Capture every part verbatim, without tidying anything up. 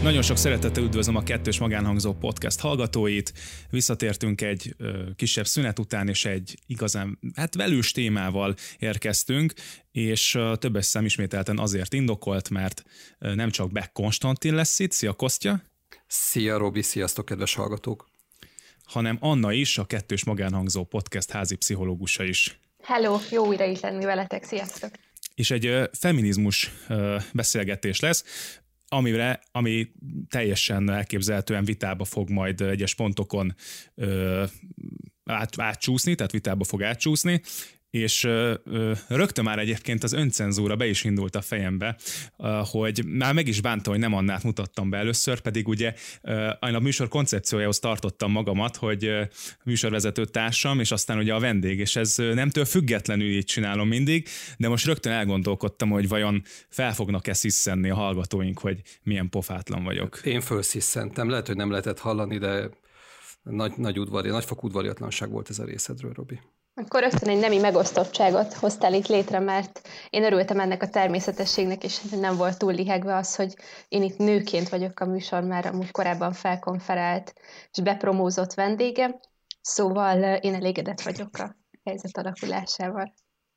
Nagyon sok szeretettel üdvözlöm a Kettős Magánhangzó podcast hallgatóit. Visszatértünk egy ö, kisebb szünet után, és egy igazán hát velős témával érkeztünk, és ö, többes szám ismételten azért indokolt, mert ö, nem csak Beck Konstantin lesz itt, szia Kostya! Szia Robi, sziasztok kedves hallgatók! Hanem Anna is, a Kettős Magánhangzó podcast házi pszichológusa is. Hello, jó újra itt lenni veletek, sziasztok! És egy ö, feminizmus ö, beszélgetés lesz, amire, ami teljesen elképzelhetően vitába fog majd egyes pontokon ö, át, átcsúszni, tehát vitába fog átcsúszni, és ö, ö, rögtön már egyébként az öncenzúra be is indult a fejembe, ö, hogy már meg is bántam, hogy nem Annát mutattam be először, pedig ugye ö, a műsor koncepciójához tartottam magamat, hogy ö, műsorvezető társam, és aztán ugye a vendég, és ez nemtől függetlenül így csinálom mindig, de most rögtön elgondolkodtam, hogy vajon fel fognak-e sziszenni a hallgatóink, hogy milyen pofátlan vagyok. Én fölsziszentem, lehet, hogy nem lehetett hallani, de nagy, nagy udvari, nagyfokú udvariatlanság volt ez a részedről, Robi. Akkor rögtön egy nemi megosztottságot hoztál itt létre, mert én örültem ennek a természetességnek, és nem volt túl lihegve az, hogy én itt nőként vagyok a műsor már amúgy korábban felkonferált és bepromózott vendége, szóval én elégedett vagyok a helyzet alakulásával.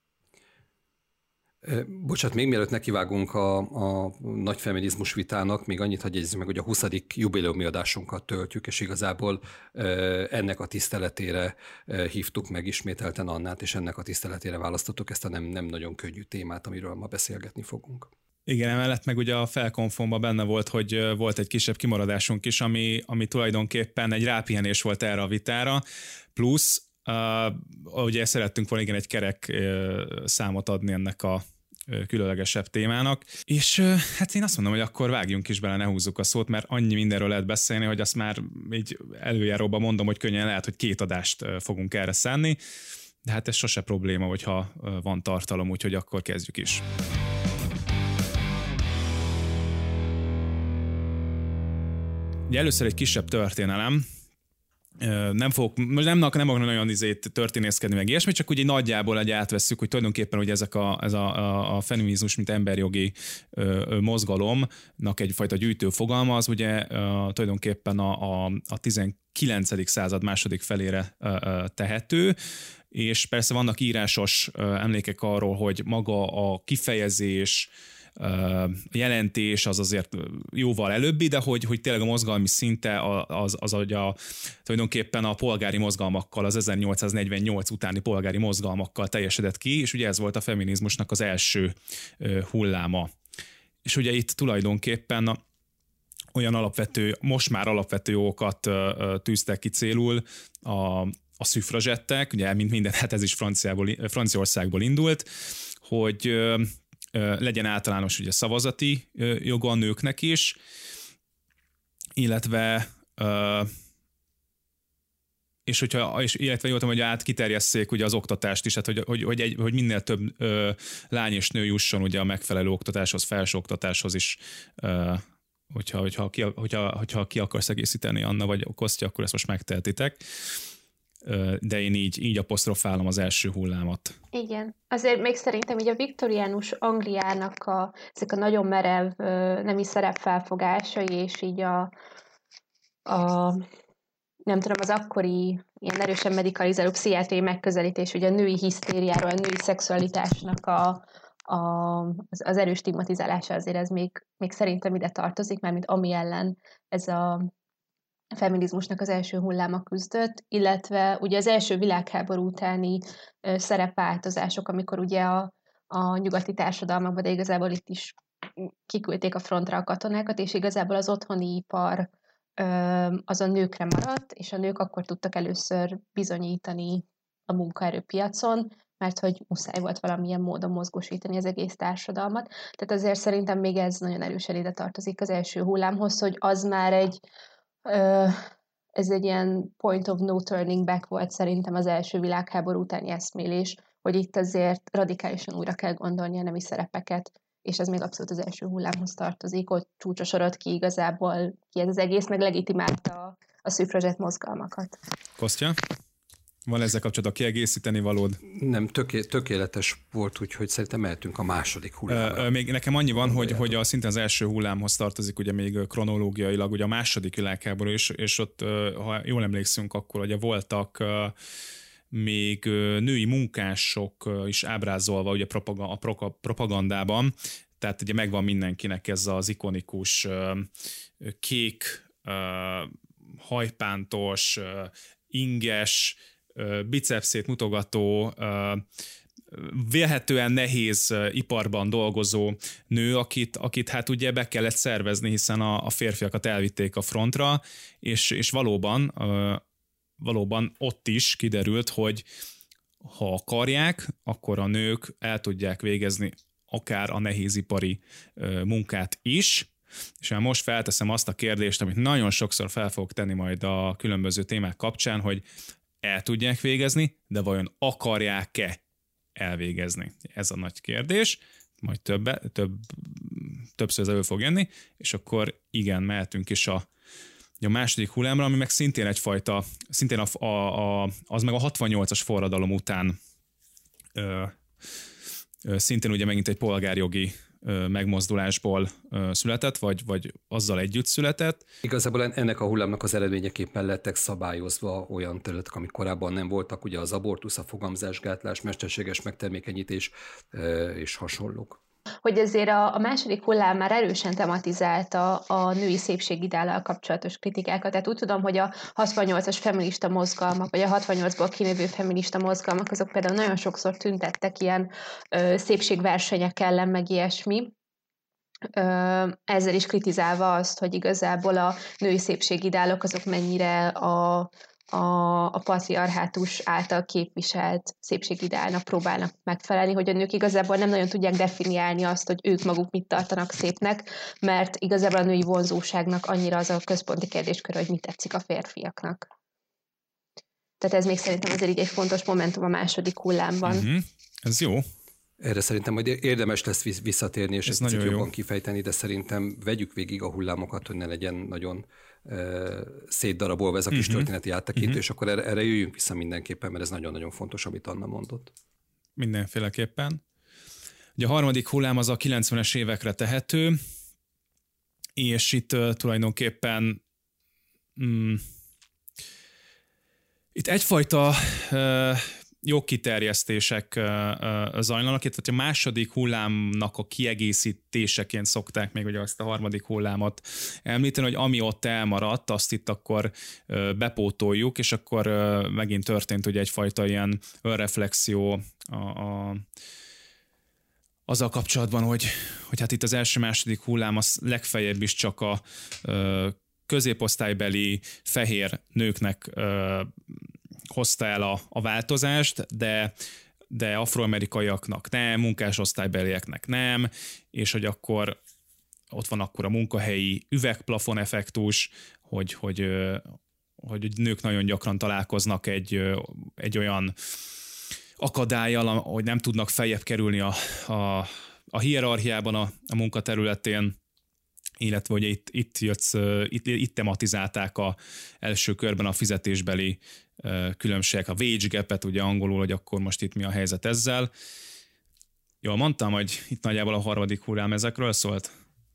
Bocsát, még mielőtt nekivágunk a, a nagy feminizmus vitának, még annyit hadd jegyezzük meg, hogy a huszadik jubileumi adásunkat töltjük, és igazából ennek a tiszteletére hívtuk meg ismételten Annát, és ennek a tiszteletére választottuk ezt a nem, nem nagyon könnyű témát, amiről ma beszélgetni fogunk. Igen, emellett meg ugye a felkonfomban benne volt, hogy volt egy kisebb kimaradásunk is, ami, ami tulajdonképpen egy rápihenés volt erre a vitára, plusz Uh, ugye szerettünk volna igen egy kerek uh, számot adni ennek a uh, különlegesebb témának, és uh, hát én azt mondom, hogy akkor vágjunk is bele, ne húzzuk a szót, mert annyi mindenről lehet beszélni, hogy azt már így előjáróban mondom, hogy könnyen lehet, hogy két adást uh, fogunk erre szánni, de hát ez sose probléma, hogyha uh, van tartalom, úgyhogy akkor kezdjük is. Ugye először egy kisebb történelem. Nem fogok, most nem, nem akarok nagyon izét történészkedni meg ilyesmi, csak ugye nagyjából egy átvesszük, hogy tulajdonképpen ugye ezek a, ez a, a, a feminizmus, mint emberjogi ö, mozgalomnak egyfajta gyűjtő fogalma, az ugye ö, tulajdonképpen a, a, a tizenkilencedik század második felére ö, ö, tehető, és persze vannak írásos ö, emlékek arról, hogy maga a kifejezés, a jelentés az azért jóval előbbi, de hogy, hogy tényleg a mozgalmi szinte az, az, az a, tulajdonképpen a polgári mozgalmakkal, az ezernyolcszáznegyvennyolc utáni polgári mozgalmakkal teljesedett ki, és ugye ez volt a feminizmusnak az első hulláma. És ugye itt tulajdonképpen olyan alapvető, most már alapvető jogokat tűztek ki célul a, a szüfrazsettek, ugye mint minden, hát ez is Franciaországból indult, hogy legyen általános ugye szavazati joga a nőknek is, illetve és hogyha, és illetve jól tudom, hogy át kiterjesszék ugye az oktatást is, hát hogy, hogy, hogy, egy, hogy minél több lány és nő jusson ugye a megfelelő oktatáshoz, felsőoktatáshoz is, hogyha, hogyha, ki, hogyha, hogyha ki akarsz egészíteni, Anna vagy Kostya, akkor ezt most megtehetitek. De én így, így apostrofálom az első hullámot. Igen. Azért még szerintem így a viktoriánus Angliának a, ezek a nagyon merev nemi szerepfelfogásai, és így a, a nem tudom, az akkori ilyen erősen medikalizáló pszichiátriai megközelítés, ugye a női hisztériáról, a női szexualitásnak a, a, az, az erős stigmatizálása, azért ez még, még szerintem ide tartozik, mármint ami ellen ez a a feminizmusnak az első hulláma küzdött, illetve ugye az első világháború utáni ö, szerepváltozások, amikor ugye a, a nyugati társadalmakban, de igazából itt is kiküldték a frontra a katonákat, és igazából az otthoni ipar ö, az a nőkre maradt, és a nők akkor tudtak először bizonyítani a munkaerőpiacon, mert hogy muszáj volt valamilyen módon mozgósítani az egész társadalmat. Tehát azért szerintem még ez nagyon erősen ide tartozik az első hullámhoz, hogy az már egy Uh, ez egy ilyen point of no turning back volt szerintem az első világháború utáni eszmélés, hogy itt azért radikálisan újra kell gondolni a nemi szerepeket, és ez még abszolút az első hullámhoz tartozik, ott csúcsosodott ki igazából ki ez az egész, meg legitimálta a, a szüfrazsett mozgalmakat. Kostya? Van ezzel kapcsolatban kiegészíteni valód? Nem, töké, tökéletes volt, úgyhogy szerintem mehetünk a második hullámra. Még nekem annyi van, hogy, hogy a, szintén az első hullámhoz tartozik ugye még kronológiailag ugye a második világháború is, és ott, ha jól emlékszünk, akkor ugye voltak még női munkások is ábrázolva ugye a propagandában, tehát ugye megvan mindenkinek ez az ikonikus kék, hajpántos, inges, bicepszét mutogató, vélhetően nehéz iparban dolgozó nő, akit, akit hát ugye be kellett szervezni, hiszen a, a férfiakat elvitték a frontra, és, és valóban, valóban ott is kiderült, hogy ha akarják, akkor a nők el tudják végezni akár a nehézipari munkát is, és már most felteszem azt a kérdést, amit nagyon sokszor fel fogok tenni majd a különböző témák kapcsán, hogy el tudják végezni, de vajon akarják-e elvégezni? Ez a nagy kérdés, majd többe, több, többször ez elő fog jönni, és akkor igen, mehetünk is a, a második hullámra, ami meg szintén egyfajta, szintén a, a, a, az meg a hatvannyolcas forradalom után ö, ö, szintén ugye megint egy polgárjogi megmozdulásból született, vagy, vagy azzal együtt született. Igazából ennek a hullámnak az eredményeképpen lettek szabályozva olyan területek, amik korábban nem voltak, ugye az abortusz, a fogamzásgátlás, mesterséges megtermékenyítés és hasonlók. Hogy ezért a, a második hullám már erősen tematizálta a női szépségideállal kapcsolatos kritikákat. Tehát úgy tudom, hogy a hatvannyolcas feminista mozgalmak, vagy a hatvannyolcból kinövő feminista mozgalmak, azok például nagyon sokszor tüntettek ilyen ö, szépségversenyek ellen, meg ilyesmi. Ö, ezzel is kritizálva azt, hogy igazából a női szépségideálok azok mennyire a A, a patriarhátus által képviselt szépségideálnak próbálnak megfelelni, hogy a nők igazából nem nagyon tudják definiálni azt, hogy ők maguk mit tartanak szépnek, mert igazából a női vonzóságnak annyira az a központi kérdéskör, hogy mit tetszik a férfiaknak. Tehát ez még szerintem azért így egy fontos momentum a második hullámban. Uh-huh. Ez jó. Erre szerintem majd érdemes lesz visszatérni, és ez ezt jobban jó. kifejteni, de szerintem vegyük végig a hullámokat, hogy ne legyen nagyon uh, szétdarabolva ez a kis uh-huh. történeti áttekintő, uh-huh. és akkor erre, erre jöjjünk vissza mindenképpen, mert ez nagyon-nagyon fontos, amit Anna mondott. Mindenféleképpen. Ugye a harmadik hullám az a kilencvenes évekre tehető, és itt uh, tulajdonképpen mm, itt egyfajta uh, jogkiterjesztések zajlanak, itt a második hullámnak a kiegészítéseként szokták még ugye azt a harmadik hullámot említeni, hogy ami ott elmaradt, azt itt akkor bepótoljuk, és akkor megint történt ugye egyfajta ilyen önreflexió a, a, azzal kapcsolatban, hogy, hogy hát itt az első-második hullám az legfeljebb is csak a középosztálybeli fehér nőknek hozta el a, a változást, de, de afroamerikaiaknak nem, munkásosztálybelieknek nem, és hogy akkor ott van akkor a munkahelyi üvegplafon effektus, hogy, hogy, hogy nők nagyon gyakran találkoznak egy, egy olyan akadállyal, hogy nem tudnak feljebb kerülni a, a, a hierarchiában a, a munkaterületén, illetve hogy itt, itt, jötsz, itt, itt tematizálták a első körben a fizetésbeli különbségek, a wage gap-et, ugye angolul, hogy akkor most itt mi a helyzet ezzel. Jól mondtam, hogy itt nagyjából a harmadik hullám ezekről szólt?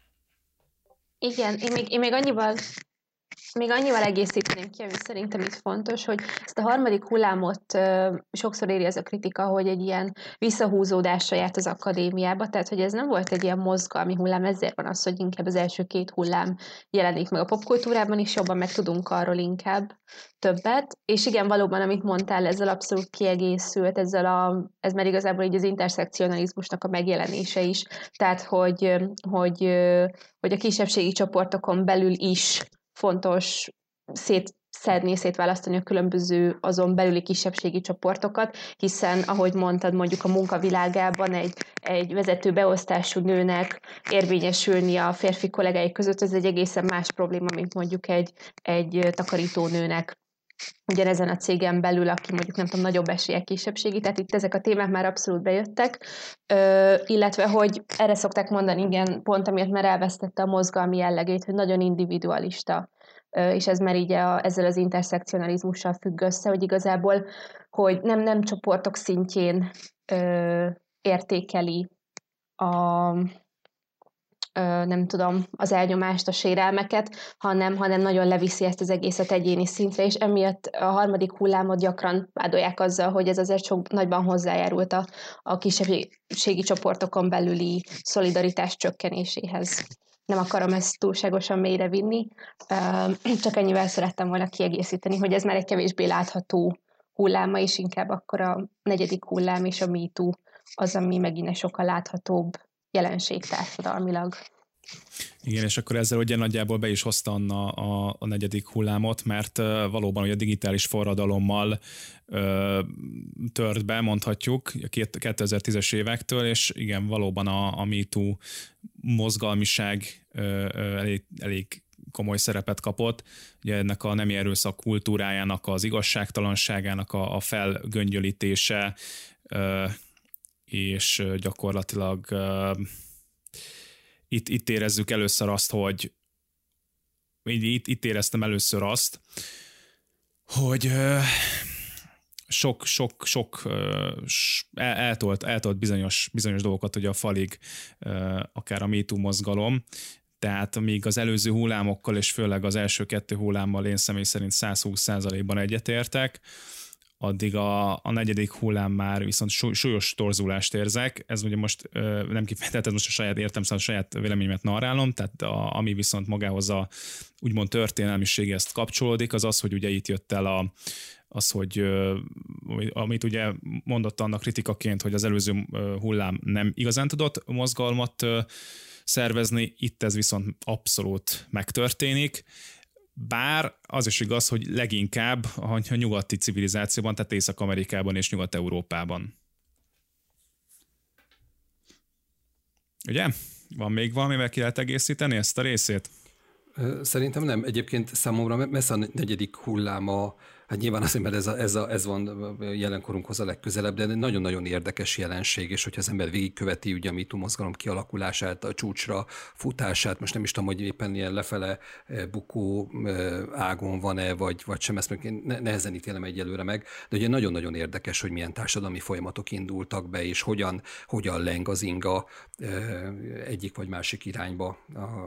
Igen, én még, én még annyival Még annyival egészíteném ki, ami szerintem itt fontos, hogy ezt a harmadik hullámot ö, sokszor éri ez a kritika, hogy egy ilyen visszahúzódásra járt az akadémiába, tehát hogy ez nem volt egy ilyen mozgalmi hullám, ezért van az, hogy inkább az első két hullám jelenik meg a popkultúrában is, jobban meg tudunk arról inkább többet, és igen, valóban, amit mondtál, ezzel abszolút kiegészült, ezzel a, ez már igazából így az interszekcionalizmusnak a megjelenése is, tehát hogy, hogy, hogy a kisebbségi csoportokon belül is fontos szétszedni, szétválasztani a különböző azon belüli kisebbségi csoportokat, hiszen, ahogy mondtad, mondjuk a munkavilágában egy, egy vezető beosztású nőnek érvényesülni a férfi kollégái között, ez egy egészen más probléma, mint mondjuk egy, egy takarítónőnek ugyanezen a cégen belül, aki mondjuk nem tudom, nagyobb esélyek kisebbségi, tehát itt ezek a témák már abszolút bejöttek, Ö, illetve, hogy erre szokták mondani, igen, pont amiért már elvesztette a mozgalmi jellegét, hogy nagyon individualista és ez már így a, ezzel az interszekcionalizmussal függ össze, hogy igazából, hogy nem, nem csoportok szintjén ö, értékeli a, ö, nem tudom, az elnyomást, a sérelmeket, hanem, hanem nagyon leviszi ezt az egészet egyéni szintre, és emiatt a harmadik hullámot gyakran vádolják azzal, hogy ez azért sok nagyban hozzájárult a, a kisebbségi csoportokon belüli szolidaritás csökkenéséhez. Nem akarom ezt túlságosan mélyre vinni, csak ennyivel szerettem volna kiegészíteni, hogy ez már egy kevésbé látható hulláma, és inkább akkor a negyedik hullám és a MeToo az, ami megint egy sokkal láthatóbb jelenség társadalmilag. Igen, és akkor ezzel ugye nagyjából be is hozta Anna a, a negyedik hullámot, mert uh, valóban ugye a digitális forradalommal uh, tört be, mondhatjuk, a kétezer-tízes évektől, és igen, valóban a, a MeToo mozgalmiság uh, uh, elég, elég komoly szerepet kapott. Ugye ennek a nemi erőszak kultúrájának, az igazságtalanságának a, a felgöngyölítése, uh, és gyakorlatilag uh, Itt, itt érezzük először azt, hogy itt, itt éreztem először azt, hogy sok, sok, sok eltolt, eltolt bizonyos, bizonyos dolgokat ugye a falig, akár a MeToo mozgalom. Tehát míg az előző hullámokkal, és főleg az első kettő hullámmal én személy szerint száz húsz százalékban egyetértek, addig a, a negyedik hullám már viszont súlyos torzulást érzek. Ez ugye most ö, nem kifejezetten, most a saját értem, szóval a saját véleményemet narrálom, tehát a, ami viszont magához a úgymond történelmiséghez kapcsolódik, az az, hogy ugye itt jött el a, az, hogy ö, amit ugye mondott annak kritikaként, hogy az előző hullám nem igazán tudott mozgalmat ö, szervezni, itt ez viszont abszolút megtörténik. Bár az is igaz, hogy leginkább a nyugati civilizációban, tehát Észak-Amerikában és Nyugat-Európában. Ugye? Van még valamivel ki lehet egészíteni ezt a részét? Szerintem nem. Egyébként számomra messze a negyedik hulláma, hát nyilván azért, mert ez, a, ez, a, ez van jelenkorunkhoz a legközelebb, de nagyon-nagyon érdekes jelenség, és hogyha az ember végigköveti ugye a MeToo mozgalom kialakulását, a csúcsra futását, most nem is tudom, hogy éppen ilyen lefele bukó ágon van-e, vagy, vagy sem, ezt még nehezen ítélem egyelőre meg, de ugye nagyon-nagyon érdekes, hogy milyen társadalmi folyamatok indultak be, és hogyan, hogyan leng az inga egyik vagy másik irányba.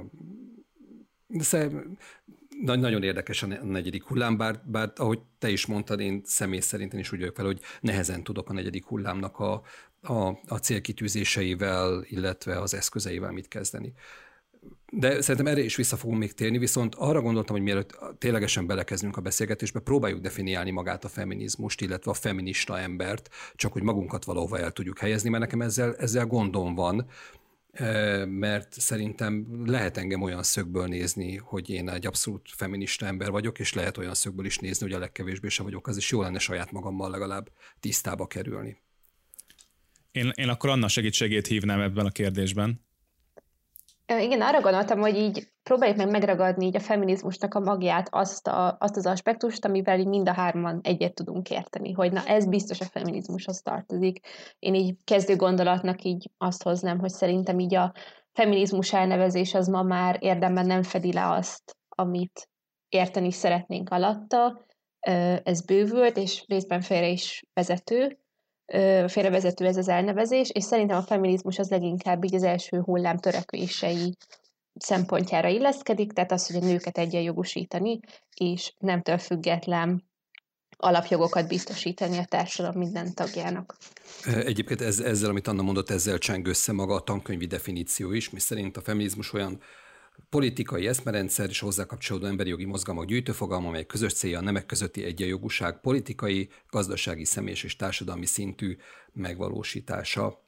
De nagyon érdekes a negyedik hullám, bár, bár ahogy te is mondtad, én személy szerint én is úgy vagyok fel, hogy nehezen tudok a negyedik hullámnak a, a, a célkitűzéseivel, illetve az eszközeivel mit kezdeni. De szerintem erre is vissza fogunk még térni, viszont arra gondoltam, hogy mielőtt ténylegesen belekezdünk a beszélgetésbe, próbáljuk definiálni magát a feminizmust, illetve a feminista embert, csak hogy magunkat valahova el tudjuk helyezni, mert nekem ezzel, ezzel gondom van, mert szerintem lehet engem olyan szögből nézni, hogy én egy abszolút feminista ember vagyok, és lehet olyan szögből is nézni, hogy a legkevésbé se vagyok, az is jó lenne saját magammal legalább tisztába kerülni. Én, én akkor Anna segítségét hívnám ebben a kérdésben. Igen, arra gondoltam, hogy így próbáljuk meg megragadni így a feminizmusnak a magját, azt, a, azt az aspektust, amivel így mind a hárman egyet tudunk érteni, hogy na ez biztos a feminizmushoz tartozik. Én így kezdő gondolatnak így azt hoznám, hogy szerintem így a feminizmus elnevezés az ma már érdemben nem fedi le azt, amit érteni szeretnénk alatta. Ez bővült, és részben félre is vezető. félrevezető ez az elnevezés, és szerintem a feminizmus az leginkább így az első hullám törekvései szempontjára illeszkedik, tehát az, hogy a nőket egyenjogosítani, és nemtől független alapjogokat biztosítani a társadalom minden tagjának. Egyébként ez, ezzel, amit Anna mondott, ezzel cseng össze maga a tankönyvi definíció is, mi szerint a feminizmus olyan politikai eszmerendszer és hozzá kapcsolódó emberi jogi mozgalmak gyűjtőfogalma, amely közös célja a nemek közötti egyenjogúság politikai, gazdasági, személyes és társadalmi szintű megvalósítása.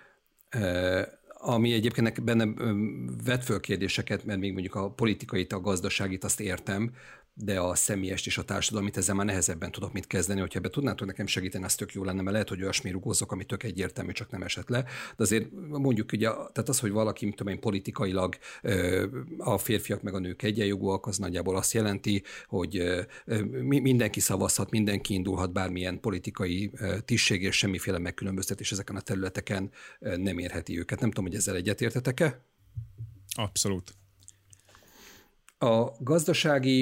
Ami egyébként benne vet föl kérdéseket, mert még mondjuk a politikait, a gazdaságit azt értem, de a személyest és a társadalmit ezzel már nehezebben tudok mit kezdeni, hogyha ebbe tudnátok nekem segíteni, az tök jó lenne, mert lehet, hogy olyasmi rugózok, ami tök egyértelmű, csak nem esett le. De azért mondjuk, ugye, tehát az, hogy valaki, mit tudom én, politikailag a férfiak meg a nők egyenjogúak, az nagyjából azt jelenti, hogy mindenki szavazhat, mindenki indulhat, bármilyen politikai tisztség és semmiféle megkülönböztetés ezeken a területeken nem érheti őket. Nem tudom, hogy ezzel egyetértetek-e? Abszolút. A gazdasági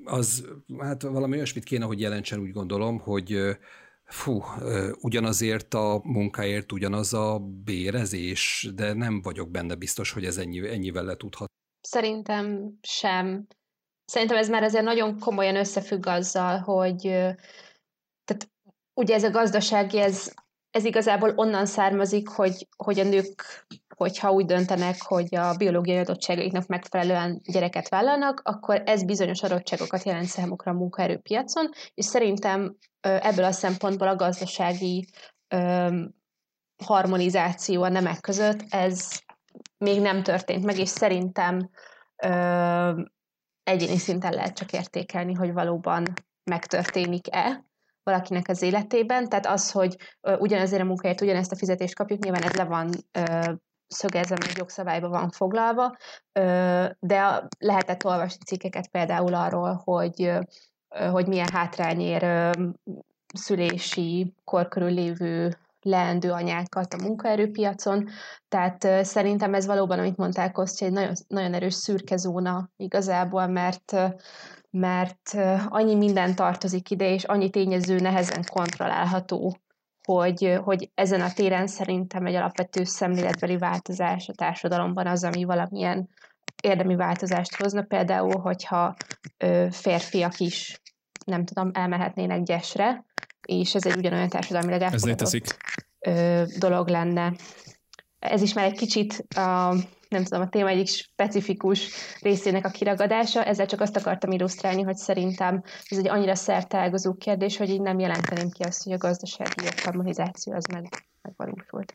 az hát valami olyasmit kéne, hogy jelentsen, úgy gondolom, hogy fú, ugyanazért a munkáért ugyanaz a bérezés, de nem vagyok benne biztos, hogy ez ennyi, ennyivel letudhat. Szerintem sem. Szerintem ez már azért nagyon komolyan összefügg azzal, hogy tehát ugye ez a gazdasági, ez, ez igazából onnan származik, hogy, hogy a nők, hogyha úgy döntenek, hogy a biológiai adottságaiknak megfelelően gyereket vállalnak, akkor ez bizonyos adottságokat jelent számukra a munkaerőpiacon, és szerintem ebből a szempontból a gazdasági öm, harmonizáció a nemek között, ez még nem történt meg, és szerintem öm, egyéni szinten lehet csak értékelni, hogy valóban megtörténik-e valakinek az életében. Tehát az, hogy ö, ugyanezért a munkáért ugyanezt a fizetést kapjuk, nyilván ez le van ö, szögezve, meg jogszabályban van foglalva, ö, de a, lehetett olvasni cikkeket például arról, hogy, ö, hogy milyen hátrányér ér ö, szülési kor körül lévő leendő anyákat a munkaerőpiacon, tehát uh, szerintem ez valóban, amit mondtál, Kostya, egy nagyon, nagyon erős szürke zóna igazából, mert, uh, mert uh, annyi minden tartozik ide, és annyi tényező nehezen kontrollálható, hogy, uh, hogy ezen a téren szerintem egy alapvető szemléletbeli változás a társadalomban az, ami valamilyen érdemi változást hozna, például, hogyha uh, férfiak is, nem tudom, elmehetnének gyesre, és ez egy ugyanolyan társadalmilag elfogadott dolog lenne. Ez is már egy kicsit a, nem tudom, a téma egyik specifikus részének a kiragadása, ezzel csak azt akartam illusztrálni, hogy szerintem ez egy annyira szerteágazó kérdés, hogy így nem jelenteném ki azt, hogy a gazdasági harmonizáció az meg, megvalósult.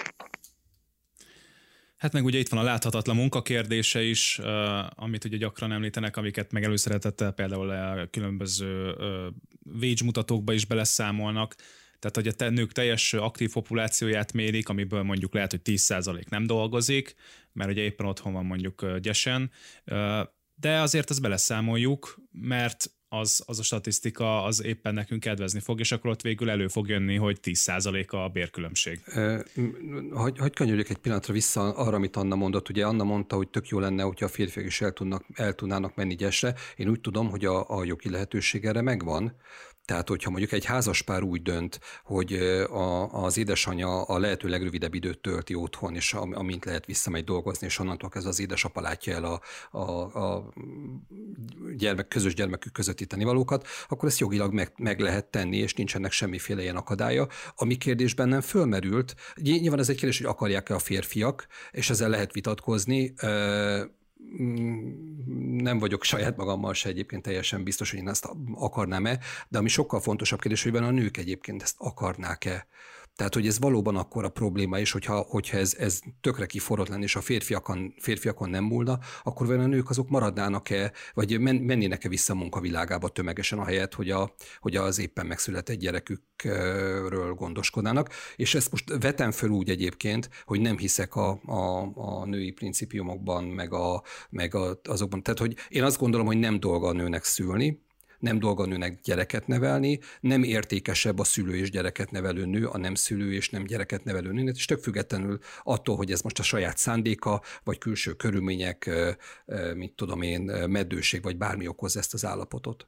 Hát meg ugye itt van a láthatatlan munkakérdése is, uh, amit ugye gyakran említenek, amiket meg előszeretettel például a különböző uh, wage mutatókba is beleszámolnak. Tehát, hogy a te, nők teljes aktív populációját mérik, amiből mondjuk lehet, hogy tíz százalék nem dolgozik, mert ugye éppen otthon van mondjuk uh, gyesen, uh, de azért ezt beleszámoljuk, mert az, az a statisztika az éppen nekünk kedvezni fog, és akkor ott végül elő fog jönni, hogy tíz százalék a bérkülönbség. Hagy, hagy kanyarodjak egy pillanatra vissza arra, amit Anna mondott. Ugye Anna mondta, hogy tök jó lenne, hogyha a férfiak is el, tudnak, el tudnának menni gyesre. Én úgy tudom, hogy a, a jogi lehetőség erre megvan. Tehát, hogyha mondjuk egy házaspár úgy dönt, hogy a, az édesanyja a lehető legrövidebb időt tölti otthon, és amint lehet visszamegy dolgozni, és onnantól kezdve az édesapa látja el a, a, a gyermek, közös gyermekük közötti tennivalókat, akkor ezt jogilag meg, meg lehet tenni, és nincsenek semmiféle ilyen akadálya. Ami kérdésben nem fölmerült, nyilván ez egy kérdés, hogy akarják-e a férfiak, és ezzel lehet vitatkozni. Nem vagyok saját magammal se egyébként teljesen biztos, hogy én ezt akarnám-e, de ami sokkal fontosabb kérdés, hogy a nők egyébként ezt akarnák-e. Tehát, hogy ez valóban akkora probléma is, hogyha, hogyha ez, ez tökre kiforrott lenne, és a férfiakon, férfiakon nem múlna, akkor vajon a nők azok maradnának-e, vagy men, mennének-e vissza a munkavilágába tömegesen, ahelyett, hogy, a, hogy az éppen megszületett gyerekükről gondoskodnának. És ezt most vetem föl úgy egyébként, hogy nem hiszek a, a, a női principiumokban, meg, a, meg a, azokban. Tehát, hogy én azt gondolom, hogy nem dolga a nőnek szülni, nem dolga a nőnek gyereket nevelni, nem értékesebb a szülő és gyereket nevelő nő, a nem szülő és nem gyereket nevelő nő, és tök függetlenül attól, hogy ez most a saját szándéka, vagy külső körülmények, mit tudom én, meddőség, vagy bármi okoz ezt az állapotot.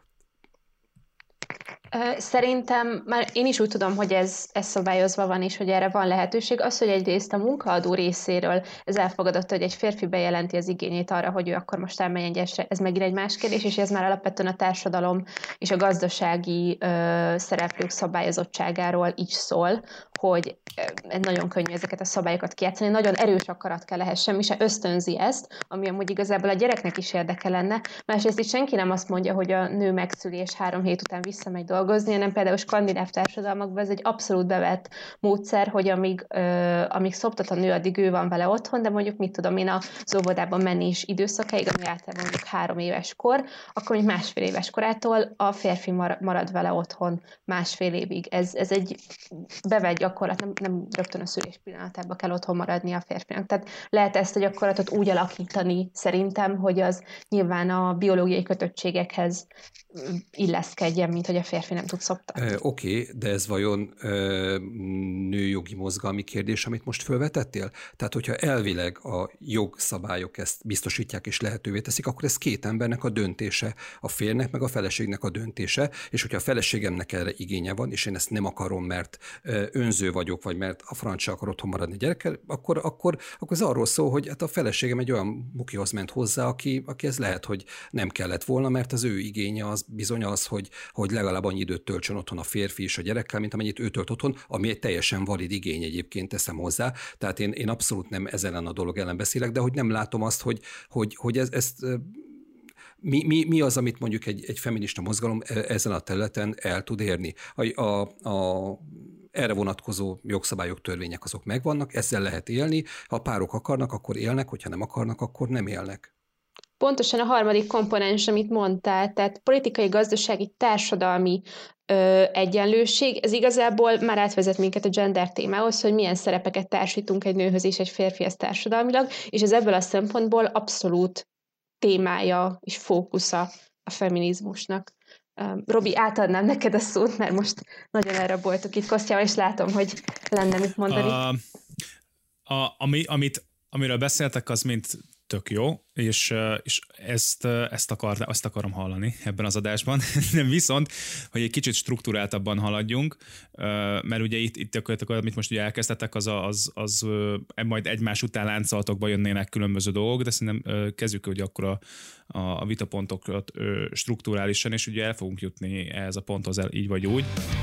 Szerintem már én is úgy tudom, hogy ez, ez szabályozva van, és hogy erre van lehetőség. Az, hogy egyrészt a munkaadó részéről ez elfogadott, hogy egy férfi bejelenti az igényét arra, hogy ő akkor most elmenjen gyesre, ez megint egy más kérdés, és ez már alapvetően a társadalom és a gazdasági ö, szereplők szabályozottságáról is szól, hogy nagyon könnyű ezeket a szabályokat kijátszani, nagyon erős akarat kell ehhez, semmi se ösztönzi ezt, ami amúgy igazából a gyereknek is érdeke lenne. Másrészt is senki nem azt mondja, hogy a nő megszülés három hét után visszamegy dolgozni, hanem például skandináv társadalmakban ez egy abszolút bevett módszer, hogy amíg, ö, amíg szoptat a nő, addig ő van vele otthon, de mondjuk mit tudom én az óvodában menni is időszakáig, ami általában mondjuk három éves kor, akkor mondjuk másfél éves korától a férfi marad vele otthon másfél évig. Ez, ez egy bevett gyakorlat, nem, nem rögtön a szülés pillanatában kell otthon maradni a férfinak. Tehát lehet ezt a gyakorlatot úgy alakítani szerintem, hogy az nyilván a biológiai kötöttségekhez illeszkedjen, mint hogy a férfi férfi nem tud szoptatni. Oké, okay, de ez vajon ö, nőjogi mozgalmi kérdés, amit most felvetettél? Tehát, hogyha elvileg a jogszabályok ezt biztosítják és lehetővé teszik, akkor ez két embernek a döntése, a férnek meg a feleségnek a döntése, és hogyha a feleségemnek erre igénye van, és én ezt nem akarom, mert ö, önző vagyok, vagy mert a francia akar otthon maradni gyerekkel, akkor, akkor, akkor ez arról szól, hogy hát a feleségem egy olyan mukihoz ment hozzá, aki, aki ez lehet, hogy nem kellett volna, mert az ő igénye az bizony az, hogy, hogy legalább annyi időt töltsön otthon a férfi és a gyerekkel, mint amennyit ő tölt otthon, ami egy teljesen valid igény egyébként, teszem hozzá. Tehát én, én abszolút nem ezen ellen a dolog ellen beszélek, de hogy nem látom azt, hogy, hogy, hogy ez, ezt mi, mi, mi az, amit mondjuk egy, egy feminista mozgalom ezen a területen el tud érni. A, a, a erre vonatkozó jogszabályok, törvények azok megvannak, ezzel lehet élni. Ha a párok akarnak, akkor élnek, hogyha nem akarnak, akkor nem élnek. Pontosan a harmadik komponens, amit mondtál, tehát politikai, gazdasági, társadalmi ö, egyenlőség, ez igazából már átvezet minket a gender témához, hogy milyen szerepeket társítunk egy nőhöz és egy férfihez társadalmilag, és ez ebből a szempontból abszolút témája és fókusza a feminizmusnak. Robi, átadnám neked a szót, mert most nagyon elraboltuk itt Kosztjával, és látom, hogy lenne mit mondani. A, a, ami, amit, amiről beszéltek, az mind tök jó, és, és ezt, ezt, akar, ezt akarom hallani ebben az adásban. Viszont, hogy egy kicsit struktúráltabban haladjunk, mert ugye itt, itt amit most ugye elkezdtetek, az, az, az majd egymás után láncolatokba jönnének különböző dolgok, de szerintem kezdjük ugye akkor a, a vitapontokat strukturálisan, és ugye el fogunk jutni ehhez a ponthoz így vagy úgy.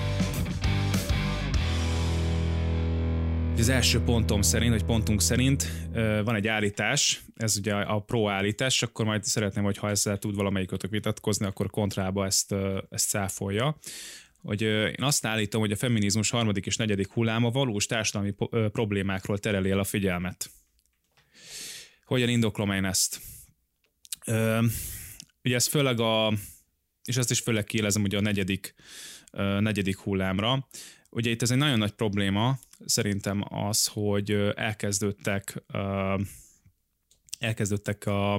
Az első pontom szerint, vagy pontunk szerint van egy állítás, ez ugye a pro állítás, akkor majd szeretném, hogy ha ezzel tud valamelyikötök vitatkozni, akkor kontrába ezt, ezt cáfolja. Hogy én azt állítom, hogy a feminizmus harmadik és negyedik hulláma valós társadalmi problémákról tereli el a figyelmet. Hogyan indoklom én ezt? Ugye ez főleg a, és ezt is főleg kiélezem ugye a negyedik, negyedik hullámra. Ugye itt ez egy nagyon nagy probléma, szerintem az, hogy elkezdődtek, elkezdődtek a,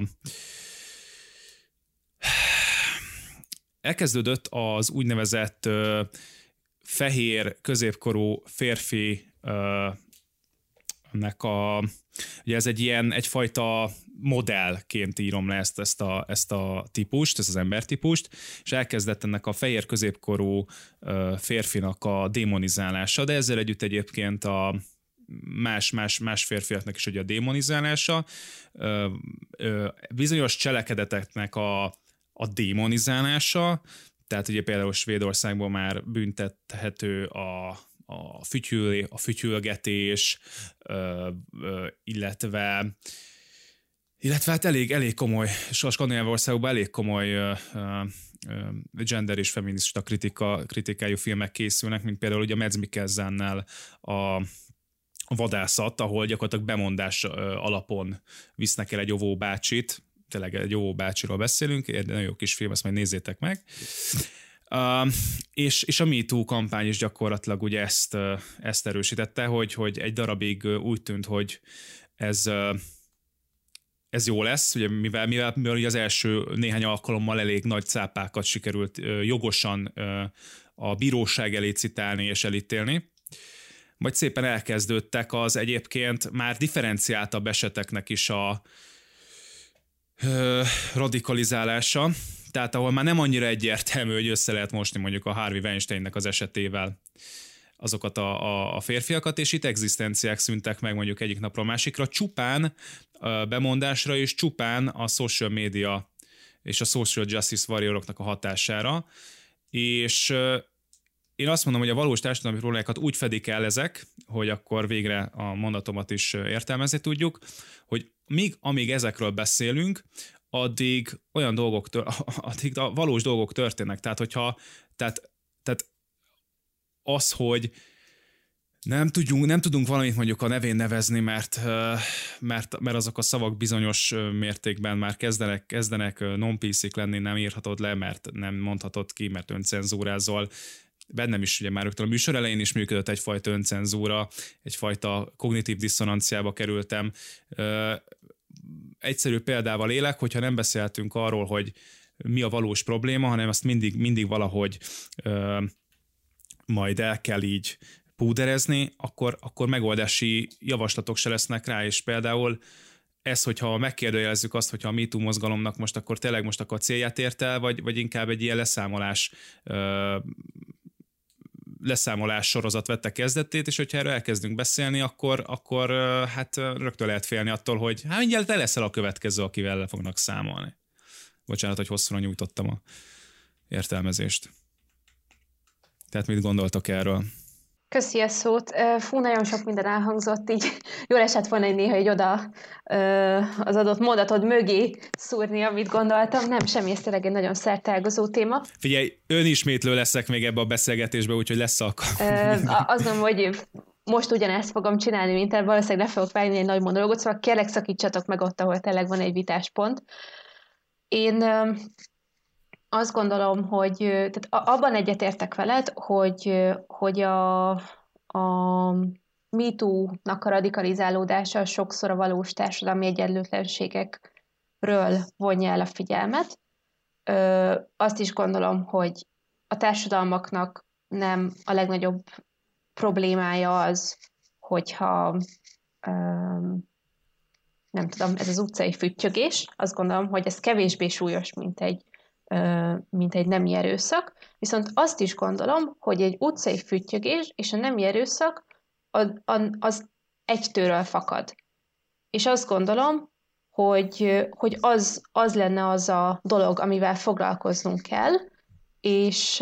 elkezdődött az úgynevezett fehér, középkorú férfi nek a, ugye ez egy ilyen, egyfajta modellként írom le ezt, ezt, a, ezt a típust, ezt az embertípust, és elkezdett ennek a fehér középkorú férfinak a démonizálása, de ezzel együtt egyébként a más, más, más férfiaknak is ugye a démonizálása, bizonyos cselekedeteknek a, a démonizálása, tehát ugye például Svédországban már büntethető a a, fütyül, a fütyülgetés, ö, ö, illetve illetve hát elég, elég komoly, és a skandináv országokban elég komoly ö, ö, gender és feminista kritika, kritikájú filmek készülnek, mint például ugye a Mads Mikkelsennel a, a vadászat, ahol gyakorlatilag bemondás alapon visznek el egy óvóbácsit, tényleg egy óvóbácsiról beszélünk, egy nagyon jó kis film, ezt majd nézzétek meg. Uh, és, és a MeToo kampány is gyakorlatilag ugye ezt, uh, ezt erősítette, hogy, hogy egy darabig uh, úgy tűnt, hogy ez, uh, ez jó lesz, ugye mivel, mivel, mivel ugye az első néhány alkalommal elég nagy cápákat sikerült uh, jogosan uh, a bíróság elé citálni és elítélni, majd szépen elkezdődtek az egyébként már differenciáltabb eseteknek is a uh, radikalizálása, tehát ahol már nem annyira egyértelmű, hogy össze lehet mosni mondjuk a Harvey Weinsteinnek az esetével azokat a, a, a férfiakat, és itt egzisztenciák szűntek meg mondjuk egyik napról a másikra, csupán a bemondásra és csupán a social media és a social justice warrioroknak a hatására, és én azt mondom, hogy a valós társadalmi problémákat úgy fedik el ezek, hogy akkor végre a mondatomat is értelmezni tudjuk, hogy míg, amíg ezekről beszélünk, addig olyan dolgok, addig a valós dolgok történnek. Tehát, hogyha, tehát, tehát az, hogy nem tudjunk, nem tudunk valamit mondjuk a nevén nevezni, mert, mert, mert azok a szavak bizonyos mértékben már kezdenek, kezdenek non-pé cé-k lenni, nem írhatod le, mert nem mondhatod ki, mert öncenzúrázol. Bennem is ugye már rögtön a műsor elején is működött egyfajta öncenzúra, egyfajta kognitív diszonanciába kerültem. Egyszerű példával élek, hogyha nem beszéltünk arról, hogy mi a valós probléma, hanem azt mindig, mindig valahogy ö, majd el kell így púderezni, akkor, akkor megoldási javaslatok se lesznek rá, és például ez, hogyha megkérdőjelezzük azt, hogyha a MeToo mozgalomnak most akkor tényleg most akkor a célját ért el, vagy, vagy inkább egy ilyen leszámolás ö, leszámolás sorozat vette kezdetét, és hogyha erről elkezdünk beszélni, akkor, akkor hát rögtön lehet félni attól, hogy hát mindjárt te leszel a következő, akivel le fognak számolni. Bocsánat, hogy hosszúra nyújtottam a értelmezést. Tehát mit gondoltok erről? Köszi a szót. Fú, nagyon sok minden elhangzott, így jól esett volna egy néha egy oda az adott mondatod mögé szúrni, amit gondoltam. Nem, semmi, ez tényleg egy nagyon szerteágazó téma. Figyelj, önismétlő leszek még ebbe a beszélgetésbe, úgyhogy lesz alkalom. Azt gondolom, hogy most ugyanezt fogom csinálni, mint el, valószínűleg le fogok vágni egy nagy monológot, szóval kérlek szakítsatok meg ott, ahol tényleg van egy vitáspont. Én azt gondolom, hogy tehát abban egyetértek veled, hogy, hogy a, a MeToo-nak a radikalizálódása sokszor a valós társadalmi egyenlőtlenségekről vonja el a figyelmet. Ö, azt is gondolom, hogy a társadalmaknak nem a legnagyobb problémája az, hogyha ö, nem tudom, ez az utcai füttyögés. Azt gondolom, hogy ez kevésbé súlyos, mint egy mint egy nemi erőszak, viszont azt is gondolom, hogy egy utcai füttyögés és a nemi erőszak az, az egytőről fakad. És azt gondolom, hogy, hogy az, az lenne az a dolog, amivel foglalkoznunk kell, és,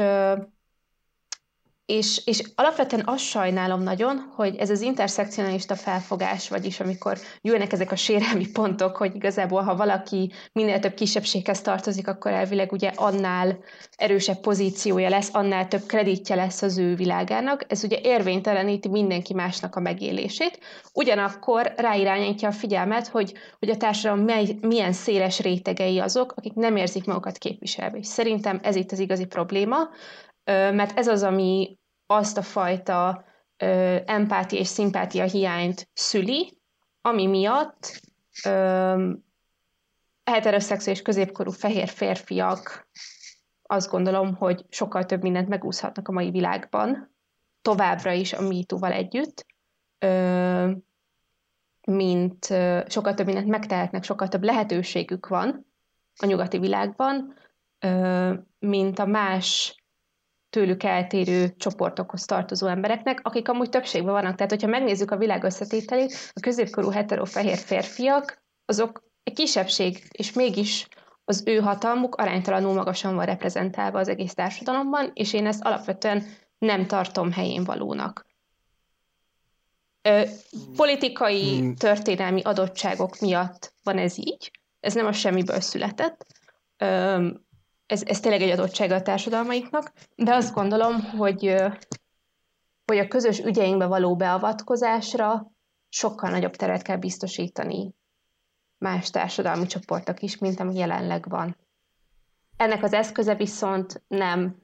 és, és alapvetően azt sajnálom nagyon, hogy ez az interszekcionalista felfogás, vagyis amikor jönnek ezek a sérelmi pontok, hogy igazából, ha valaki minél több kisebbséghez tartozik, akkor elvileg ugye annál erősebb pozíciója lesz, annál több kreditje lesz az ő világának. Ez ugye érvényteleníti mindenki másnak a megélését. Ugyanakkor ráirányítja a figyelmet, hogy, hogy a társadalom mely, milyen széles rétegei azok, akik nem érzik magukat képviselve. És szerintem ez itt az igazi probléma, mert ez az, ami azt a fajta ö, empátia és szimpátia hiányt szüli, ami miatt ö, heteroszexuális középkorú fehér férfiak azt gondolom, hogy sokkal több mindent megúszhatnak a mai világban, továbbra is a MeToo-val együtt, ö, mint ö, sokkal több mindent megtehetnek, sokkal több lehetőségük van a nyugati világban, ö, mint a más tőlük eltérő csoportokhoz tartozó embereknek, akik amúgy többségben vannak. Tehát, hogyha megnézzük a világ összetételét, a középkorú heterofehér férfiak, azok egy kisebbség, és mégis az ő hatalmuk aránytalanul magasan van reprezentálva az egész társadalomban, és én ezt alapvetően nem tartom helyén valónak. Ö, politikai, történelmi adottságok miatt van ez így, ez nem a semmiből született, Ö, Ez, ez tényleg egy adottsága a társadalmaiknak, de azt gondolom, hogy, hogy a közös ügyeinkbe való beavatkozásra sokkal nagyobb teret kell biztosítani más társadalmi csoportok is, mint ami jelenleg van. Ennek az eszköze viszont nem,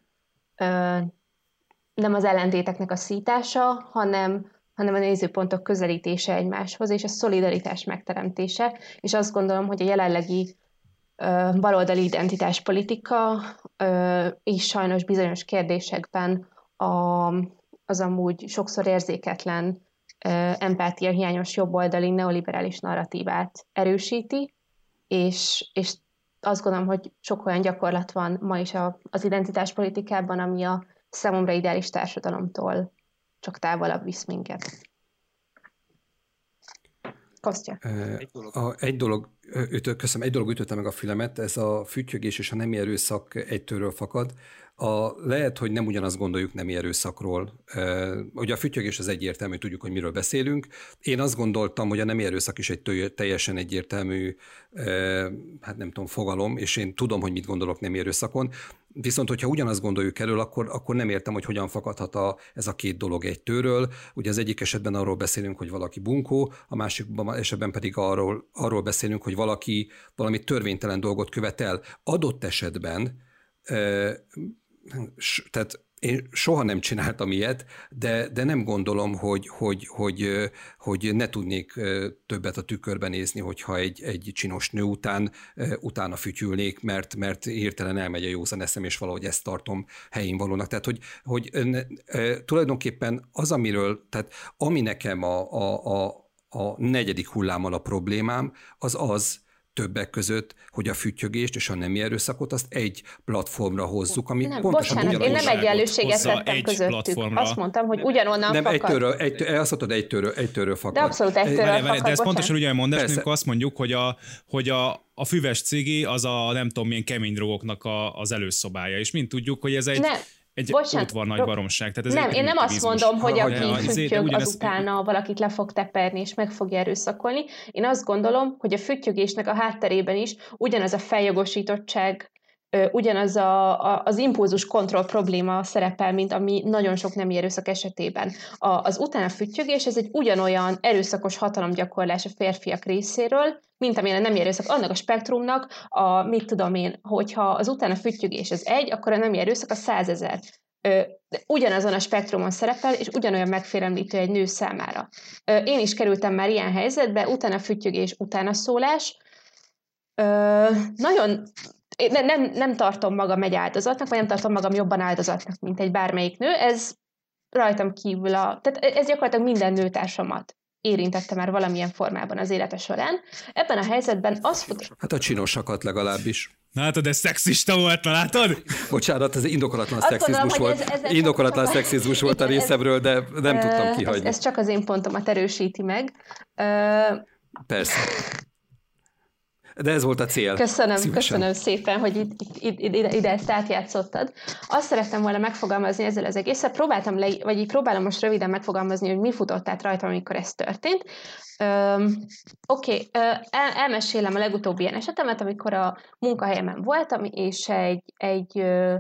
nem az ellentéteknek a szítása, hanem, hanem a nézőpontok közelítése egymáshoz, és a szolidaritás megteremtése, és azt gondolom, hogy a jelenlegi baloldali identitáspolitika és sajnos bizonyos kérdésekben a, az amúgy sokszor érzéketlen empátia hiányos jobboldali neoliberális narratívát erősíti, és, és azt gondolom, hogy sok olyan gyakorlat van ma is a, az identitáspolitikában, ami a számomra ideális társadalomtól csak távolabb visz minket. Kostya. Egy dolog, a, egy dolog ütö, köszönöm, egy dolog ütötte meg a fülemet, ez a füttyögés és a nemi erőszak egytőről fakad. A, lehet, hogy nem ugyanazt gondoljuk nemi erőszakról. E, ugye a füttyögés az egyértelmű, tudjuk, hogy miről beszélünk. Én azt gondoltam, hogy a nemi erőszak is egy tő, teljesen egyértelmű, e, hát nem tudom, fogalom, és én tudom, hogy mit gondolok nemi erőszakon. Viszont, hogyha ugyanazt gondoljuk erről, akkor, akkor nem értem, hogy hogyan fakadhat a, ez a két dolog egy tőről. Ugye az egyik esetben arról beszélünk, hogy valaki bunkó, a másik esetben pedig arról, arról beszélünk, hogy valaki valami törvénytelen dolgot követel. Adott esetben, e, tehát én soha nem csináltam ilyet, de, de nem gondolom, hogy, hogy, hogy, hogy ne tudnék többet a tükörben nézni, hogyha egy, egy csinos nő után utána fütyülnék, mert, mert hirtelen elmegy a józan eszem, és valahogy ezt tartom helyén valónak. Tehát, hogy, hogy tulajdonképpen az, amiről, tehát ami nekem a, a, a, a negyedik hullámmal a problémám, az az, többek között, hogy a füttyögést és a nemi erőszakot azt egy platformra hozzuk, ami nem, pontosan bocsánat, én nem egyenlőséget tettem közöttük. Platformra. Azt mondtam, hogy ugyanonnan nem, fakad. Nem, egytőről, egy, azt mondod, egytőről, egytőről fakad. De abszolút egytőről fakad, De ez bocsánat. pontosan ugyan mondás, amikor azt mondjuk, hogy a, hogy a, a füves cigi az a nem tudom milyen kemény drogoknak a, az előszobája, és mind tudjuk, hogy ez egy... Nem. Egy Bocsánat, útvar nagy baromság. Tehát ez nem, én nem azt mondom, hogy ha, aki füttyög, az utána valakit le fog teperni és meg fogja erőszakolni. Én azt gondolom, hogy a füttyögésnek a hátterében is ugyanaz a feljogosítottság, ugyanaz a, a, az impulzus kontroll probléma szerepel, mint ami nagyon sok nemi erőszak esetében. A, az utána füttyögés, ez egy ugyanolyan erőszakos hatalomgyakorlás a férfiak részéről, mint amilyen a nemi erőszak, annak a spektrumnak, a, mit tudom én, hogyha az utána füttyögés az egy, akkor a nemi erőszak a százezer. Ugyanazon a spektrumon szerepel, és ugyanolyan megfélemlítő egy nő számára. Én is kerültem már ilyen helyzetbe, utána füttyögés, utána szólás. Nagyon... Nem, nem, nem tartom magam egy áldozatnak, vagy nem tartom magam jobban áldozatnak, mint egy bármelyik nő. Ez rajtam kívül a... Tehát ez gyakorlatilag minden nőtársamat érintette már valamilyen formában az élete során. Ebben a helyzetben az... Hát a csinosakat legalábbis. Látod, ez szexista volt, na látod? Bocsánat, ez indokolatlan szexizmus volt. Ez, ez indokolatlan csak... szexizmus volt a részemről, de nem uh, tudtam kihagyni. Ez, ez csak az én pontomat erősíti meg. Uh, Persze. De ez volt a cél. Köszönöm, Szívesen. köszönöm szépen, hogy itt, itt, itt, ide, ide ezt átjátszottad. Azt szerettem volna megfogalmazni ezzel az egésszel. Próbáltam le, vagy így próbálom most röviden megfogalmazni, hogy mi futott át rajtam, amikor ez történt. Um, Oké, okay. El, elmesélem a legutóbbi ilyen esetemet, amikor a munkahelyemen voltam, és egy, egy, ö,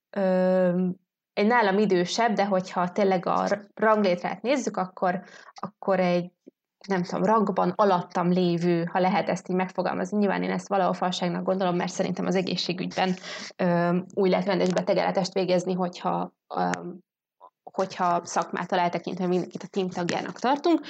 ö, egy nálam idősebb, de hogyha tényleg a ranglétrát nézzük, akkor, akkor egy nem tudom, rangban alattam lévő, ha lehet ezt így megfogalmazni. Nyilván én ezt valahol falságnak gondolom, mert szerintem az egészségügyben ö, úgy lehet rendes betegeletest végezni, hogyha, ö, hogyha szakmától eltekintve mindenkit a team tagjának tartunk.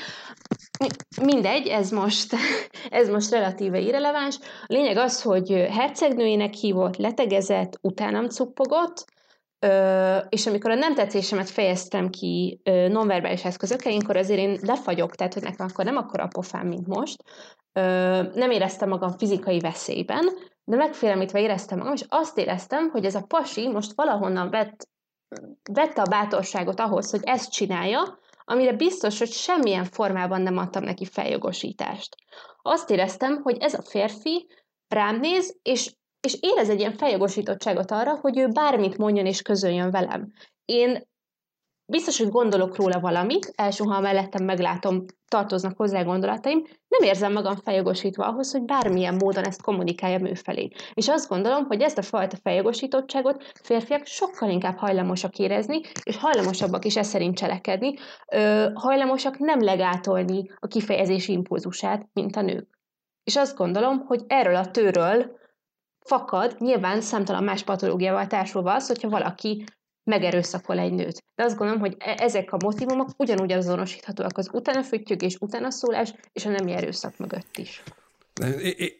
Mindegy, ez most, ez most relatíve irreleváns. A lényeg az, hogy hercegnőjének hívott, letegezett, utánam cuppogott, Ö, és amikor a nem tetszésemet fejeztem ki ö, nonverbális eszközökkel, akkor azért én lefagyok, tehát hogy nekem akkor nem akkora a pofám, mint most. Ö, nem éreztem magam fizikai veszélyben, de megfélemlítve éreztem magam, és azt éreztem, hogy ez a pasi most valahonnan vett, vette a bátorságot ahhoz, hogy ezt csinálja, amire biztos, hogy semmilyen formában nem adtam neki feljogosítást. Azt éreztem, hogy ez a férfi rám néz, és és érez egy ilyen feljogosítottságot arra, hogy ő bármit mondjon és közöljön velem. Én biztos, hogy gondolok róla valamit, első, ha mellettem meglátom, tartoznak hozzá gondolataim, nem érzem magam feljogosítva ahhoz, hogy bármilyen módon ezt kommunikáljam ő felé. És azt gondolom, hogy ezt a fajta feljogosítottságot férfiak sokkal inkább hajlamosak érezni, és hajlamosabbak is e szerint cselekedni, ö, hajlamosak nem legátolni a kifejezési impulzusát, mint a nők. És azt gondolom, hogy erről a tőről fakad, nyilván számtalan más patológiával társulva az, hogyha valaki megerőszakol egy nőt. De azt gondolom, hogy ezek a motívumok ugyanúgy azonosíthatóak az utána füttyögés, utána szólás és a nemi erőszak mögött is. É, é,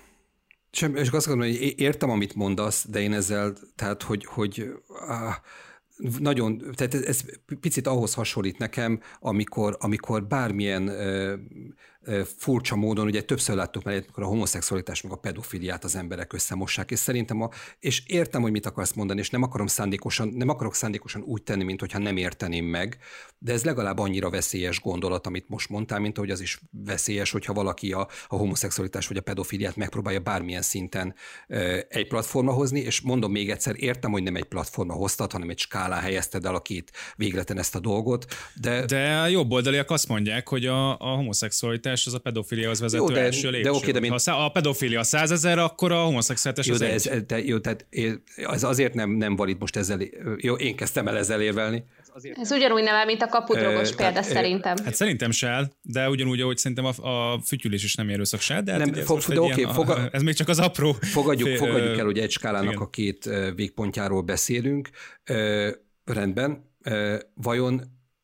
sem, és azt gondolom, hogy értem, amit mondasz, de én ezzel, tehát, hogy, hogy áh, nagyon, tehát ez, ez picit ahhoz hasonlít nekem, amikor, amikor bármilyen ö, ö, furcsa módon, ugye többször láttuk már, amikor a homoszexualitás meg a pedofiliát az emberek összemossák, és szerintem, a, és értem, hogy mit akarsz mondani, és nem akarom szándékosan, nem akarok szándékosan úgy tenni, mint hogyha nem érteném meg, de ez legalább annyira veszélyes gondolat, amit most mondtál, mint hogy az is veszélyes, hogyha valaki a, a homoszexualitás vagy a pedofiliát megpróbálja bármilyen szinten ö, egy platformra hozni, és mondom még egyszer, értem, hogy nem egy platformra hoztad, hanem egy skálán helyezted el a két végleten ezt a dolgot. De, de a jobboldaliak azt mondják, hogy a, a homoszexualitás az a pedofiliához vezető jó, de, első lépcső. De oké, de mint... Ha a pedofilia százezer, akkor a homoszexualitás jó, az de egy. Ez, de, jó, tehát ez azért nem, nem valid most ezzel, jó, én kezdtem el ezzel érvelni. Ez ugyanúgy nem, mint a kapudrogos példa hát, szerintem. Hát szerintem se, de ugyanúgy, ahogy szerintem a, a fütyülés is nem erőszak se, de, hát nem, fog, de okay, ilyen, foga... ez még csak az apró. Fogadjuk, fél, fogadjuk el, hogy egy skálának igen. a két végpontjáról beszélünk. Rendben. Vajon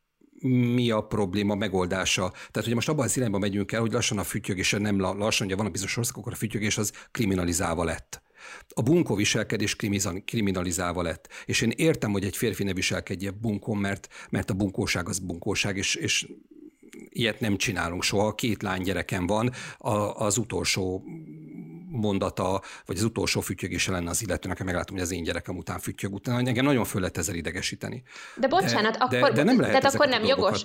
mi a probléma megoldása? Tehát, hogy most abban az irányba megyünk el, hogy lassan a füttyögés, nem lassan, ugye van a bizonyos országokon a füttyögés, az kriminalizálva lett. A bunkó viselkedés kriminalizálva lett. És én értem, hogy egy férfi ne viselkedje bunkón, mert, mert a bunkóság az bunkóság, és, és ilyet nem csinálunk soha. Két lánygyerekem van, a, az utolsó mondata, vagy az utolsó füttyögése lenne az illetőnek, meglátom, hogy az én gyerekem után füttyög után. Engem nagyon föl lehet ezzel idegesíteni. De bocsánat, de, akkor, de, de nem lehet tehát akkor nem jogos.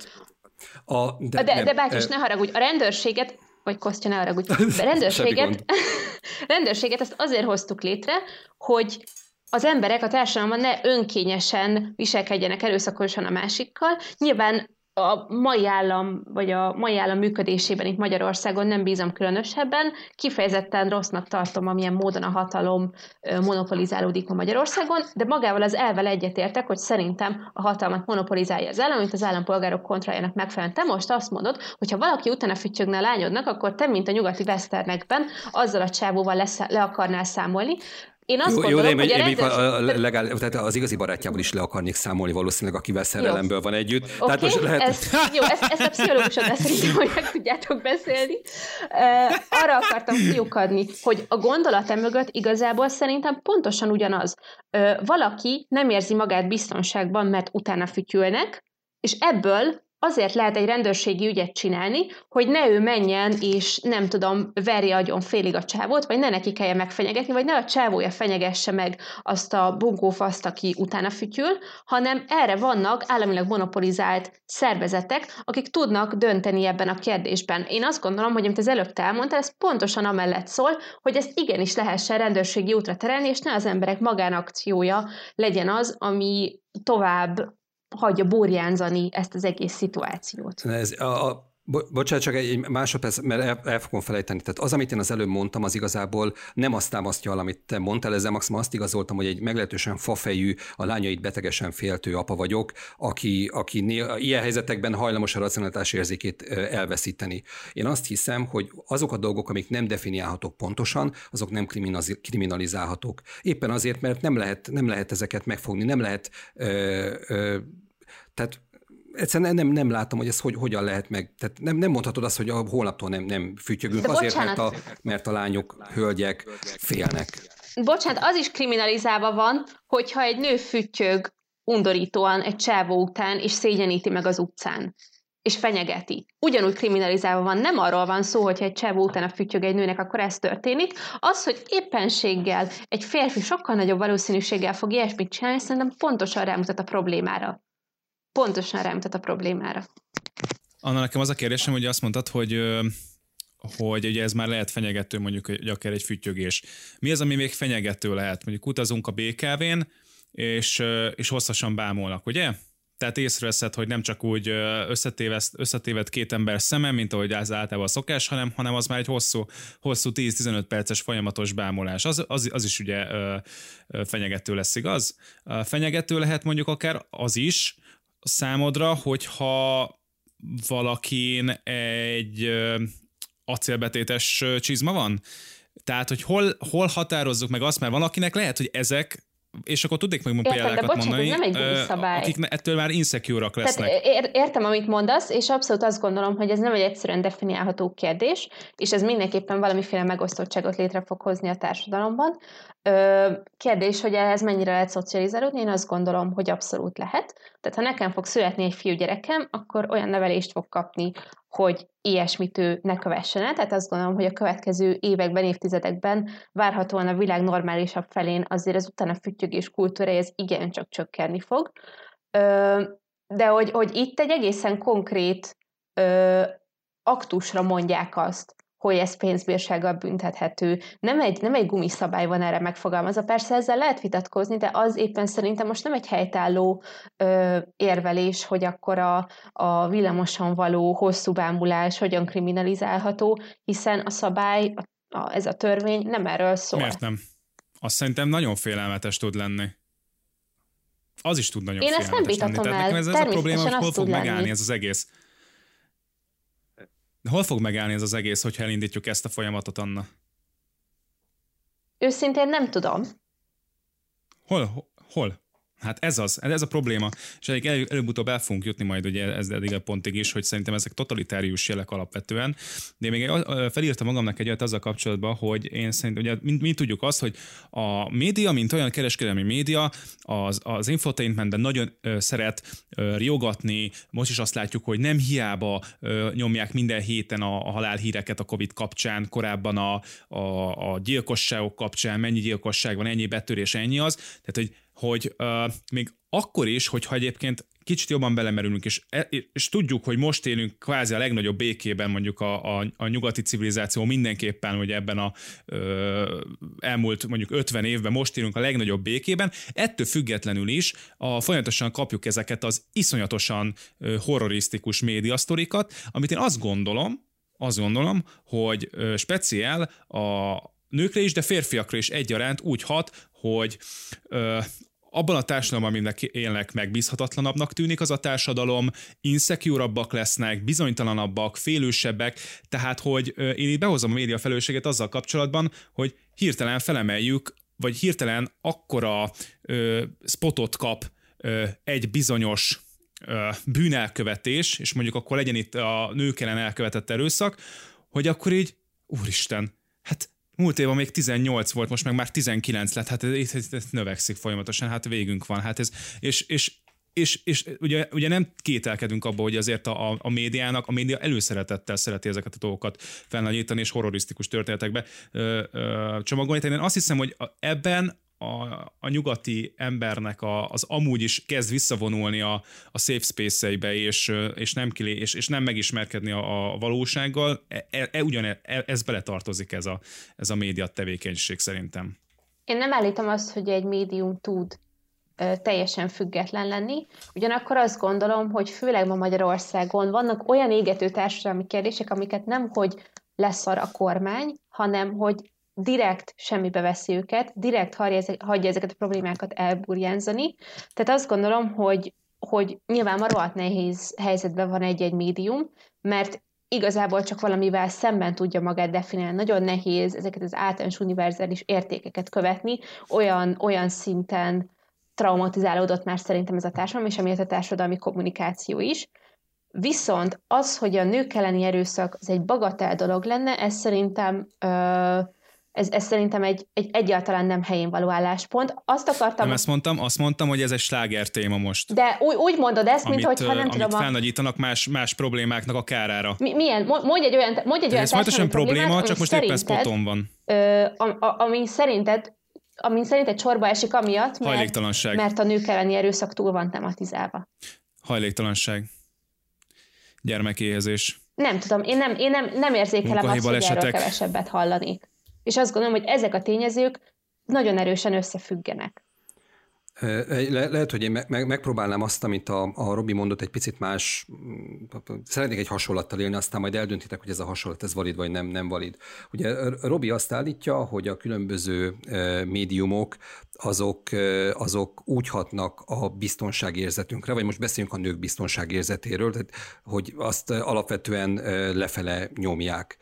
A, de, de, nem, de bátyus, ne haragudj, a rendőrséget, vagy Kostya, ne haragudj, a rendőrséget, rendőrséget azt azért hoztuk létre, hogy az emberek a társadalomban ne önkényesen viselkedjenek erőszakosan a másikkal. Nyilván a mai állam, vagy a mai állam működésében itt Magyarországon nem bízom különösebben, kifejezetten rossznak tartom, amilyen módon a hatalom monopolizálódik a Magyarországon, de magával az elvel egyetértek, hogy szerintem a hatalmat monopolizálja az állam, mint az állampolgárok kontrolljának megfelelően. Te most azt mondod, hogy ha valaki utána füttyögne a lányodnak, akkor te, mint a nyugati westernekben, azzal a csávóval lesz, le akarnál számolni. Én azt jó, gondolom, jó, de hogy a rendőrség... a legál, tehát az igazi barátjával is le akarnék számolni valószínűleg, akivel szerelemből van együtt. Okay, tehát most lehet... ez, jó, ezt, ezt a pszichológusod beszéljük, hogy meg tudjátok beszélni. Uh, arra akartam kiukadni, hogy a gondolata mögött igazából szerintem pontosan ugyanaz. Uh, valaki nem érzi magát biztonságban, mert utána fütyülnek, és ebből azért lehet egy rendőrségi ügyet csinálni, hogy ne ő menjen, és nem tudom, verje agyon félig a csávót, vagy ne neki kelljen megfenyegetni, vagy ne a csávója fenyegesse meg azt a bunkófaszt, aki utána fütyül, hanem erre vannak államilag monopolizált szervezetek, akik tudnak dönteni ebben a kérdésben. Én azt gondolom, hogy amit az előbb te elmondtál, ez pontosan amellett szól, hogy ezt igenis lehessen rendőrségi útra terelni, és ne az emberek magánakciója legyen az, ami tovább hagyja burjánzani ezt az egész szituációt. Ez a, a, bocsánat, csak egy másodperc, mert el, el fogom felejteni. Tehát az, amit én az előbb mondtam, az igazából nem azt támasztja, amit te mondtál, ezzel maximum azt igazoltam, hogy egy meglehetősen fafejű, a lányait betegesen féltő apa vagyok, aki, aki ilyen helyzetekben hajlamos a racionalitás érzékét elveszíteni. Én azt hiszem, hogy azok a dolgok, amik nem definiálhatók pontosan, azok nem kriminalizálhatók. Éppen azért, mert nem lehet, nem lehet ezeket megfogni, nem lehet ö, ö, tehát egyszerűen nem, nem látom, hogy ez hogy, hogyan lehet meg. Tehát nem, nem mondhatod azt, hogy a holnaptól nem, nem fütyögünk, de azért, mert a, mert a lányok, hölgyek félnek. Bocsánat, az is kriminalizálva van, hogyha egy nő fütyög undorítóan egy csávó után, és szégyeníti meg az utcán, és fenyegeti. Ugyanúgy kriminalizálva van, nem arról van szó, hogyha egy csávó utána fütyög egy nőnek, akkor ez történik. Az, hogy éppenséggel egy férfi sokkal nagyobb valószínűséggel fog ilyesmit csinálni, szerintem pontosan rámutat a problémára. Pontosan rámutat a problémára. Anna, nekem az a kérdésem, hogy azt mondtad, hogy, hogy ugye ez már lehet fenyegető, mondjuk hogy akár egy füttyögés. Mi az, ami még fenyegető lehet? Mondjuk utazunk a bé ká vén, és, és hosszasan bámolnak, ugye? Tehát észreveszed, hogy nem csak úgy összetéved két ember szeme, mint ahogy az általában a szokás, hanem, hanem az már egy hosszú, hosszú tíz-tizenöt perces folyamatos bámolás. Az, az, az is ugye fenyegető lesz, igaz? Fenyegető lehet mondjuk akár az is, számodra, hogyha valakin egy acélbetétes csizma van? Tehát, hogy hol, hol határozzuk meg azt, mert valakinek lehet, hogy ezek, és akkor tudnék meg példákat bocsánat, mondani, nem egy akik ettől már insecure-ak lesznek. Tehát ér, értem, amit mondasz, és abszolút azt gondolom, hogy ez nem egy egyszerűen definiálható kérdés, és ez mindenképpen valamiféle megosztottságot létre fog hozni a társadalomban. Kérdés, hogy ehhez mennyire lehet szocializálódni, én azt gondolom, hogy abszolút lehet. Tehát ha nekem fog születni egy fiúgyerekem, akkor olyan nevelést fog kapni, hogy ilyesmit ő ne kövessen el. Tehát azt gondolom, hogy a következő években, évtizedekben várhatóan a világ normálisabb felén azért az utána füttyögés kultúra, ez igencsak csökkenni fog. De hogy, hogy itt egy egészen konkrét aktusra mondják azt, hogy ez pénzbírsággal büntethető. Nem egy, nem egy gumiszabály van erre megfogalmazva. Persze ezzel lehet vitatkozni, de az éppen szerintem most nem egy helytálló ö, érvelés, hogy akkor a, a villamoson való hosszú bámulás hogyan kriminalizálható, hiszen a szabály, a, a, ez a törvény nem erről szól. Miért nem? Azt szerintem nagyon félelmetes tud lenni. Az is tud nagyon Én félelmetes lenni. Én ezt nem vitatom el. Ez, ez a probléma, hogy hol fog megállni lenni. Ez az egész. De hol fog megállni ez az egész, hogyha elindítjuk ezt a folyamatot, Anna? Őszintén nem tudom. Hol? Hol? Hát ez az, ez a probléma, és elég előbb-utóbb el fogunk jutni majd ugye ez eddig a pontig is, hogy szerintem ezek totalitárius jelek alapvetően, de én még felírtam magamnak egy olyat azzal kapcsolatban, hogy én szerintem, ugye mi, mi tudjuk azt, hogy a média, mint olyan kereskedelmi média, az, az infotainmentben nagyon ö, szeret ö, riogatni, most is azt látjuk, hogy nem hiába ö, nyomják minden héten a, a halálhíreket a Covid kapcsán, korábban a, a, a gyilkosságok kapcsán, mennyi gyilkosság van, ennyi betörés, ennyi az, tehát hogy hogy uh, még akkor is, hogyha egyébként kicsit jobban belemerülünk, és, és tudjuk, hogy most élünk kvázi a legnagyobb békében mondjuk a, a, a nyugati civilizáció mindenképpen, hogy ebben a ö, elmúlt mondjuk ötven évben most élünk a legnagyobb békében, ettől függetlenül is a, folyamatosan kapjuk ezeket az iszonyatosan ö, horrorisztikus médiasztorikat, amit én azt gondolom, azt gondolom, hogy ö, speciál a nőkre is, de férfiakra is egyaránt úgy hat, hogy ö, abban a társadalomban, aminek élnek, megbízhatatlanabbnak tűnik az a társadalom, insecure-abbak lesznek, bizonytalanabbak, félősebbek, tehát hogy ö, én így behozom a média felelősséget azzal kapcsolatban, hogy hirtelen felemeljük, vagy hirtelen akkora ö, spotot kap ö, egy bizonyos ö, bűnelkövetés, és mondjuk akkor legyen itt a nők ellen elkövetett erőszak, hogy akkor így, úristen, hát múlt évben még tizennyolc volt, most meg már tizenkilenc lett, hát ez, ez, ez növekszik folyamatosan, hát végünk van, hát ez, és, és, és, és ugye, ugye nem kételkedünk abban, hogy azért a, a médiának, a média előszeretettel szereti ezeket a dolgokat felnagyítani, és horrorisztikus történetekbe ö, ö, csomagolni. Én azt hiszem, hogy ebben a, a nyugati embernek a, az amúgy is kezd visszavonulni a, a safe space-eibe, és, és, nem, kilé, és, és nem megismerkedni a, a valósággal, e, e, ugyan e, ez beletartozik ez a, ez a média tevékenység szerintem. Én nem állítom azt, hogy egy médium tud ö, teljesen független lenni, ugyanakkor azt gondolom, hogy főleg ma Magyarországon vannak olyan égető társadalmi kérdések, amiket nem, hogy leszar a kormány, hanem, hogy direkt semmibe veszi őket, direkt hagyja ezeket a problémákat elburjánzani. Tehát azt gondolom, hogy, hogy nyilván ma rohadt nehéz helyzetben van egy-egy médium, mert igazából csak valamivel szemben tudja magát definiálni. Nagyon nehéz ezeket az általános univerzális értékeket követni, olyan, olyan szinten traumatizálódott már szerintem ez a társadalom, és emiatt a társadalmi kommunikáció is. Viszont az, hogy a nők elleni erőszak az egy bagatel dolog lenne, ez szerintem... Ö, Ez, ez szerintem egy, egy egyáltalán nem helyén való álláspont. Azt akartam... Nem ezt mondtam, azt mondtam, hogy ez egy sláger téma most. De úgy, úgy mondod ezt, amit, mint hogyha nem amit tudom... Amit felnagyítanak más, más problémáknak a kárára. Mi, milyen? Mondj egy olyan, mondj egy olyan társadalmi problémát, probléma, csak most éppen spoton van. Ö, ami szerinted, ami szerinted csorba esik amiatt, mert, mert a nők elleni erőszak túl van tematizálva. Hajléktalanság. Gyermekéhezés. Nem tudom, én nem, én nem, nem érzékelem azt, hogy erről kevesebbet hallanék. És azt gondolom, hogy ezek a tényezők nagyon erősen összefüggenek. Le, lehet, hogy én me, megpróbálnám azt, amit a, a Robi mondott, egy picit más, szeretnék egy hasonlattal élni, aztán majd eldöntitek, hogy ez a hasonlat, ez valid vagy nem, nem valid. Ugye Robi azt állítja, hogy a különböző médiumok, azok, azok úgy hatnak a biztonságérzetünkre, vagy most beszéljünk a nők biztonságérzetéről, tehát hogy azt alapvetően lefele nyomják.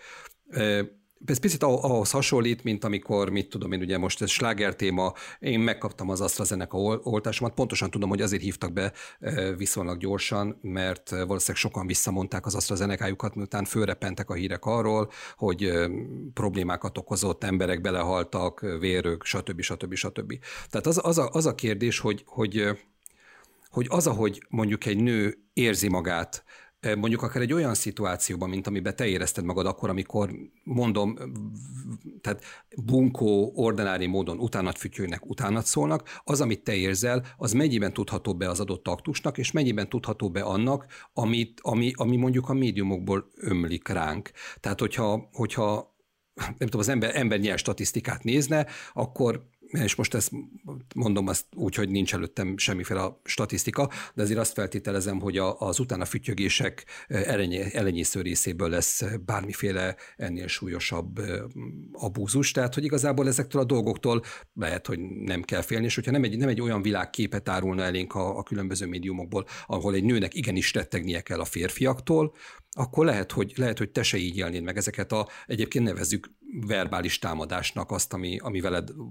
Ez picit ahhoz hasonlít, mint amikor, mit tudom én, ugye most ez sláger téma, én megkaptam az AstraZeneca oltásomat, pontosan tudom, hogy azért hívtak be viszonylag gyorsan, mert valószínűleg sokan visszamondták az AstraZeneca-jukat, miután fölrepentek a hírek arról, hogy problémákat okozott, emberek belehaltak, vérök, stb. stb. stb. Tehát az, az, a, az a kérdés, hogy, hogy, hogy az, ahogy mondjuk egy nő érzi magát, mondjuk akár egy olyan szituációban, mint amiben te érezted magad akkor, amikor mondom, tehát bunkó, ordinári módon utánad fütyülnek, utánad szólnak, az, amit te érzel, az mennyiben tudható be az adott aktusnak, és mennyiben tudható be annak, amit, ami, ami mondjuk a médiumokból ömlik ránk. Tehát, hogyha, hogyha nem tudom, az ember, ember nyilván statisztikát nézne, akkor és most ezt mondom azt úgy, hogy nincs előttem semmiféle statisztika, de azért azt feltételezem, hogy az utána fütyögések elenyésző részéből lesz bármiféle ennél súlyosabb abúzus, tehát hogy igazából ezektől a dolgoktól lehet, hogy nem kell félni, és hogyha nem egy, nem egy olyan világképet árulna elénk a, a különböző médiumokból, ahol egy nőnek igenis rettegnie kell a férfiaktól, akkor lehet, hogy, lehet, hogy te se így élnéd meg ezeket a, egyébként nevezzük verbális támadásnak azt, ami, ami veled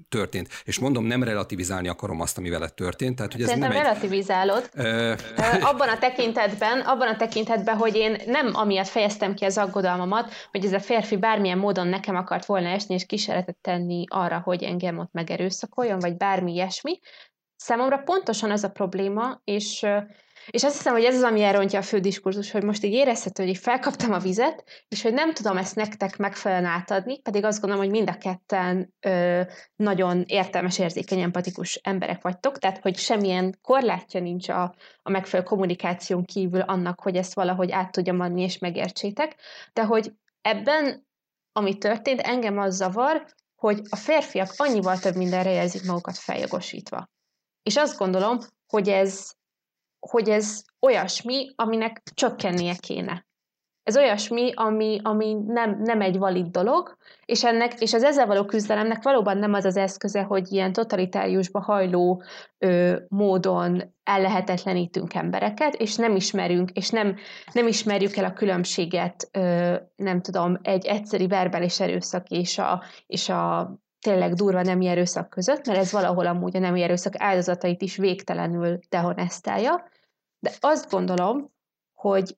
történt. És mondom, nem relativizálni akarom azt, ami veled történt. Tehát, hogy ez Szerintem nem relativizálod. Egy... abban a tekintetben, abban a tekintetben, hogy én nem amiatt fejeztem ki az aggodalmamat, hogy ez a férfi bármilyen módon nekem akart volna esni, és kísérletet tenni arra, hogy engem ott megerőszakoljon, vagy bármi ilyesmi. Számomra pontosan ez a probléma, és, és azt hiszem, hogy ez az, ami elrontja a fő diskurzus, hogy most így érezhető, hogy így felkaptam a vizet, és hogy nem tudom ezt nektek megfelelően átadni, pedig azt gondolom, hogy mind a ketten ö, nagyon értelmes, érzékeny, empatikus emberek vagytok, tehát hogy semmilyen korlátja nincs a, a megfelelő kommunikáción kívül annak, hogy ezt valahogy át tudjam adni és megértsétek, de hogy ebben, ami történt, engem az zavar, hogy a férfiak annyival több mindenre érzik magukat feljogosítva. És azt gondolom, hogy ez, hogy ez olyasmi, aminek csökkennie kéne. Ez olyasmi, ami, ami nem, nem egy valid dolog, és, ennek, és az ezzel való küzdelemnek valóban nem az az eszköze, hogy ilyen totalitáriusba hajló ö, módon ellehetetlenítünk embereket, és nem ismerünk, és nem, nem ismerjük el a különbséget, ö, nem tudom, egy egyszeri verbális erőszak és a, és a tényleg durva nemi erőszak között, mert ez valahol amúgy a nemi erőszak áldozatait is végtelenül dehonestálja, de azt gondolom, hogy,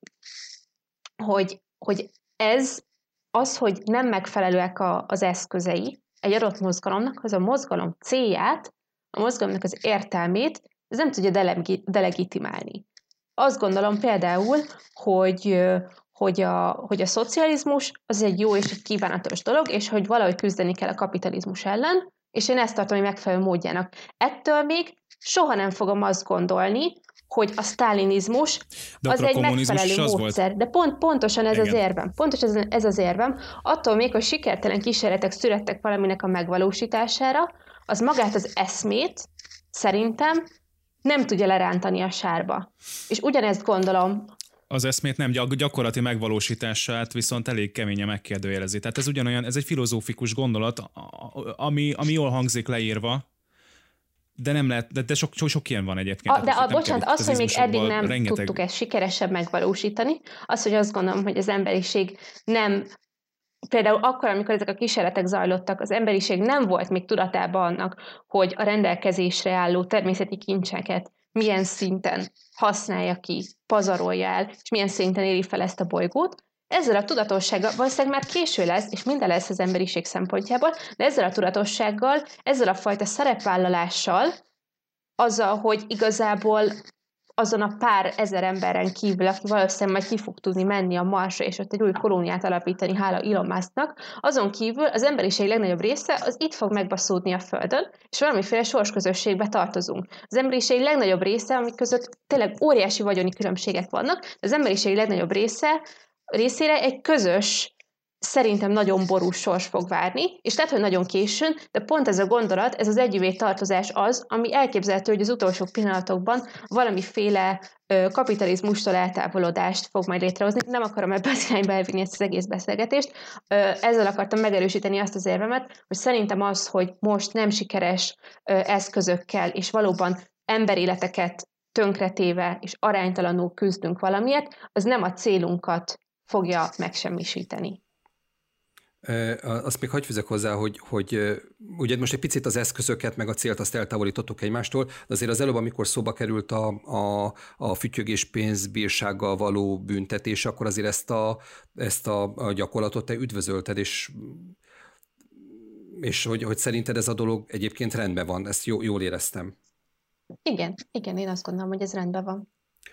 hogy, hogy ez az, hogy nem megfelelőek a, az eszközei egy adott mozgalomnak, az a mozgalom célját, a mozgalomnak az értelmét, ez nem tudja delegi, delegitimálni. Azt gondolom például, hogy Hogy a, hogy a szocializmus az egy jó és egy kívánatos dolog, és hogy valahogy küzdeni kell a kapitalizmus ellen, és én ezt tartom egy megfelelő módjának. Ettől még soha nem fogom azt gondolni, hogy a sztálinizmus az egy megfelelő az módszer. Volt. De pont, pontosan ez Igen. az érvem. Pontosan ez, ez az érvem. Attól még, hogy sikertelen kísérletek születtek valaminek a megvalósítására, az magát az eszmét szerintem nem tudja lerántani a sárba. És ugyanezt gondolom, az eszmét nem gyakorlati megvalósítását viszont elég keményen megkérdőjelezi. Tehát ez ugyanolyan, ez egy filozófikus gondolat, ami, ami jól hangzik leírva, de nem lehet, de, de sok, sok, sok ilyen van egyébként. A, de a, bocsánat, az, hogy még eddig nem rengeteg... tudtuk ezt sikeresebb megvalósítani, az, hogy azt gondolom, hogy az emberiség nem, például akkor, amikor ezek a kísérletek zajlottak, az emberiség nem volt még tudatában annak, hogy a rendelkezésre álló természeti kincseket milyen szinten használja ki, pazarolja el, és milyen szinten éri fel ezt a bolygót. Ezzel a tudatossággal, valószínűleg már késő lesz, és minden lesz az emberiség szempontjából, de ezzel a tudatossággal, ezzel a fajta szerepvállalással, azzal, hogy igazából azon a pár ezer emberen kívül, aki valószínűleg majd ki fog tudni menni a Marsra, és ott egy új kolóniát alapítani, hála Elon Musknak, azon kívül az emberiség legnagyobb része az itt fog megbaszódni a Földön, és valamiféle sorsközösségbe tartozunk. Az emberiség legnagyobb része, amik között tényleg óriási vagyoni különbségek vannak, de az emberiség legnagyobb része részére egy közös, szerintem nagyon borús sors fog várni, és lehet, hogy nagyon későn, de pont ez a gondolat, ez az együvé tartozás az, ami elképzelhető, hogy az utolsó pillanatokban valamiféle ö, kapitalizmustól eltávolodást fog majd létrehozni. Nem akarom ebbe az irányba elvinni ezt az egész beszélgetést. Ö, ezzel akartam megerősíteni azt az érvemet, hogy szerintem az, hogy most nem sikeres ö, eszközökkel, és valóban emberéleteket tönkretéve és aránytalanul küzdünk valamiért, az nem a célunkat fogja megsemmisíteni. Azt még hagyj fűzek hozzá, hogy, hogy ugye most egy picit az eszközöket meg a célt azt eltávolítottuk egymástól, de azért az előbb, amikor szóba került a, a, a fütyögés pénzbírsággal való büntetés, akkor azért ezt a, ezt a gyakorlatot te üdvözölted, és, és hogy, hogy szerinted ez a dolog egyébként rendben van, ezt jó, jól éreztem. Igen, igen, én azt gondolom, hogy ez rendben van.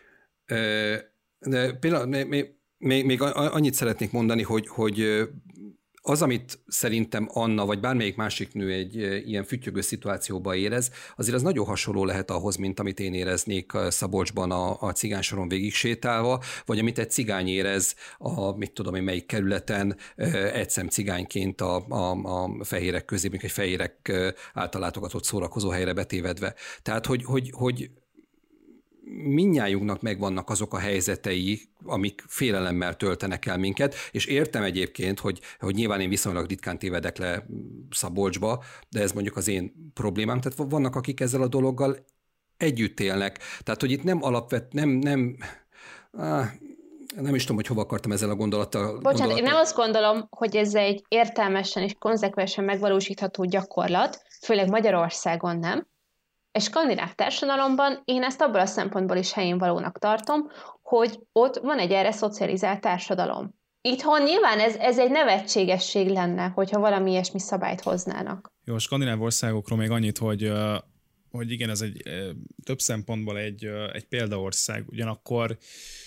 De például még, még, még annyit szeretnék mondani, hogy, hogy az, amit szerintem Anna, vagy bármelyik másik nő egy ilyen füttyögő szituációban érez, azért az nagyon hasonló lehet ahhoz, mint amit én éreznék Szabolcsban a, a cigánysoron végig sétálva, vagy amit egy cigány érez a, mit tudom én, melyik kerületen egyszem cigányként a, a, a fehérek közé, mint egy fehérek által látogatott szórakozó helyre betévedve. Tehát, hogy, hogy, hogy mindnyájunknak megvannak azok a helyzetei, amik félelemmel töltenek el minket, és értem egyébként, hogy, hogy nyilván én viszonylag ritkán tévedek le Szabolcsba, de ez mondjuk az én problémám, tehát vannak, akik ezzel a dologgal együtt élnek. Tehát, hogy itt nem alapvet, nem, nem, áh, Nem is tudom, hogy hova akartam ezzel a gondolattal. Bocsánat, gondolattal. Én nem azt gondolom, hogy ez egy értelmesen és konzekvensen megvalósítható gyakorlat, főleg Magyarországon nem. És skandináv társadalomban én ezt abból a szempontból is helyén valónak tartom, hogy ott van egy erre szocializált társadalom. Itthon nyilván ez, ez egy nevetségesség lenne, hogyha valami ilyesmi szabályt hoznának. Jó, a skandináv országokról még annyit, hogy, hogy igen, ez egy több szempontból egy, egy példaország, ugyanakkor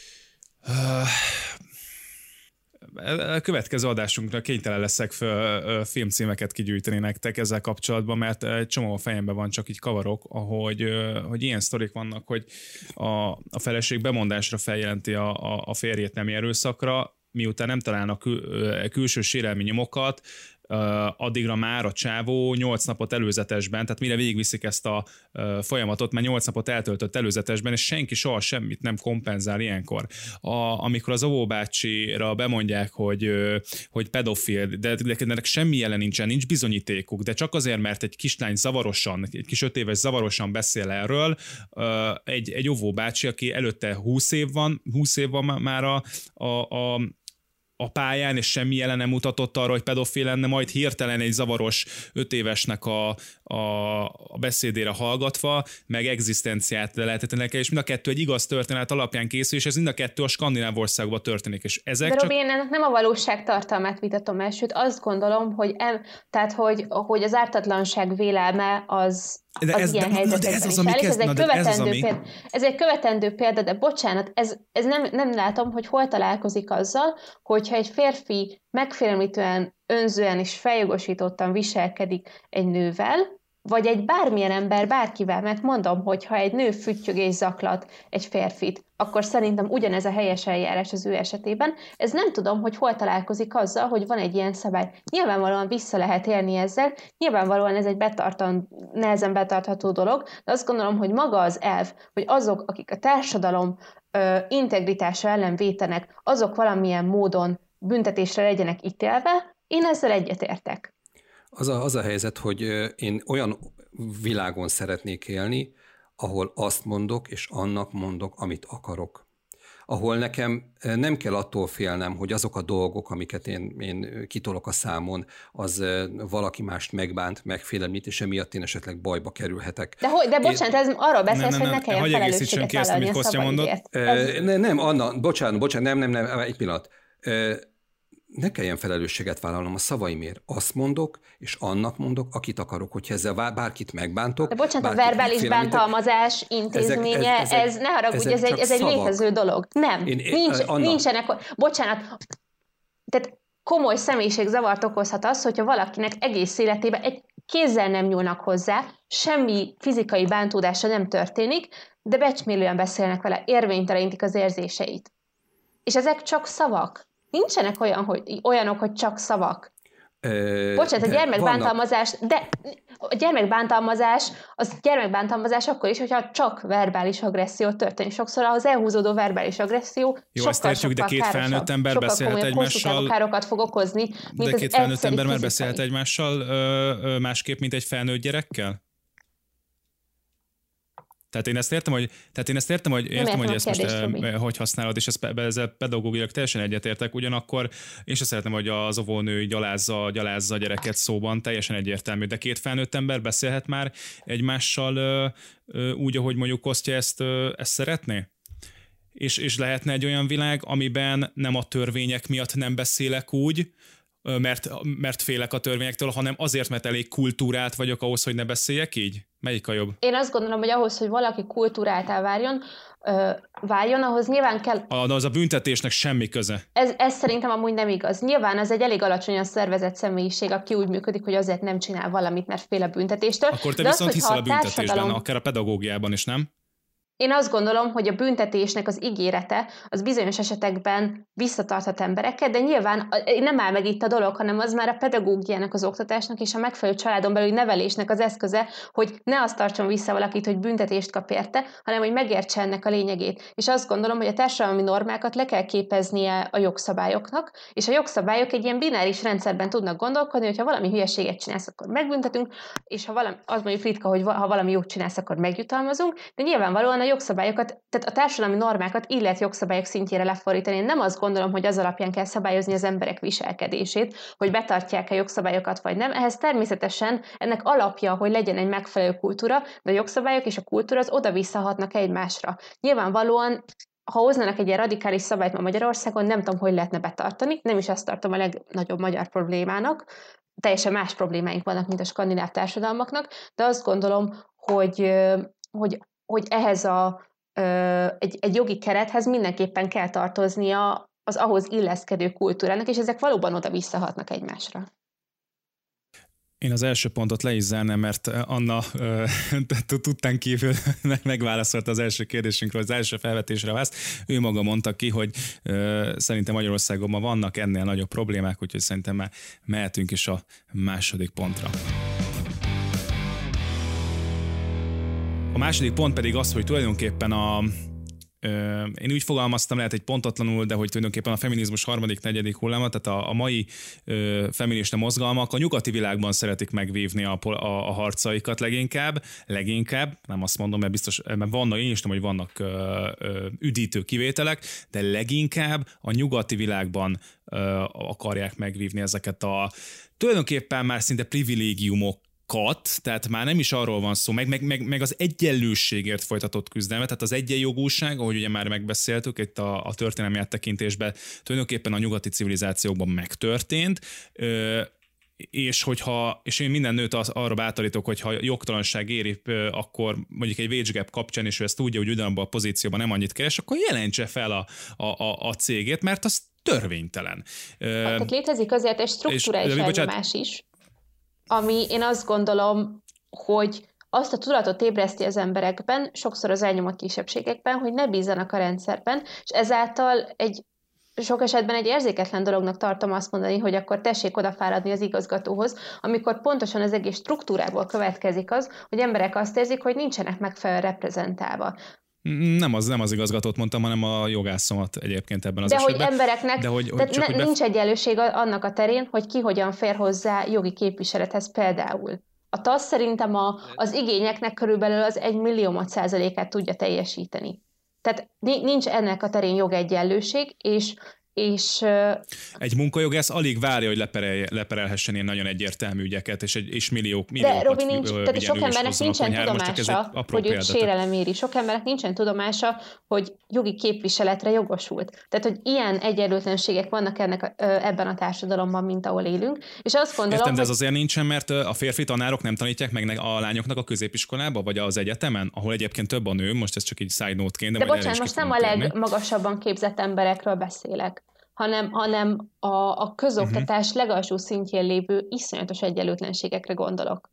a következő adásunkra kénytelen leszek föl filmcímeket kigyűjteni nektek ezzel kapcsolatban, mert egy csomó a fejemben van, csak így kavarok, ahogy, hogy ilyen sztorik vannak, hogy a, a feleség bemondásra feljelenti a, a, a férjét nemi erőszakra, miután nem találnak kül, külső sérelmi nyomokat, addigra már a csávó nyolc napot előzetesben, tehát mire végigviszik ezt a folyamatot, már nyolc napot eltöltött előzetesben, és senki soha semmit nem kompenzál ilyenkor. A, amikor az óvóbácsira bemondják, hogy, hogy pedofil, de, de ennek semmi jelen nincsen, nincs bizonyítékuk, de csak azért, mert egy kislány zavarosan, egy kis öt éves zavarosan beszél erről, egy, egy óvóbácsi, aki előtte húsz év van, húsz év van már a, a, a a pályán, és semmi jelen nem mutatott arra, hogy pedofil lenne, majd hirtelen egy zavaros öt évesnek a, a, a beszédére hallgatva, meg egzisztenciát lehetetlenek, és mind a kettő egy igaz történet alapján készül, és ez mind a kettő a skandináv országokban történik. És ezek De csak... Robi, én ennek nem a valóság tartalmát vitatom el, sőt azt gondolom, hogy, em, tehát, hogy, hogy az ártatlanság vélelme az De az ez, ilyen de, helyzetekben ez, az, is állít. Ez, kezd, egy na, ez, az, ami... példa, ez egy követendő példa, de bocsánat, ez, ez nem, nem látom, hogy hol találkozik azzal, hogyha egy férfi megfélemlítően, önzően és feljogosítottan viselkedik egy nővel, vagy egy bármilyen ember bárkivel, mert mondom, hogy ha egy nő füttyög és zaklat egy férfit, akkor szerintem ugyanez a helyes eljárás az ő esetében. Ez nem tudom, hogy hol találkozik azzal, hogy van egy ilyen szabály. Nyilvánvalóan vissza lehet élni ezzel, nyilvánvalóan ez egy betartan, nehezen betartható dolog, de azt gondolom, hogy maga az elv, hogy azok, akik a társadalom ö, integritása ellen vétenek, azok valamilyen módon büntetésre legyenek ítélve, én ezzel egyetértek. Az a, az a helyzet, hogy én olyan világon szeretnék élni, ahol azt mondok, és annak mondok, amit akarok. Ahol nekem nem kell attól félnem, hogy azok a dolgok, amiket én, én kitolok a számon, az valaki mást megbánt, megfélemlít, és emiatt én esetleg bajba kerülhetek. De, hogy, de bocsánat, ez arról beszélsz, nem, nem, hogy ne kelljen felelősséget vállalni a szabadért. Ez... Nem, nem, Anna, bocsánat, bocsánat, nem, nem, nem, egy pillanat. Ne kelljen felelősséget vállalnom a szavaimért. Azt mondok, és annak mondok, akit akarok, hogyha ezzel bárkit megbántok. De bocsánat, a verbális bántalmazás intézménye, ezek, ez, ez ne haragudj, ez egy, ez egy létező dolog. Nem, Én, nincs, Anna. nincsenek, bocsánat, tehát komoly személyiségzavart okozhat az, hogyha valakinek egész életében egy kézzel nem nyúlnak hozzá, semmi fizikai bántódása nem történik, de becsmérlően beszélnek vele, érvénytelenítik az érzéseit. És ezek csak szavak. Nincsenek olyan, hogy, olyanok, hogy csak szavak. Ö, Bocsánat, a gyermekbántalmazás, de a gyermekbántalmazás, az gyermekbántalmazás akkor is, hogyha csak verbális agresszió történik. Sokszor az elhúzódó verbális agresszió Jó, sokkal, értjük, de két felnőtt ember sokkal beszélhet egymással. károkat fog okozni, mint de két felnőtt ember már beszélhet fizikai. egymással ö, ö, másképp, mint egy felnőtt gyerekkel? Tehát én ezt értem, hogy, tehát én ezt értem, hogy, értem, hogy ezt most eh, hogy használod, és ezt, ezzel pedagógiailag teljesen egyetértek, ugyanakkor én sem szeretem, hogy az óvónő gyalázza, gyalázza a gyereket szóban, teljesen egyértelmű, de két felnőtt ember beszélhet már egymással ö, ö, úgy, ahogy mondjuk Kostya ezt, ö, ezt szeretné? És, és lehetne egy olyan világ, amiben nem a törvények miatt nem beszélek úgy, mert, mert félek a törvényektől, hanem azért, mert elég kultúrált vagyok ahhoz, hogy ne beszéljek így? Melyik a jobb? Én azt gondolom, hogy ahhoz, hogy valaki kultúráltá váljon, ö, váljon, ahhoz nyilván kell... A, az a büntetésnek semmi köze. Ez, ez szerintem amúgy nem igaz. Nyilván az egy elég alacsonyan szervezett személyiség, aki úgy működik, hogy azért nem csinál valamit, mert fél a büntetéstől. Akkor te de viszont az, hiszel a büntetésben, társadalom... akár a pedagógiában is, nem? Én azt gondolom, hogy a büntetésnek az ígérete az bizonyos esetekben visszatarthat embereket, de nyilván nem áll meg itt a dolog, hanem az már a pedagógiának, az oktatásnak és a megfelelő családon belüli nevelésnek az eszköze, hogy ne azt tartson vissza valakit, hogy büntetést kap érte, hanem hogy megértse ennek a lényegét. És azt gondolom, hogy a társadalmi normákat le kell képeznie a jogszabályoknak, és a jogszabályok egy ilyen bináris rendszerben tudnak gondolkodni, hogy ha valami hülyeséget csinálsz, akkor megbüntetünk, és ha valami, az mondjuk ritka, hogy ha valami jót csinálsz, akkor megjutalmazunk, de nyilvánvalóan a jogszabályokat, tehát a társadalmi normákat illet jogszabályok szintjére lefordítani. Én nem azt gondolom, hogy az alapján kell szabályozni az emberek viselkedését, hogy betartják-e jogszabályokat vagy nem. Ehhez természetesen ennek alapja, hogy legyen egy megfelelő kultúra, de a jogszabályok és a kultúra az oda-visszahatnak egymásra. Nyilvánvalóan ha hoznának egy ilyen radikális szabályt ma Magyarországon, nem tudom, hogy lehetne betartani, nem is azt tartom a legnagyobb magyar problémának, teljesen más problémáink vannak, mint a skandináv társadalmaknak, de azt gondolom, hogy, hogy, hogy ehhez a, egy, egy jogi kerethez mindenképpen kell tartoznia az ahhoz illeszkedő kultúrának, és ezek valóban oda-visszahatnak egymásra. Én az első pontot le is zárnám, mert Anna tudtán kívül megválaszolta az első kérdésünkről, az első felvetésre választ. Ő maga mondta ki, hogy szerintem Magyarországon ma vannak ennél nagyobb problémák, úgyhogy szerintem már mehetünk is a második pontra. A második pont pedig az, hogy tulajdonképpen a én úgy fogalmaztam, lehet egy pontatlanul, de hogy tulajdonképpen a feminizmus harmadik, negyedik hulláma, tehát a, a mai ö, feminista mozgalmak a nyugati világban szeretik megvívni a, a, a harcaikat leginkább, leginkább, nem azt mondom, mert biztos, mert vannak, én is tudom, hogy vannak ö, ö, üdítő kivételek, de leginkább a nyugati világban ö, akarják megvívni ezeket a tulajdonképpen már szinte privilégiumok, Kat, tehát már nem is arról van szó, meg, meg, meg, meg az egyenlőségért folytatott küzdelmet, tehát az egyenjogúság, ahogy ugye már megbeszéltük itt a, a történelmi áttekintésben, tulajdonképpen a nyugati civilizációkban megtörtént, ö, és hogyha, és én minden nőt az, arra bátorítok, hogy ha jogtalanság éri, akkor mondjuk egy wage gap kapcsán, és ő ezt tudja, hogy ugyanabban a pozícióban nem annyit keres, akkor jelentse fel a, a, a, a cégét, mert az törvénytelen. Tehát létezik azért egy struktúrális elnyomás is, ami én azt gondolom, hogy azt a tudatot ébreszti az emberekben, sokszor az elnyomott kisebbségekben, hogy ne bízzanak a rendszerben, és ezáltal egy sok esetben egy érzéketlen dolognak tartom azt mondani, hogy akkor tessék odafáradni az igazgatóhoz, amikor pontosan az egész struktúrából következik az, hogy emberek azt érzik, hogy nincsenek megfelelően reprezentálva. Nem az, nem az igazgatót mondtam, hanem a jogászomat egyébként ebben az de esetben. Hogy embereknek, de hogy embereknek, tehát ne, hogy nincs egyenlőség annak a terén, hogy ki hogyan fér hozzá jogi képviselethez például. A TASZ szerintem a, az igényeknek körülbelül az egy milliómod százalékát tudja teljesíteni. Tehát nincs ennek a terén jogegyenlőség, és És, egy munkajogász alig várja, hogy leperel, leperelhessen ilyen nagyon egyértelmű ügyeket, és, egy, és milliók, milliókat. De Robi, nincs, tehát sok embernek nincsen tudomása, hogy őt sérelem éri. Sok embernek nincsen tudomása, hogy jogi képviseletre jogosult. Tehát, hogy ilyen egyenlőtlenségek vannak ennek, ebben a társadalomban, mint ahol élünk. És azt gondolom, Értem, de ez hogy... azért nincsen, mert a férfi tanárok nem tanítják meg a lányoknak a középiskolába, vagy az egyetemen, ahol egyébként több a nő, most ez csak így side note-ként. De, de bocsánat, most nem a legmagasabban képzett emberekről beszélek, hanem, hanem a, a közoktatás uh-huh. legalsó szintjén lévő iszonyatos egyenlőtlenségekre gondolok.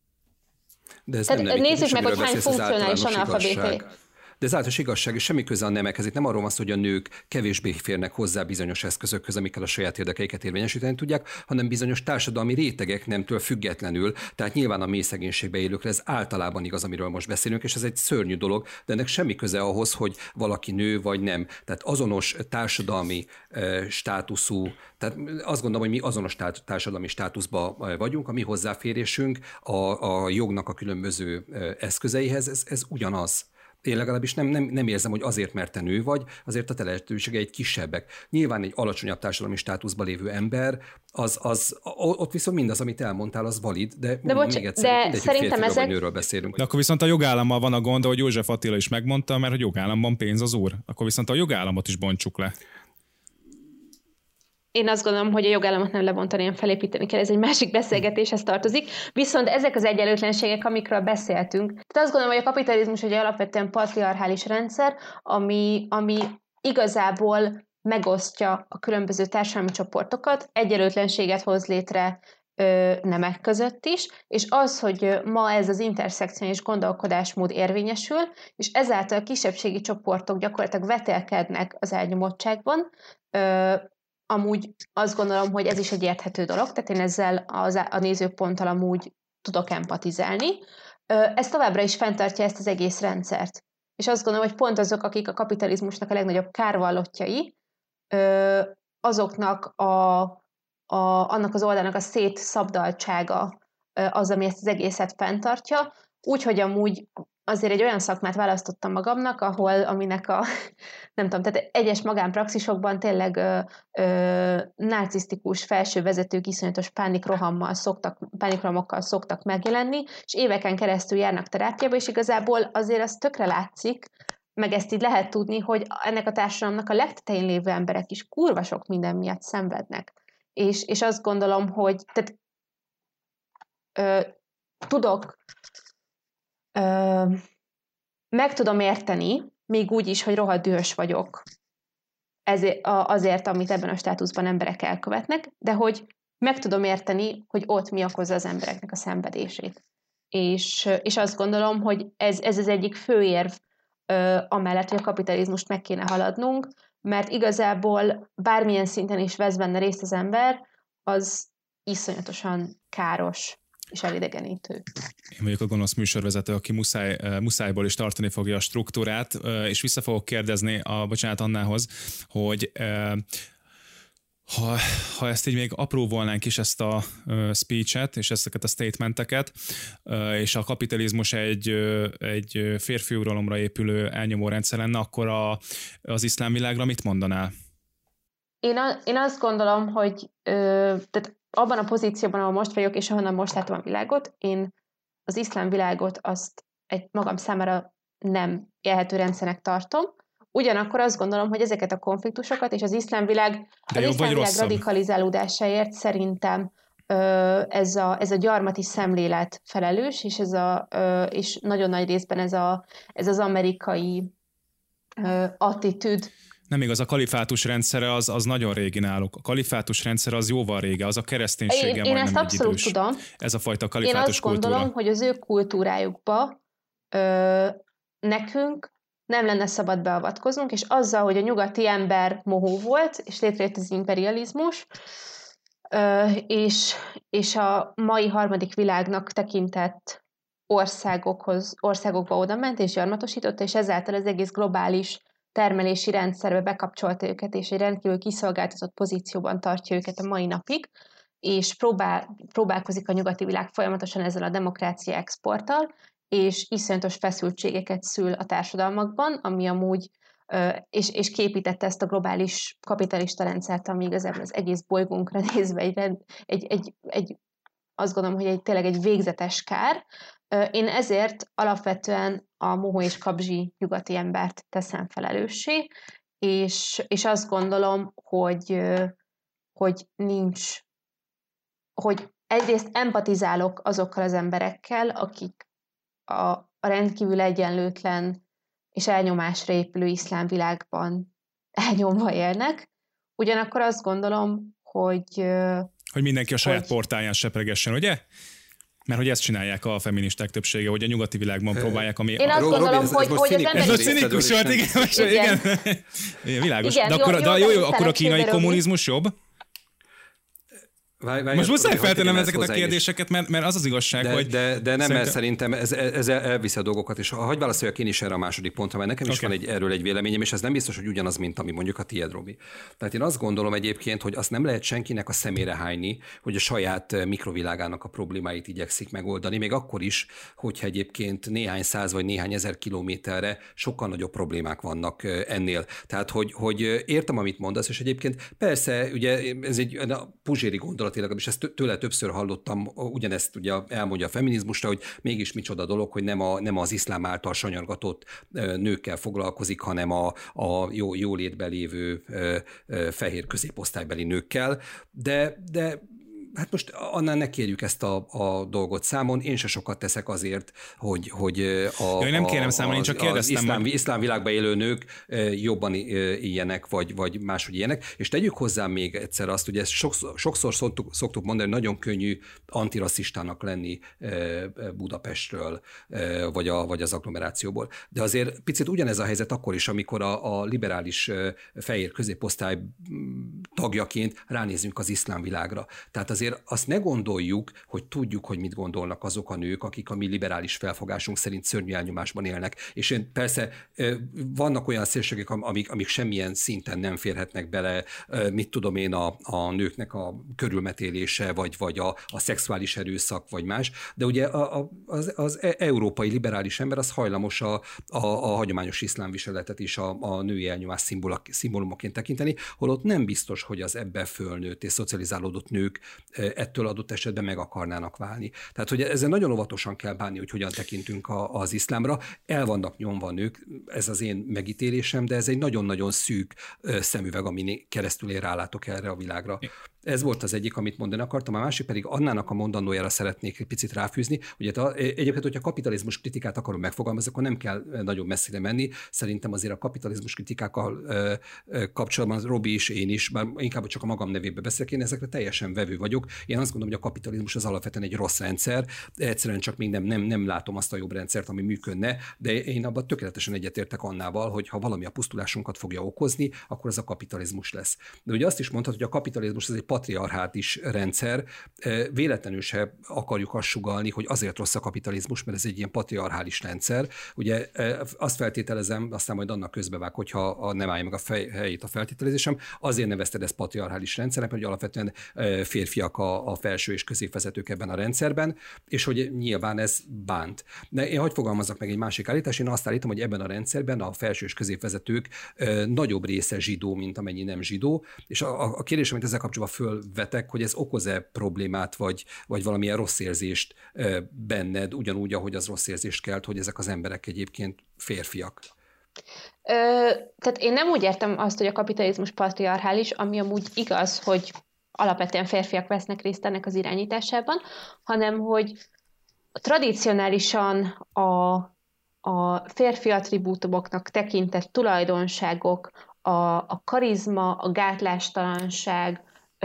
De ez Tehát nem nézzük meg, hogy hány funkcionális analfabéta. De ez általános igazság, és semmi köze a nemekhez. Itt nem arról van szó, hogy a nők kevésbé férnek hozzá bizonyos eszközökhöz, amikkel a saját érdekeiket érvényesíteni tudják, hanem bizonyos társadalmi rétegek nemtől függetlenül. Tehát nyilván a mély szegénységbe élőkre ez általában igaz, amiről most beszélünk, és ez egy szörnyű dolog, de ennek semmi köze ahhoz, hogy valaki nő vagy nem. Tehát azonos társadalmi e, státuszú, tehát azt gondolom, hogy mi azonos társadalmi státuszba vagyunk, a mi hozzáférésünk a, a jognak a különböző eszközeihez, ez, ez ugyanaz. Én legalábbis nem, nem, nem érzem, hogy azért, mert te nő vagy, azért a te lehetőségeid kisebbek. Nyilván egy alacsonyabb társadalmi státuszban lévő ember, az, az, ott viszont mindaz, amit elmondtál, az valid, de, de, bocs, még egyszer, de mindegy, szerintem ezek... nőről beszélünk. De akkor viszont a jogállammal van a gond, ahogy József Attila is megmondta, mert hogy jogállamban pénz az úr. Akkor viszont a jogállamot is bontsuk le. Én azt gondolom, hogy a jogállamot nem lebontani, hanem felépíteni kell, ez egy másik beszélgetéshez tartozik. Viszont ezek az egyenlőtlenségek, amikről beszéltünk, tehát azt gondolom, hogy a kapitalizmus egy alapvetően patriarchális rendszer, ami, ami igazából megosztja a különböző társadalmi csoportokat, egyenlőtlenséget hoz létre ö, nemek között is, és az, hogy ma ez az interszekciós gondolkodásmód érvényesül, és ezáltal a kisebbségi csoportok gyakorlatilag vetélkednek az elnyomottságban, ö, amúgy azt gondolom, hogy ez is egy érthető dolog, tehát én ezzel az, a nézőponttal amúgy tudok empatizálni. Ez továbbra is fenntartja ezt az egész rendszert. És azt gondolom, hogy pont azok, akik a kapitalizmusnak a legnagyobb kárvallottjai, azoknak a, a, annak az oldalnak a szétszabdaltsága az, ami ezt az egészet fenntartja, úgyhogy amúgy azért egy olyan szakmát választottam magamnak, ahol, aminek a, nem tudom, tehát egyes magánpraxisokban tényleg ö, ö, narcisztikus felső vezetők iszonyatos pánikrohammal szoktak, pánikrohamokkal szoktak megjelenni, és éveken keresztül járnak terápiába, és igazából azért az tökre látszik, meg ezt így lehet tudni, hogy ennek a társadalomnak a legtetején lévő emberek is kurva sok minden miatt szenvednek. És, és azt gondolom, hogy tehát, ö, tudok Ö, meg tudom érteni, még úgy is, hogy rohadt dühös vagyok ezért, azért, amit ebben a státuszban emberek elkövetnek, de hogy meg tudom érteni, hogy ott mi okozza az embereknek a szenvedését. És, és azt gondolom, hogy ez, ez az egyik fő érv ö, amellett, hogy a kapitalizmust meg kéne haladnunk, mert igazából bármilyen szinten is vesz benne részt az ember, az iszonyatosan káros és elidegenítő. Én vagyok a gonosz műsorvezető, aki muszáj, muszájból is tartani fogja a struktúrát, és vissza fogok kérdezni a, bocsánat, Annához, hogy ha, ha ezt így még apróvolnánk is, ezt a speech-et, és ezeket a statementeket, és a kapitalizmus egy, egy férfi uralomra épülő elnyomó rendszer lenne, akkor a, az iszlám világra mit mondanál? Én, a, én azt gondolom, hogy ö, tehát abban a pozícióban, ahol most vagyok, és ahonnan most látom a világot, én az iszlám világot azt egy magam számára nem élhető rendszernek tartom. Ugyanakkor azt gondolom, hogy ezeket a konfliktusokat és az iszlám világ, az iszlám világ radikalizálódásáért szerintem ö, ez, a, ez a gyarmati szemlélet felelős, és, ez a, ö, és nagyon nagy részben ez, a, ez az amerikai ö, attitűd. Nem igaz, a kalifátus rendszere az, az nagyon régi náluk. A kalifátus rendszere az jóval rége, az a kereszténységgel majdnem egy idős. Én ezt abszolút tudom. Ez a fajta kalifátus kultúra. Én azt gondolom, hogy az ő kultúrájukba ö, nekünk nem lenne szabad beavatkoznunk, és azzal, hogy a nyugati ember mohó volt, és létrejött az imperializmus, ö, és, és a mai harmadik világnak tekintett országokhoz, országokba oda ment, és gyarmatosította, és ezáltal az egész globális termelési rendszerbe bekapcsolta őket, és egy rendkívül kiszolgáltatott pozícióban tartja őket a mai napig, és próbál, próbálkozik a nyugati világ folyamatosan ezzel a demokrácia exporttal, és iszonyatos feszültségeket szül a társadalmakban, ami amúgy, és, és képítette ezt a globális kapitalista rendszert, ami igazából az egész bolygónkra nézve egy, egy, egy, egy azt gondolom, hogy egy, tényleg egy végzetes kár. Én ezért alapvetően a mohó és kabzsi nyugati embert teszem felelőssé, és, és azt gondolom, hogy, hogy nincs, hogy egyrészt empatizálok azokkal az emberekkel, akik a, a rendkívül egyenlőtlen és elnyomásra épülő iszlám világban elnyomva élnek, ugyanakkor azt gondolom, hogy... Hogy mindenki a saját hogy, portáján sepregessen, ugye? Mert hogy ezt csinálják a feministák többsége, hogy a nyugati világban próbálják, ami... Én azt a... gondolom, Robi, hogy, hogy az ember... Ez a cinikus volt, igen. Igen. igen. igen világos. Igen, de akkor, jó, de jó, jó, akkor a kínai kommunizmus jobb? Várj, várj, Most muszáj feltennem ezeket a kérdéseket, mert, mert az az igazság, de, hogy... De, de nem, mert szerintem ez, ez elviszi a dolgokat, és hagyj válaszoljak én is erre a második pontra, mert nekem is okay. van egy, erről egy véleményem, és ez nem biztos, hogy ugyanaz, mint ami mondjuk a tiéd, Robi. Tehát én azt gondolom egyébként, hogy azt nem lehet senkinek a szemére hányni, hogy a saját mikrovilágának a problémáit igyekszik megoldani, még akkor is, hogyha egyébként néhány száz vagy néhány ezer kilométerre sokkal nagyobb problémák vannak ennél. Tehát, hogy, hogy értem, amit mondasz, és egyébként persze, ugye ez egy puzséri gondolat, és ezt tőle többször hallottam, ugyanezt ugye elmondja a feminizmusra, hogy mégis micsoda dolog, hogy nem, a, nem az iszlám által sanyargatott nőkkel foglalkozik, hanem a, a jó, jólétben lévő fehér középosztálybeli nőkkel, de, de hát most annál ne kérjük ezt a, a dolgot számon, én se sokat teszek azért, hogy, hogy a, ja, nem kérem számon, én csak kérdeztem. Az iszlám, iszlám világban élő nők jobban éljenek, vagy, vagy máshogy éljenek, és tegyük hozzá még egyszer azt, hogy ezt sokszor, sokszor szoktuk, szoktuk mondani, hogy nagyon könnyű antirasszistának lenni Budapestről, vagy, a, vagy az agglomerációból. De azért picit ugyanez a helyzet akkor is, amikor a, a liberális fehér középosztály tagjaként ránézünk az iszlám világra. Tehát azért azért azt ne gondoljuk, hogy tudjuk, hogy mit gondolnak azok a nők, akik a mi liberális felfogásunk szerint szörnyű elnyomásban élnek. És én persze vannak olyan szélsőségek, amik, amik semmilyen szinten nem férhetnek bele, mit tudom én, a, a nőknek a körülmetélése, vagy, vagy a, a szexuális erőszak, vagy más, de ugye a, a, az, az európai liberális ember az hajlamos a, a, a hagyományos iszlám viseletet is a, a női elnyomás szimbólumaként tekinteni, holott nem biztos, hogy az ebben fölnőtt és szocializálódott nők ettől adott esetben meg akarnának válni. Tehát, hogy ezzel nagyon óvatosan kell bánni, hogy hogyan tekintünk a, az iszlámra. El vannak nyomva nők, ez az én megítélésem, de ez egy nagyon-nagyon szűk szemüveg, amin keresztül én rálátok erre a világra. Ez volt az egyik, amit mondani akartam, a másik pedig Annának a mondandójára szeretnék egy picit ráfűzni. Ugye ta, egyébként, hogyha kapitalizmus kritikát akarom megfogalmazni, akkor nem kell nagyon messzire menni. Szerintem azért a kapitalizmus kritikákkal ö, ö, kapcsolatban Robi is, én is, bár inkább csak a magam nevébe beszélek, én ezekre teljesen vevő vagyok. Én azt gondolom, hogy a kapitalizmus az alapvetően egy rossz rendszer, egyszerűen csak még nem, nem, nem látom azt a jobb rendszert, ami működne, de én abban tökéletesen egyetértek Annával, hogy ha valami a pusztulásunkat fogja okozni, akkor az a kapitalizmus lesz. De ugye azt is mondhat, hogy a kapitalizmus az egy patriarchális rendszer, véletlenül se akarjuk azt sugallni, hogy azért rossz a kapitalizmus, mert ez egy ilyen patriarchális rendszer. Ugye azt feltételezem, aztán majd annak közbevág, hogyha nem állja meg a fej, helyét a feltételezésem, azért nevezted ezt patriarchális rendszernek, mert alapvetően férfiak a, a felső és középvezetők ebben a rendszerben, és hogy nyilván ez bánt. De én hogy fogalmazok meg egy másik állítás, én azt állítom, hogy ebben a rendszerben a felső és középvezetők nagyobb része zsidó, mint amennyi nem zsidó, és a, a kérdés, amit ezzel kapcsolatban fölvetek, hogy ez okoz-e problémát, vagy, vagy valamilyen rossz érzést benned, ugyanúgy, ahogy az rossz érzést kelt, hogy ezek az emberek egyébként férfiak. Ö, tehát én nem úgy értem azt, hogy a kapitalizmus patriarchális, ami amúgy igaz, hogy alapvetően férfiak vesznek részt ennek az irányításában, hanem hogy tradicionálisan a, a férfi attribútumoknak tekintett tulajdonságok, a, a karizma, a gátlástalanság,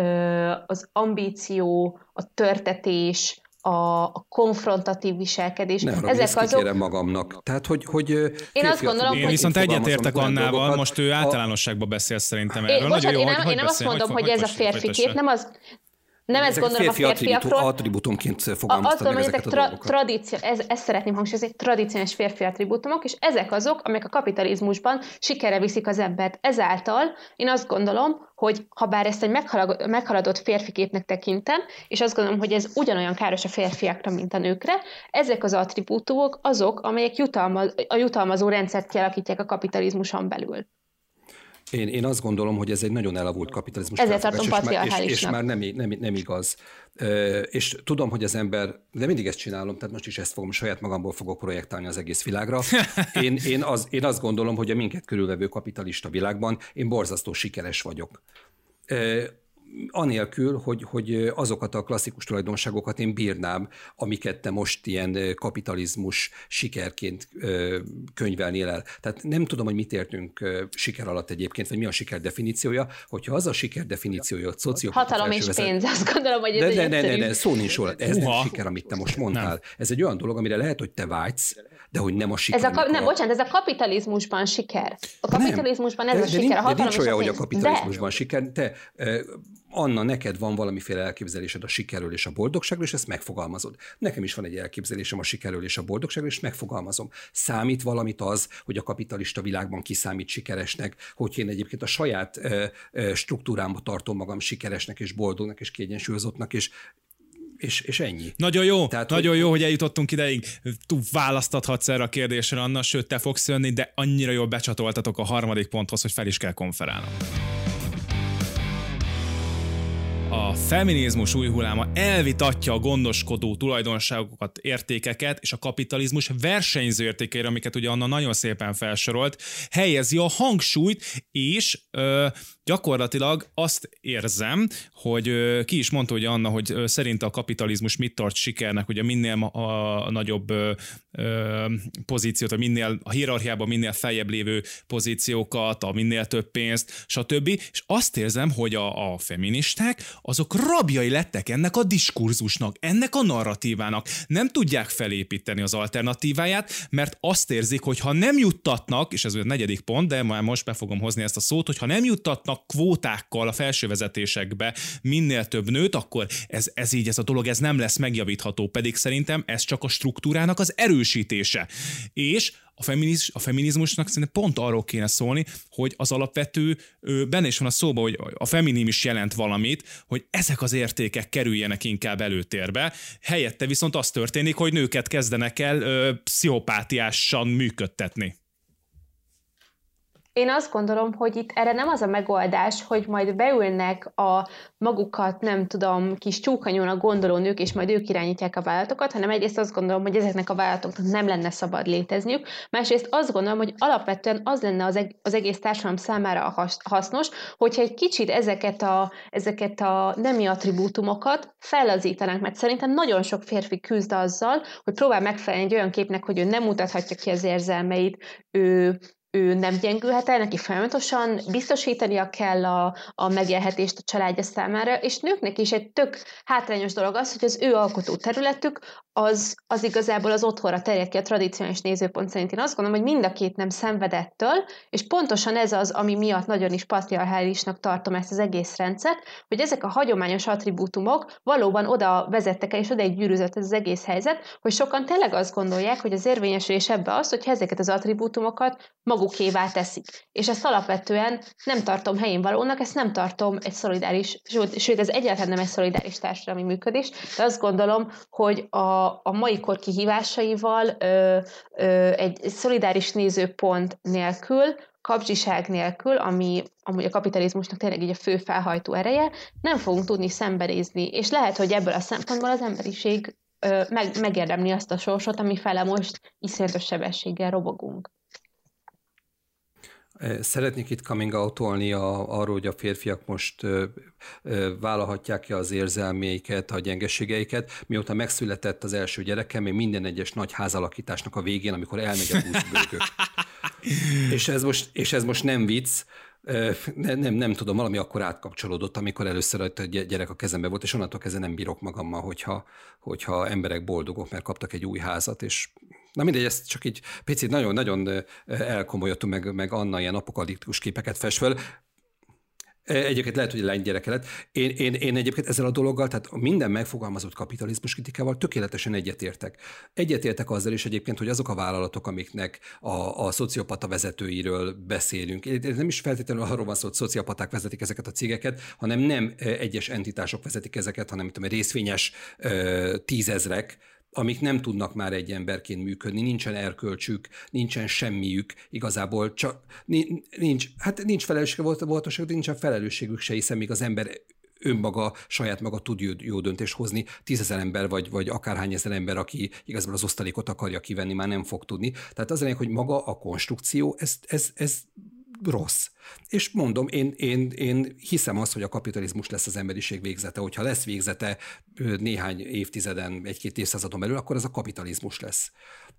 az ambíció, a törtetés, a, a konfrontatív viselkedés. Ne, ezek azok... magamnak. Tehát, hogy, hogy én azt gondolom, én viszont egyetértek Annával, most ő általánosságban beszél szerintem erről. Én, bocsánat, jó, én, hogy, én nem azt mondom, hogy, hogy ez a férfi kép, nem az... Nem ezt gondolom a férfiakról. Attribútumként fogalmaztam meg ezeket a tra- dolgokat. Tradíció, ez, ezt szeretném hangsúlyozni, tradicionális férfi attribútumok, és ezek azok, amelyek a kapitalizmusban sikerre viszik az embert. Ezáltal én azt gondolom, hogy ha bár ezt egy meghaladott férfi képnek tekintem, és azt gondolom, hogy ez ugyanolyan káros a férfiakra, mint a nőkre, ezek az attribútumok azok, amelyek jutalmaz, a jutalmazó rendszert kialakítják a kapitalizmuson belül. Én, én azt gondolom, hogy ez egy nagyon elavult kapitalizmus. Ezért tartom patriarchálisnak. És, és már nem, nem, nem igaz. Uh, és tudom, hogy az ember, de mindig ezt csinálom, tehát most is ezt fogom, saját magamból fogok projektálni az egész világra. Én, én, az, én azt gondolom, hogy a minket körülvevő kapitalista világban én borzasztó sikeres vagyok. Uh, anélkül, hogy, hogy azokat a klasszikus tulajdonságokat én bírnám, amiket te most ilyen kapitalizmus sikerként könyvelnél el. Tehát nem tudom, hogy mit értünk siker alatt egyébként, vagy mi a siker definíciója, hogyha az a siker definíciója, hogy szociopatia... Hatalom és pénz, azt gondolom, hogy ez de, egy de, ne, egyszerű... ne, ne, szó nincs róla. Ez nem siker, amit te most mondtál. Nem. Ez egy olyan dolog, amire lehet, hogy te vágysz, de hogy nem a siker. Ez a, nem, bocsánat, ez a kapitalizmusban siker. A kapitalizmusban ez de, a siker, de, a hatalom de nincs és olyan, a pénz. hogy a kapitalizmusban de... siker. Te, Anna, neked van valamiféle elképzelésed a sikerről és a boldogságról, és ezt megfogalmazod. Nekem is van egy elképzelésem a sikerről és a boldogságról, és megfogalmazom. Számít valamit az, hogy a kapitalista világban kiszámít sikeresnek, hogy én egyébként a saját ö, ö, struktúrámba tartom magam sikeresnek és boldognak és kiegyensúlyozottnak, és És, és ennyi. Nagyon jó, Tehát, nagyon hogy... jó, hogy eljutottunk ideig. Választathatsz erre a kérdésre, Anna, sőt, te fogsz jönni, de annyira jól becsatoltatok a harmadik ponthoz, hogy fel is kell konferálnom. A feminizmus új hulláma elvitatja a gondoskodó tulajdonságokat, értékeket, és a kapitalizmus versenyző értékeire, amiket ugye Anna nagyon szépen felsorolt, helyezi a hangsúlyt, és ö, gyakorlatilag azt érzem, hogy ö, ki is mondta ugye Anna, hogy ö, szerint a kapitalizmus mit tart sikernek, ugye minél a, a nagyobb ö, ö, pozíciót, vagy minél a hierarchiában minél feljebb lévő pozíciókat, a minél több pénzt, stb. És azt érzem, hogy a, a feministák azok rabjai lettek ennek a diskurzusnak, ennek a narratívának. Nem tudják felépíteni az alternatíváját, mert azt érzik, hogy ha nem juttatnak, és ez a negyedik pont, de már most be fogom hozni ezt a szót, hogy ha nem juttatnak bejutatnak kvótákkal a felső vezetésekbe minél több nőt, akkor ez, ez így, ez a dolog, ez nem lesz megjavítható, pedig szerintem ez csak a struktúrának az erősítése. És a, feminiz, a feminizmusnak szerintem pont arról kéne szólni, hogy az alapvető, benne is van a szóba, hogy a feminim is jelent valamit, hogy ezek az értékek kerüljenek inkább előtérbe, helyette viszont az történik, hogy nőket kezdenek el ö, pszichopátiásan működtetni. Én azt gondolom, hogy itt erre nem az a megoldás, hogy majd beülnek a magukat, nem tudom, kis csúkanyónak gondoló nők, és majd ők irányítják a vállalatokat, hanem egyrészt azt gondolom, hogy ezeknek a vállalatoknak nem lenne szabad létezniük. Másrészt azt gondolom, hogy alapvetően az lenne az, eg- az egész társadalom számára has- hasznos, hogyha egy kicsit ezeket a, ezeket a nemi attribútumokat fellazítanánk, mert szerintem nagyon sok férfi küzd azzal, hogy próbál megfelelni egy olyan képnek, hogy ő nem mutathatja ki az érzelmeit, ő ő nem gyengülhet el, neki folyamatosan biztosítania kell a, a megélhetést a családja számára, és nőknek is egy tök hátrányos dolog az, hogy az ő alkotó területük az, az igazából az otthonra terjed ki a tradicionális nézőpont szerint. Én azt gondolom, hogy mind a két nem szenvedettől, és pontosan ez az, ami miatt nagyon is patriarchálisnak tartom ezt az egész rendszert, hogy ezek a hagyományos attribútumok valóban oda vezettek el, és oda egy gyűrűzött ez az egész helyzet, hogy sokan tényleg azt gondolják, hogy az érvényesülés ebbe az, hogy ezeket az attribútumokat magukévá teszik. És ezt alapvetően nem tartom helyén valónak, ezt nem tartom egy szolidáris, sőt, ez egyáltalán nem egy szolidáris társadalmi működés, de azt gondolom, hogy a, a mai kor kihívásaival ö, ö, egy szolidáris nézőpont nélkül, kapzsiság nélkül, ami amúgy a kapitalizmusnak tényleg így a fő felhajtó ereje, nem fogunk tudni szembenézni, és lehet, hogy ebből a szempontból az emberiség ö, meg, megérdemli azt a sorsot, ami fele most iszonyatos sebességgel robogunk. Szeretnék itt coming out-olni a, arról, hogy a férfiak most ö, ö, vállalhatják ki az érzelmeiket, a gyengeségeiket. Mióta megszületett az első gyerekem, még minden egyes nagy házalakításnak a végén, amikor elmegy a búcsúbőgök. és, ez most, és ez most nem vicc, nem, nem, nem tudom, valami akkor átkapcsolódott, amikor először a gyerek a kezembe volt, és onnantól kezdve nem bírok magammal, hogyha, hogyha emberek boldogok, mert kaptak egy új házat, és na mindegy, ezt csak így picit nagyon-nagyon elkomolyodtunk, meg, meg Anna ilyen apokaliptikus képeket fest föl. Egyébként lehet, hogy egy lány gyereke lett. Én, én, én egyébként ezzel a dologgal, tehát minden megfogalmazott kapitalizmus kritikával tökéletesen egyetértek. Egyetértek azzal is egyébként, hogy azok a vállalatok, amiknek a, a szociopata vezetőiről beszélünk, nem is feltétlenül arról van szó, hogy szociopaták vezetik ezeket a cégeket, hanem nem egyes entitások vezetik ezeket, hanem tudom, részvényes tízezrek, amik nem tudnak már egy emberként működni, nincsen erkölcsük, nincsen semmiük, igazából csak nincs, hát nincs felelőssége volt, volt, nincsen felelősségük se, hiszen még az ember önmaga, saját maga tud jó, jó döntést hozni, tízezer ember vagy, vagy akárhány ezer ember, aki igazából az osztalékot akarja kivenni, már nem fog tudni. Tehát az lényeg, hogy maga a konstrukció, ez, ez, ez rossz. És mondom, én, én, én hiszem azt, hogy a kapitalizmus lesz az emberiség végzete. Hogyha lesz végzete néhány évtizeden, egy-két évszázadon belül, akkor ez a kapitalizmus lesz.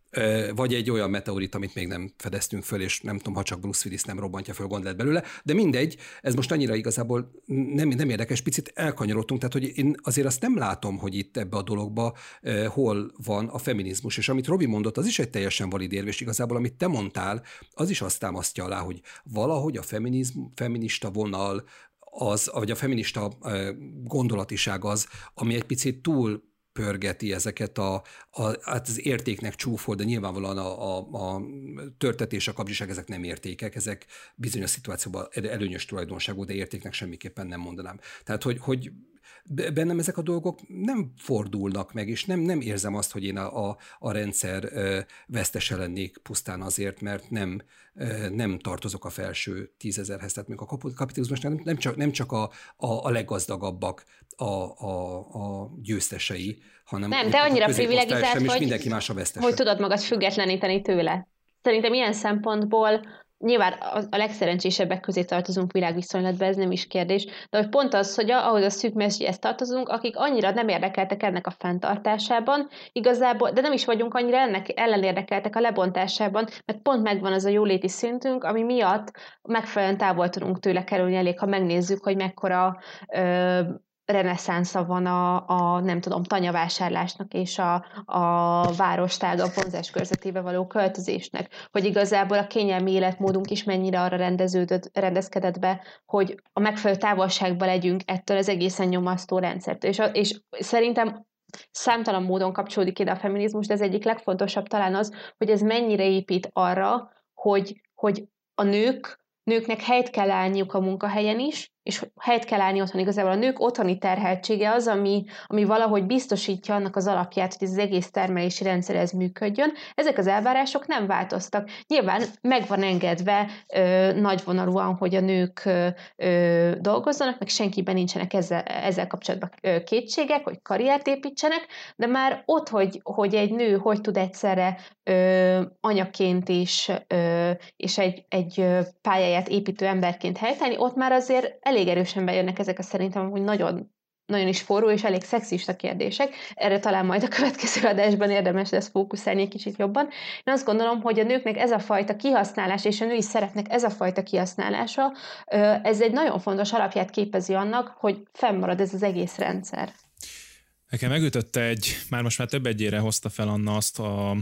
Vagy egy olyan meteorit, amit még nem fedeztünk föl, és nem tudom, ha csak Bruce Willis nem robbantja föl, gond lett belőle, de mindegy, ez most annyira igazából nem, nem érdekes, picit elkanyarodtunk, tehát hogy én azért azt nem látom, hogy itt ebbe a dologba eh, hol van a feminizmus, és amit Robi mondott, az is egy teljesen valid érv, és igazából amit te mondtál, az is azt támasztja alá, hogy valahogy a feminizm, feminista vonal, az, vagy a feminista eh, gondolatiság az, ami egy picit túl pörgeti ezeket a, a, hát az értéknek csúfol, de nyilvánvalóan a, a, a törtetés, a kapcsiság, ezek nem értékek, ezek bizonyos szituációban előnyös tulajdonságú, de értéknek semmiképpen nem mondanám. Tehát, hogy, hogy bennem ezek a dolgok nem fordulnak meg, és nem, nem érzem azt, hogy én a, a, a rendszer vesztese lennék pusztán azért, mert nem, nem tartozok a felső tízezerhez. Tehát még a kapitalizmus nem, nem csak, nem csak a, a, a leggazdagabbak a, a, a győztesei, hanem nem, de annyira privilegizált, hogy, mindenki más a vesztese. Hogy tudod magad függetleníteni tőle. Szerintem ilyen szempontból nyilván a legszerencsésebbek közé tartozunk világviszonylatban, ez nem is kérdés, de hogy pont az, hogy ahhoz a szűk mezőnyhez tartozunk, akik annyira nem érdekeltek ennek a fenntartásában, igazából, de nem is vagyunk annyira ennek ellen érdekeltek a lebontásában, mert pont megvan az a jóléti szintünk, ami miatt megfelelően távol tudunk tőle kerülni elég, ha megnézzük, hogy mekkora ö, reneszánsza van a, a nem tudom, tanyavásárlásnak és a, a város tágabb vonzás körzetébe való költözésnek, hogy igazából a kényelmi életmódunk is mennyire arra rendeződött, rendezkedett be, hogy a megfelelő távolságban legyünk ettől az egészen nyomasztó rendszertől. És, és szerintem számtalan módon kapcsolódik ide a feminizmus, de az egyik legfontosabb talán az, hogy ez mennyire épít arra, hogy, hogy a nők, nőknek helyt kell állniuk a munkahelyen is, és helyt kell állni otthon. Igazából a nők otthoni terheltsége az, ami, ami valahogy biztosítja annak az alapját, hogy ez az egész termelési rendszer ez működjön. Ezek az elvárások nem változtak. Nyilván meg van engedve ö, nagyvonalúan, hogy a nők ö, ö, dolgozzanak, meg senkiben nincsenek ezzel, ezzel kapcsolatban ö, kétségek, hogy karriert építsenek, de már ott, hogy, hogy egy nő hogy tud egyszerre ö, anyaként is, ö, és egy, egy pályáját építő emberként helytállni, ott már azért elég erősen bejönnek ezek a szerintem, hogy nagyon, nagyon is forró és elég szexista kérdések. Erre talán majd a következő adásban érdemes lesz fókuszálni egy kicsit jobban. Én azt gondolom, hogy a nőknek ez a fajta kihasználás, és a női szerepnek ez a fajta kihasználása, ez egy nagyon fontos alapját képezi annak, hogy fennmarad ez az egész rendszer. Nekem megütötte egy, már most már több egyére hozta fel Anna azt a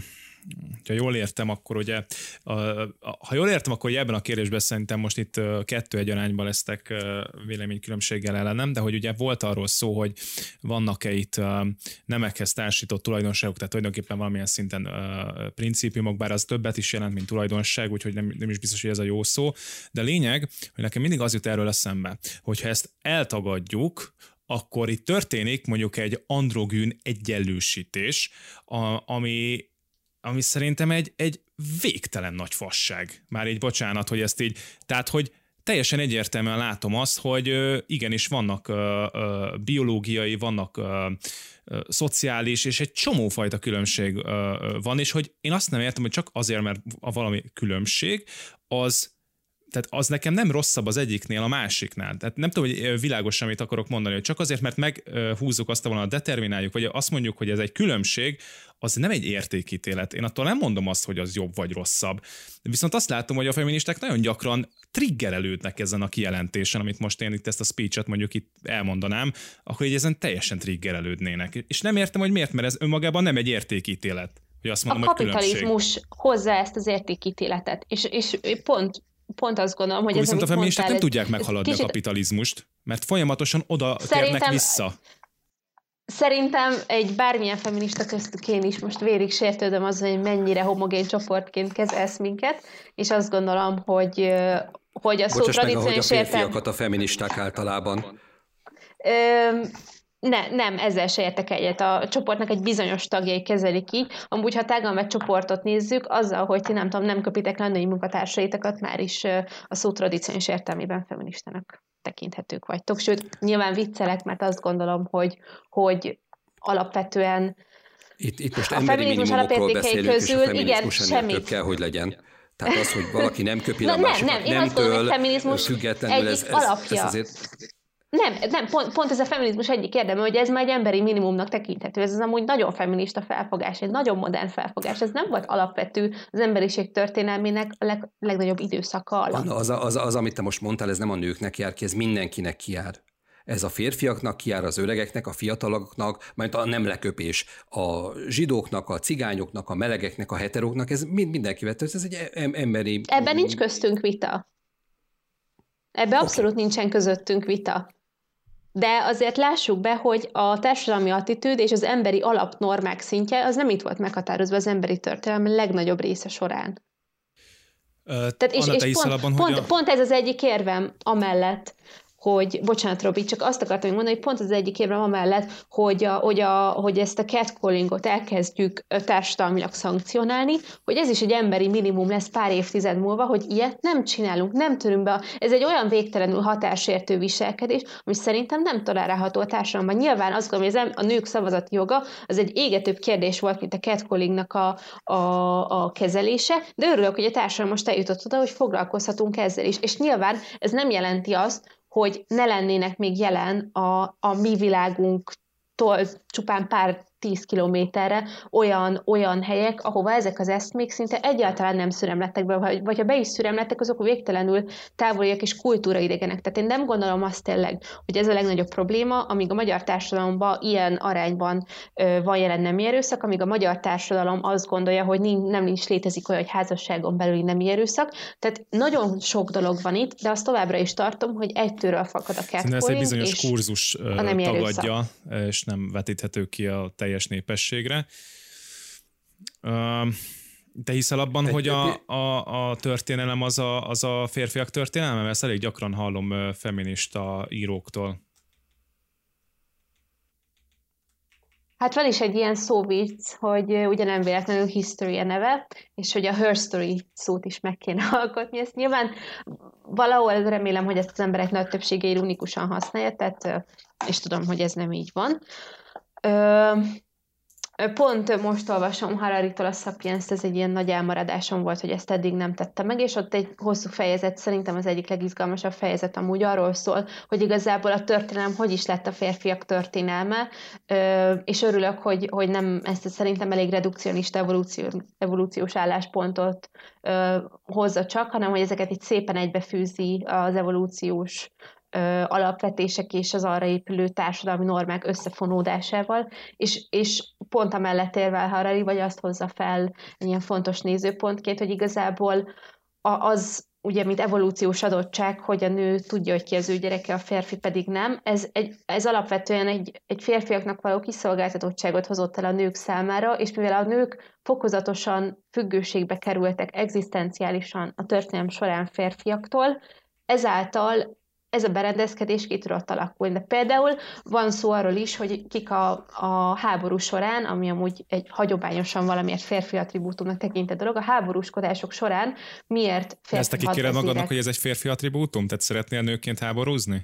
ha jól értem, akkor ugye, a, a, ha jól értem, akkor ebben a kérdésben szerintem most itt kettő-egy arányban lesztek véleménykülönbséggel ellenem, de hogy ugye volt arról szó, hogy vannak-e itt nemekhez társított tulajdonságok, tehát tulajdonképpen valamilyen szinten principiumok, bár az többet is jelent, mint tulajdonság, úgyhogy nem, nem is biztos, hogy ez a jó szó, de a lényeg, hogy nekem mindig az jut erről eszembe, hogyha ezt eltagadjuk, akkor itt történik mondjuk egy androgyn egyenlősítés, a, ami ami szerintem egy, egy végtelen nagy fasság. Már így bocsánat, hogy ezt így, tehát, hogy teljesen egyértelműen látom azt, hogy igenis vannak uh, uh, biológiai, vannak uh, uh, szociális, és egy csomófajta különbség uh, van, és hogy én azt nem értem, hogy csak azért, mert a valami különbség, az tehát az nekem nem rosszabb az egyiknél a másiknál. Tehát nem tudom, hogy világosan mit akarok mondani, hogy csak azért, mert meghúzzuk azt a vonalat, determináljuk, vagy azt mondjuk, hogy ez egy különbség, az nem egy értékítélet. Én attól nem mondom azt, hogy az jobb vagy rosszabb. Viszont azt látom, hogy a feministák nagyon gyakran triggerelődnek ezen a kijelentésen, amit most én itt ezt a speechet mondjuk itt elmondanám, akkor így ezen teljesen triggerelődnének. És nem értem, hogy miért, mert ez önmagában nem egy értékítélet. Hogy azt mondom, a kapitalizmus hozza ezt az értékítéletet, és, és pont Pont azt gondolom, hogy akkor ez, viszont a feministák nem ez, tudják meghaladni kicsit a kapitalizmust, mert folyamatosan oda térnek vissza. Szerintem egy bármilyen feminista, köztük én is most vérig sértődöm azon, hogy mennyire homogén csoportként kezelsz minket, és azt gondolom, hogy, hogy a szó tradíciós értelme... a férfiakat a feministák általában. Ö, Ne, nem, ezzel se értek egyet. A csoportnak egy bizonyos tagjai kezelik így. Amúgy, ha tágan vett csoportot nézzük, azzal, hogy ti nem tudom, nem köpitek le a női munkatársaitokat, már is a szó tradíciós értelmében feministának tekinthetők vagytok. Sőt, nyilván viccelek, mert azt gondolom, hogy, hogy alapvetően itt, itt most a feminizmus alapértékei közül, igen, semmi. Több kell, hogy legyen. Tehát az, hogy valaki nem köpi le a nem, másikat, nem, én nem azt gondolom, hogy től, feminizmus függetlenül egyik ez, ez, alapja. ez azért... Nem, nem pont, pont ez a feminizmus egyik érdeme, hogy ez már egy emberi minimumnak tekinthető. Ez az amúgy nagyon feminista felfogás, egy nagyon modern felfogás. Ez nem volt alapvető az emberiség történelmének a leg, legnagyobb időszaka alatt. Az, az, az, amit te most mondtál, ez nem a nőknek jár ki, ez mindenkinek kijár. Ez a férfiaknak kijár, az öregeknek, a fiataloknak, majd a nem leköpés, a zsidóknak, a cigányoknak, a melegeknek, a heteróknak, ez mind, mindenki vett, ez egy emberi... Ebben nincs köztünk vita. Ebben okay. Abszolút nincsen közöttünk vita. De azért lássuk be, hogy a társadalmi attitűd és az emberi alapnormák szintje az nem itt volt meghatározva az emberi történelem legnagyobb része során. Ö, Tehát és, és pont, abban, pont, a... pont ez az egyik érvem amellett, hogy, bocsánat Robi, csak azt akartam mondani, hogy pont az egyik érvem amellett, hogy, a, hogy, a, hogy ezt a catcallingot elkezdjük társadalmilag szankcionálni, hogy ez is egy emberi minimum lesz pár évtized múlva, hogy ilyet nem csinálunk, nem törünk be. Ez egy olyan végtelenül hatásértő viselkedés, ami szerintem nem tolerálható a társadalomban. Nyilván azt gondolom, hogy a nők szavazati joga az egy égetőbb kérdés volt, mint a catcallingnak a, a, a kezelése, de örülök, hogy a társadalom most eljutott oda, hogy foglalkozhatunk ezzel is. És nyilván ez nem jelenti azt, hogy ne lennének még jelen a, a mi világunktól csupán pár tíz kilométerre olyan, olyan helyek, ahova ezek az eszmék szinte egyáltalán nem szüremlettek be, vagy, vagy ha be is szüremlettek, azok végtelenül távoliak és kultúraidegenek. Tehát én nem gondolom azt tényleg, hogy ez a legnagyobb probléma, amíg a magyar társadalomban ilyen arányban ö, van jelen nemi erőszak, amíg a magyar társadalom azt gondolja, hogy nincs, nem is létezik olyan, hogy házasságon belüli nemi erőszak. Tehát nagyon sok dolog van itt, de azt továbbra is tartom, hogy egytőről fakad a catcalling. Ez egy bizonyos kurzus tagadja, és nem vetíthető ki a teljes népességre. Te hiszel abban, egy, hogy a, a, a történelem az a, az a férfiak történelme? Mert ezt elég gyakran hallom feminista íróktól. Hát van is egy ilyen szóvic, hogy ugye nem véletlenül history a neve, és hogy a her story szót is meg kéne alkotni. Ezt nyilván valahol remélem, hogy ezt az emberek nagy többsége ironikusan használja, tehát, és tudom, hogy ez nem így van. Pont most olvasom Hararitól a Sapiens-t, ez egy ilyen nagy elmaradásom volt, hogy ezt eddig nem tette meg, és ott egy hosszú fejezet, szerintem az egyik legizgalmasabb fejezet amúgy arról szól, hogy igazából a történelem hogy is lett a férfiak történelme, és örülök, hogy, hogy nem ezt szerintem elég redukcionista evolúció, evolúciós álláspontot hozza csak, hanem hogy ezeket itt szépen egybefűzi az evolúciós alapvetések és az arra épülő társadalmi normák összefonódásával, és, és pont amellett érvel Harari, vagy azt hozza fel ilyen fontos nézőpontként, hogy igazából az, ugye, mint evolúciós adottság, hogy a nő tudja, hogy ki az ő gyereke, a férfi pedig nem, ez, egy, ez alapvetően egy, egy férfiaknak való kiszolgáltatottságot hozott el a nők számára, és mivel a nők fokozatosan függőségbe kerültek egzisztenciálisan a történelem során férfiaktól, ezáltal ez a berendezkedés ki tudott alakulni. De például van szó arról is, hogy kik a, a háború során, ami amúgy egy hagyományosan valamiért férfi attribútumnak tekintett dolog, a háborúskodások során miért férfi hadvezérek... Ezt te kikéred magadnak, hogy ez egy férfi attribútum? Tehát szeretnél nőként háborúzni?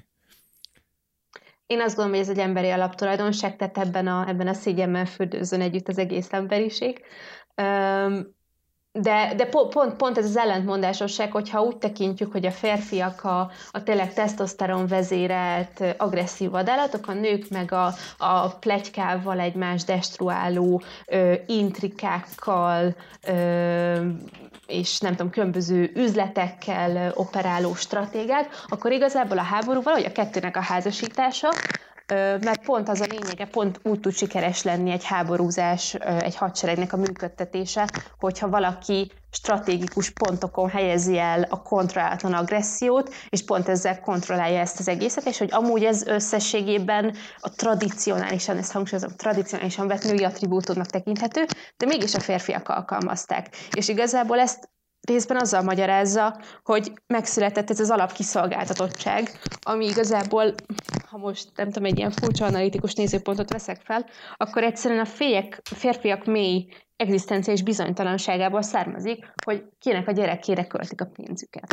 Én azt gondolom, hogy ez egy emberi alaptulajdonság, tehát ebben a, ebben a szégyenben fürdőzzön együtt az egész emberiség. Um, De, de pont, pont ez az ellentmondásosság, hogyha úgy tekintjük, hogy a férfiak a, a tényleg tesztoszteron vezérelt agresszív vadállatok, a nők meg a, a pletykával egymás destruáló ö, intrikákkal ö, és nem tudom, különböző üzletekkel operáló stratégák, akkor igazából a háború valahogy a kettőnek a házasítása, mert pont az a lényege, pont úgy tud sikeres lenni egy háborúzás, egy hadseregnek a működtetése, hogyha valaki stratégikus pontokon helyezi el a kontrollálatlan agressziót, és pont ezzel kontrollálja ezt az egészet, és hogy amúgy ez összességében a tradicionálisan, ezt hangsúlyozom, tradicionálisan vett női attribútumnak tekinthető, de mégis a férfiak alkalmazták. És igazából ezt részben azzal magyarázza, hogy megszületett ez az alapkiszolgáltatottság, ami igazából, ha most nem tudom, egy ilyen furcsa analitikus nézőpontot veszek fel, akkor egyszerűen a félyek, férfiak mély egzisztenciális bizonytalanságából származik, hogy kinek a gyerekére költik a pénzüket.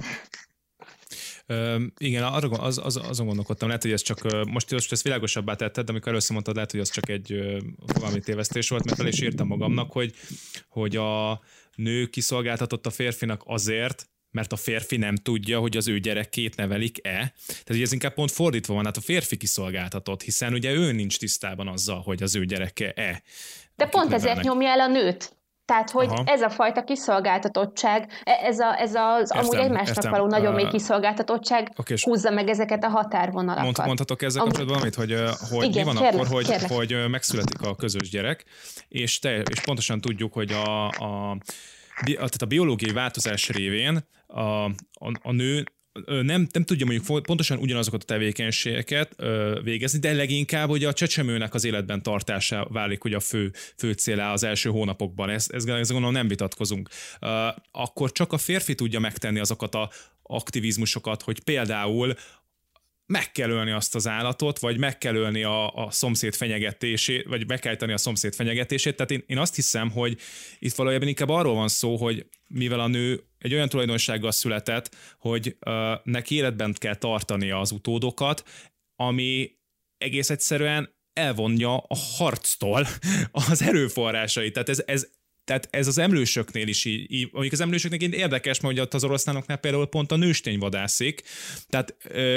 Ö, igen, arra, az, az, azon gondolkodtam, lehet, hogy ez csak, most, most ezt világosabbá tetted, de amikor először mondtad, lehet, hogy az csak egy fogalmi tévesztés volt, mert fel is írtam magamnak, hogy, hogy a nő kiszolgáltatott a férfinak azért, mert a férfi nem tudja, hogy az ő gyerekét nevelik-e. Tehát ugye ez inkább pont fordítva van, hát a férfi kiszolgáltatott, hiszen ugye ő nincs tisztában azzal, hogy az ő gyereke-e. De pont nevelnek. Ezért nyomja el a nőt. Tehát, hogy Aha. ez a fajta kiszolgáltatottság, ez, a, ez az értem, amúgy egymásnak értem. való nagyon uh, mély kiszolgáltatottság okay, húzza meg ezeket a határvonalakat. Mond, mondhatok ezzel Am- kapcsolatban valamit, hogy, hogy igen, mi van kérlek, akkor, hogy, hogy megszületik a közös gyerek, és, te, és pontosan tudjuk, hogy a, a, tehát a biológiai változás révén a, a, a nő Nem, nem tudja mondjuk pontosan ugyanazokat a tevékenységeket ö, végezni, de leginkább hogy a csecsemőnek az életben tartása válik ugye a fő, fő célá az első hónapokban. Ezt, ezt, ezt gondolom nem vitatkozunk. Ö, akkor csak a férfi tudja megtenni azokat a aktivizmusokat, hogy például meg kell ölni azt az állatot, vagy meg kell ölni a, a szomszéd fenyegetését, vagy meg kell tenni a szomszéd fenyegetését. Tehát én, én azt hiszem, hogy itt valójában inkább arról van szó, hogy mivel a nő egy olyan tulajdonsággal született, hogy uh, neki életben kell tartania az utódokat, ami egész egyszerűen elvonja a harctól az erőforrásait. Tehát ez, ez tehát ez az emlősöknél is így, így mondjuk az emlősöknél így érdekes, mert ugye az oroszlánoknál például pont a nőstény vadászik, tehát,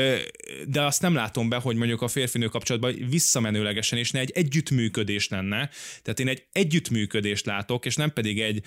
de azt nem látom be, hogy mondjuk a férfinő kapcsolatban visszamenőlegesen is ne egy együttműködés lenne, tehát én egy együttműködést látok, és nem pedig egy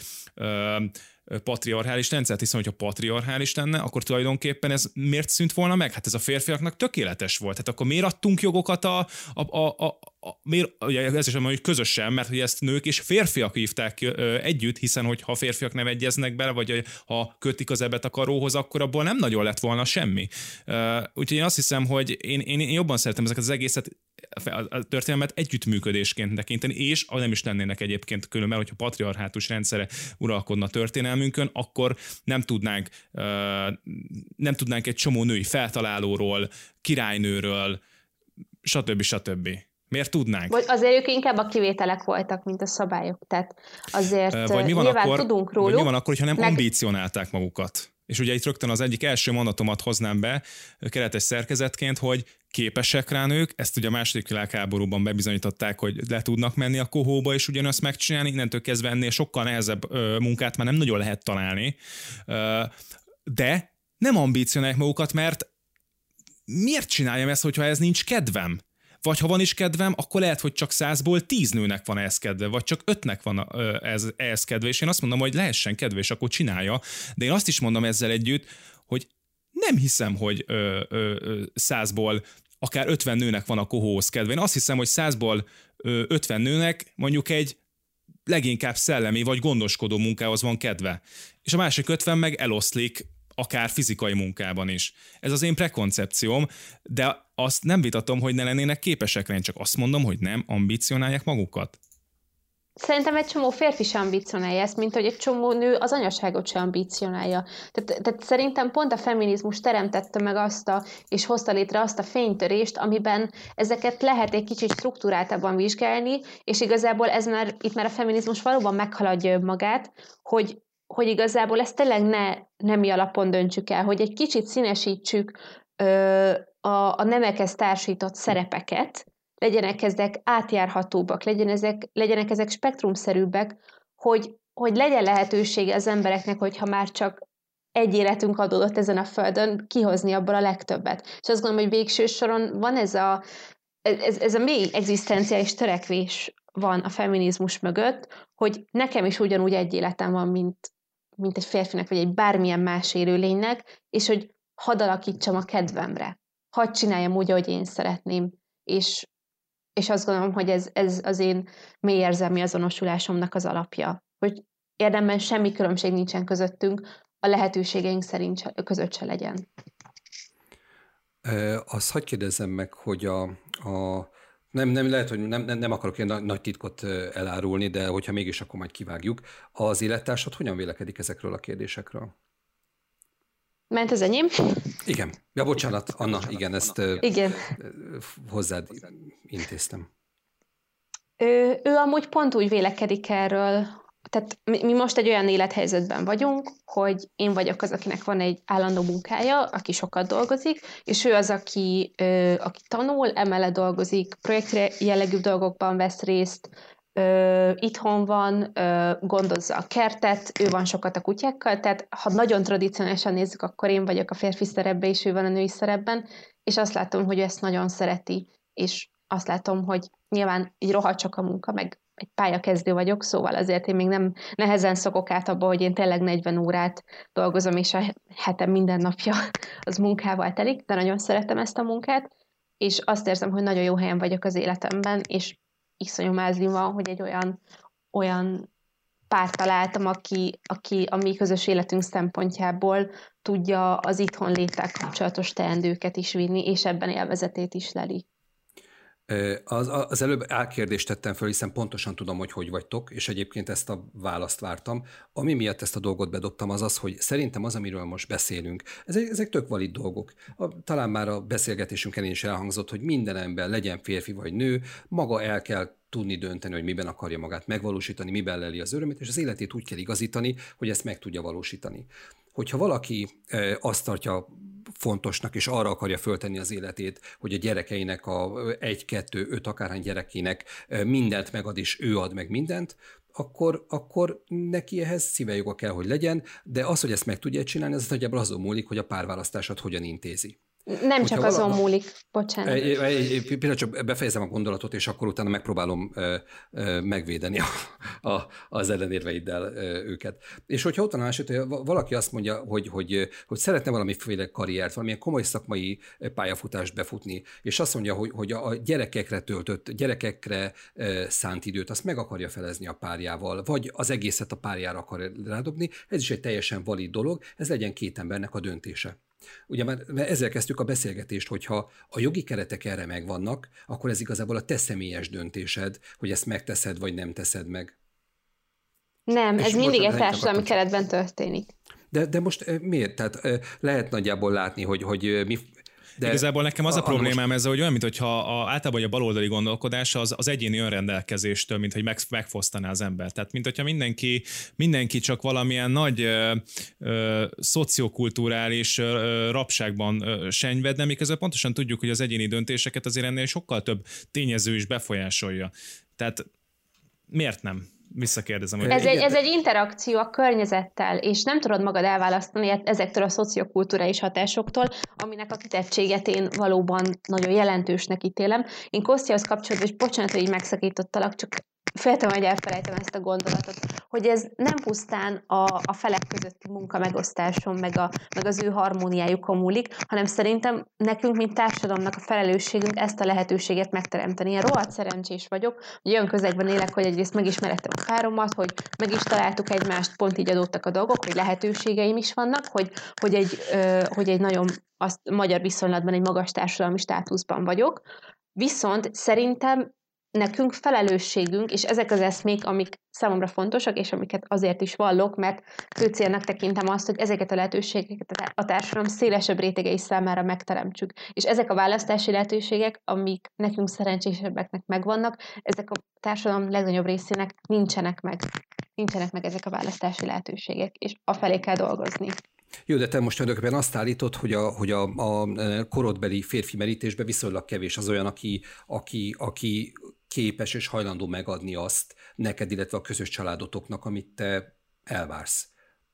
patriarchális rendszert, hiszen hogyha patriarchális lenne, akkor tulajdonképpen ez miért szűnt volna meg? Hát ez a férfiaknak tökéletes volt. Hát akkor miért adtunk jogokat a, a, a, a, a miért, ugye ez is mondjuk közösen, mert hogy ezt nők és férfiak hívták ö, együtt, hiszen hogyha a férfiak nem egyeznek bele, vagy ha kötik az ebet a karóhoz, akkor abból nem nagyon lett volna semmi. Uh, úgyhogy én azt hiszem, hogy én, én, én jobban szeretem ezeket az egészet, a történelmet együttműködésként tekinteni, és nem is lennének egyébként különben, hogyha patriarhátus rendszere uralkodna történelmünkön, akkor nem tudnánk, uh, nem tudnánk egy csomó női feltalálóról, királynőről, stb. stb. Miért tudnánk? Vagy azért ők inkább a kivételek voltak, mint a szabályok. Tehát azért vagy mi van nyilván akkor, tudunk róluk. Vagy mi van akkor, hogyha nem meg... ambícionálták magukat? És ugye itt rögtön az egyik első mondatomat hoznám be keretes szerkezetként, hogy képesek rá nők, ezt ugye a második világháborúban bebizonyították, hogy le tudnak menni a kohóba és ugyanazt megcsinálni, innentől kezdve ennél sokkal nehezebb ö, munkát már nem nagyon lehet találni, ö, de nem ambícionálják magukat, mert miért csináljam ezt, hogyha ez nincs kedvem? Vagy ha van is kedvem, akkor lehet, hogy csak százból tíz nőnek van ehhez kedve, vagy csak ötnek van ez, ehhez kedve, és én azt mondom, hogy lehessen kedve, és akkor csinálja, de én azt is mondom ezzel együtt, hogy nem hiszem, hogy ö, ö, ö, százból akár ötven nőnek van a kohóhoz kedve. Én azt hiszem, hogy százból ö, ötven nőnek mondjuk egy leginkább szellemi vagy gondoskodó munkához van kedve, és a másik ötven meg eloszlik akár fizikai munkában is. Ez az én prekoncepcióm, de azt nem vitatom, hogy ne lennének képesek rá, én csak azt mondom, hogy nem ambicionálják magukat. Szerintem egy csomó férfi sem ambicionálja ezt, mint hogy egy csomó nő az anyaságot sem ambicionálja. Tehát, tehát szerintem pont a feminizmus teremtette meg azt a, és hozta létre azt a fénytörést, amiben ezeket lehet egy kicsit struktúráltabban vizsgálni, és igazából ez már, itt már a feminizmus valóban meghaladja önmagát, hogy hogy igazából ezt tényleg ne nemi alapon döntsük el, hogy egy kicsit színesítsük ö, a, a nemekhez társított szerepeket, legyenek ezek átjárhatóbbak, legyen ezek, legyenek ezek spektrumszerűbbek, hogy, hogy legyen lehetősége az embereknek, hogyha már csak egy életünk adódott ezen a földön, kihozni abból a legtöbbet. És azt gondolom, hogy végső soron van ez a, ez, ez a mély egzisztenciális törekvés van a feminizmus mögött, hogy nekem is ugyanúgy egy életem van, mint mint egy férfinak, vagy egy bármilyen más élőlénynek, és hogy hadd alakítsam a kedvemre. Hadd csináljam úgy, ahogy én szeretném. És, és azt gondolom, hogy ez, ez az én mély érzelmi azonosulásomnak az alapja. Hogy érdemben semmi különbség nincsen közöttünk, a lehetőségeink szerint között se legyen. E, azt hadd kérdezzem meg, hogy a, a Nem, nem lehet, hogy nem, nem, nem akarok ilyen nagy titkot elárulni, de hogyha mégis, akkor majd kivágjuk. Az élettársad hogyan vélekedik ezekről a kérdésekről? Ment az enyém? Igen. Ja, bocsánat, Anna, bocsánat, igen, ezt igen. hozzád intéztem. Ő, ő amúgy pont úgy vélekedik erről, tehát mi, mi most egy olyan élethelyzetben vagyunk, hogy én vagyok az, akinek van egy állandó munkája, aki sokat dolgozik, és ő az, aki, ö, aki tanul, emellett dolgozik, projekt jellegű dolgokban vesz részt, ö, itthon van, ö, gondozza a kertet, ő van sokat a kutyákkal, tehát ha nagyon tradicionálisan nézzük, akkor én vagyok a férfi szerepben, és ő van a női szerepben, és azt látom, hogy ezt nagyon szereti, és azt látom, hogy nyilván így rohadt sok a munka, meg egy pályakezdő vagyok, szóval azért én még nem nehezen szokok át abba, hogy én tényleg negyven órát dolgozom, és a hetem minden napja az munkával telik, de nagyon szeretem ezt a munkát, és azt érzem, hogy nagyon jó helyen vagyok az életemben, és iszonyú mázlim van, hogy egy olyan, olyan párt találtam, aki, aki a mi közös életünk szempontjából tudja az itthon léttel kapcsolatos teendőket is vinni, és ebben élvezetét is leli. Az, az előbb álkérdést tettem föl, hiszen pontosan tudom, hogy hogy vagytok, és egyébként ezt a választ vártam. Ami miatt ezt a dolgot bedobtam, az az, hogy szerintem az, amiről most beszélünk, ezek, ezek tök valid dolgok. A, talán már a beszélgetésünkön is elhangzott, hogy minden ember, legyen férfi vagy nő, maga el kell tudni dönteni, hogy miben akarja magát megvalósítani, miben leli az örömét, és az életét úgy kell igazítani, hogy ezt meg tudja valósítani. Hogyha valaki azt tartja fontosnak, és arra akarja föltenni az életét, hogy a gyerekeinek, a egy, kettő, öt akárhány gyerekének mindent megad, és ő ad meg mindent, akkor, akkor neki ehhez szívejoga kell, hogy legyen, de az, hogy ezt meg tudja csinálni, az nagyjából azon múlik, hogy a párválasztását hogyan intézi. Nem Hogyha csak azon valami... múlik, bocsánat. Egy, egy, egy pillanat, csak befejezem a gondolatot, és akkor utána megpróbálom ö, ö, megvédeni a, a, az ellenérveiddel ö, őket. És hogyha utána másod, hogy valaki azt mondja, hogy, hogy, hogy szeretne valamiféle karriert, valamilyen komoly szakmai pályafutást befutni, és azt mondja, hogy, hogy a gyerekekre töltött, gyerekekre ö, szánt időt, azt meg akarja felezni a párjával, vagy az egészet a párjára akar rádobni, ez is egy teljesen valid dolog, ez legyen két embernek a döntése. Ugye már ezzel kezdtük a beszélgetést, hogyha a jogi keretek erre megvannak, akkor ez igazából a te személyes döntésed, hogy ezt megteszed, vagy nem teszed meg. Nem, és ez mindig egy társadalmi keretben történik. De, de most miért? Tehát lehet nagyjából látni, hogy, hogy mi... De igazából nekem az a, a problémám most... ezzel, hogy olyan, mintha a, általában a baloldali gondolkodás az, az egyéni önrendelkezéstől, mint hogy meg, megfosztaná az ember. Tehát, mint hogyha mindenki, mindenki csak valamilyen nagy ö, ö, szociokulturális ö, rabságban ö, senyvedne, miközben pontosan tudjuk, hogy az egyéni döntéseket azért ennél sokkal több tényező is befolyásolja. Tehát miért nem? Visszakérdezem. Hogy ez, egy, ez egy interakció a környezettel, és nem tudod magad elválasztani ezektől a szociokulturális hatásoktól, aminek a kitettséget én valóban nagyon jelentősnek ítélem. Én Kosztihoz kapcsolatban, és bocsánat, hogy így megszakítottalak, csak féltem, hogy elfelejtem ezt a gondolatot, hogy ez nem pusztán a, a felek közötti munka megosztáson, meg, a, meg az ő harmóniájukon múlik, hanem szerintem nekünk, mint társadalomnak a felelősségünk ezt a lehetőséget megteremteni. Én rohadt szerencsés vagyok, hogy olyan közegben élek, hogy egyrészt megismerettem a páromat, hogy meg is találtuk egymást, pont így adódtak a dolgok, hogy lehetőségeim is vannak, hogy, hogy, egy, ö, hogy egy nagyon azt, magyar viszonylatban egy magas társadalmi státuszban vagyok. Viszont szerintem nekünk felelősségünk, és ezek az eszmék, amik számomra fontosak, és amiket azért is vallok, mert fő célnak tekintem azt, hogy ezeket a lehetőségeket a társadalom szélesebb rétegei számára megteremtsük. És ezek a választási lehetőségek, amik nekünk szerencsésebbeknek megvannak, ezek a társadalom legnagyobb részének nincsenek meg. Nincsenek meg ezek a választási lehetőségek, és afelé kell dolgozni. Jó, de te most tulajdonképpen azt állítod, hogy a, hogy a, a korodbeli férfi merítésben viszonylag kevés az olyan, aki, aki, aki képes és hajlandó megadni azt neked, illetve a közös családotoknak, amit te elvársz.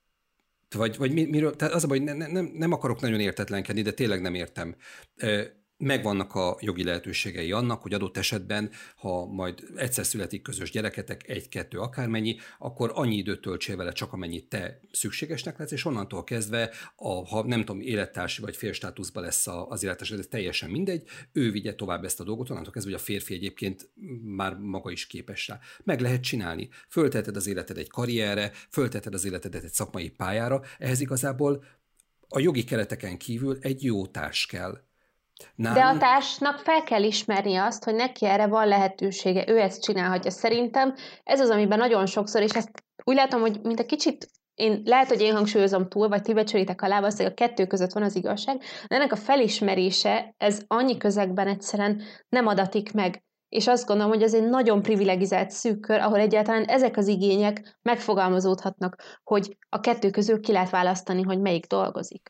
Vagy, vagy miről, tehát az a baj, hogy ne, nem, nem akarok nagyon értetlenkedni, de tényleg nem értem. Megvannak a jogi lehetőségei annak, hogy adott esetben, ha majd egyszer születik közös gyereketek, egy-kettő akármennyi, akkor annyi időt töltsél vele, csak amennyit te szükségesnek lesz, és onnantól kezdve, a, ha nem tudom, élettársi vagy félstátuszban lesz az élettárs, ez teljesen mindegy, ő vigye tovább ezt a dolgot, onnantól kezdve, hogy a férfi egyébként már maga is képes rá. Meg lehet csinálni. Fölteheted az életed egy karrierre, fölteheted az életedet egy szakmai pályára, ehhez igazából a jogi kereteken kívül egy jó társ kell. Nálunk... De a társnak fel kell ismerni azt, hogy neki erre van lehetősége, ő ezt csinálhatja. Szerintem ez az, amiben nagyon sokszor, és ezt úgy látom, hogy mint a kicsit, én, lehet, hogy én hangsúlyozom túl, vagy ti becsülitek alá, azt, hogy a kettő között van az igazság, de ennek a felismerése, ez annyi közegben egyszerűen nem adatik meg. És azt gondolom, hogy ez egy nagyon privilegizált szűk kör, ahol egyáltalán ezek az igények megfogalmazódhatnak, hogy a kettő közül ki lehet választani, hogy melyik dolgozik.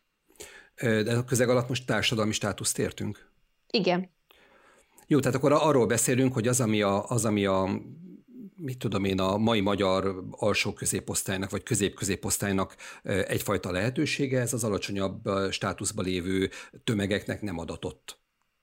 De a közeg alatt most társadalmi státuszt értünk? Igen. Jó, tehát akkor arról beszélünk, hogy az, ami a, az, ami a mit tudom én, a mai magyar alsó középosztálynak, vagy közép-középosztálynak egyfajta lehetősége, ez az alacsonyabb státuszban lévő tömegeknek nem adatott.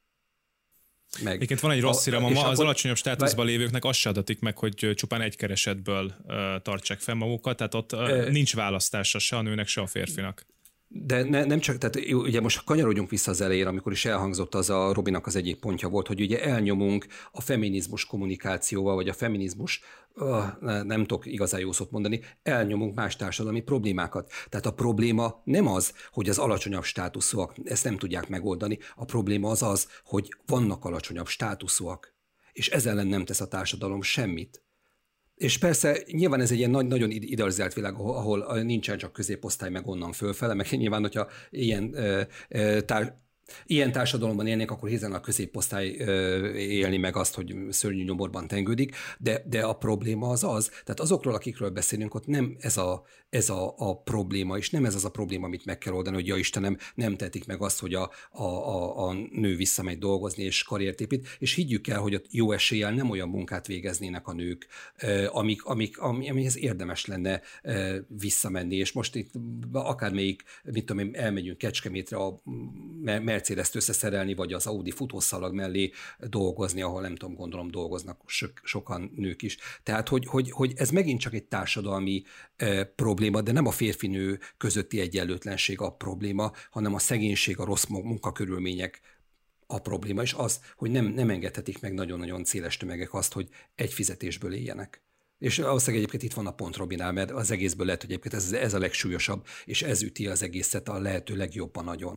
Meg. Egyébként van egy rossz hírem, az akkor... alacsonyabb státuszban lévőknek azt se adatik meg, hogy csupán egy keresetből uh, tartsák fel magukat, tehát ott uh, e... nincs választása se a nőnek, se a férfinak. De ne, nem csak, tehát ugye most kanyarodjunk vissza az elejére, amikor is elhangzott az a Robinak az egyik pontja volt, hogy ugye elnyomunk a feminizmus kommunikációval, vagy a feminizmus, nem tudok igazán jó szót mondani, elnyomunk más társadalmi problémákat. Tehát a probléma nem az, hogy az alacsonyabb státuszúak ezt nem tudják megoldani, a probléma az az, hogy vannak alacsonyabb státuszúak, és ezzel ellen nem tesz a társadalom semmit. És persze nyilván ez egy ilyen nagy, nagyon idealizált világ, ahol nincsen csak középosztály meg onnan fölfele, meg nyilván, hogyha ilyen tár, ilyen társadalomban élnék, akkor hiszen a középosztály élni meg azt, hogy szörnyű nyomorban tengődik, de, de a probléma az az, tehát azokról, akikről beszélünk, ott nem ez a, ez a, a probléma, és nem ez az a probléma, amit meg kell oldani, hogy ja Istenem, nem tehetik meg azt, hogy a, a, a, a nő visszamegy dolgozni és karriert épít, és higgyük el, hogy ott jó eséllyel nem olyan munkát végeznének a nők, amik, amik, amihez érdemes lenne visszamenni, és most itt akármelyik, mit tudom én, elmegyünk Kecskemétre a Mercedes-t összeszerelni, vagy az Audi futószalag mellé dolgozni, ahol nem tudom, gondolom dolgoznak so, sokan nők is. Tehát, hogy, hogy, hogy ez megint csak egy társadalmi e, probléma, de nem a férfi-nő közötti egyenlőtlenség a probléma, hanem a szegénység, a rossz munkakörülmények a probléma, és az, hogy nem, nem engedhetik meg nagyon-nagyon széles tömegek azt, hogy egy fizetésből éljenek. És valószínűleg egyébként itt van a pont Robinál, mert az egészből lehet, hogy egyébként ez, ez a legsúlyosabb, és ez üti az egészet a lehető legjobban nagyon.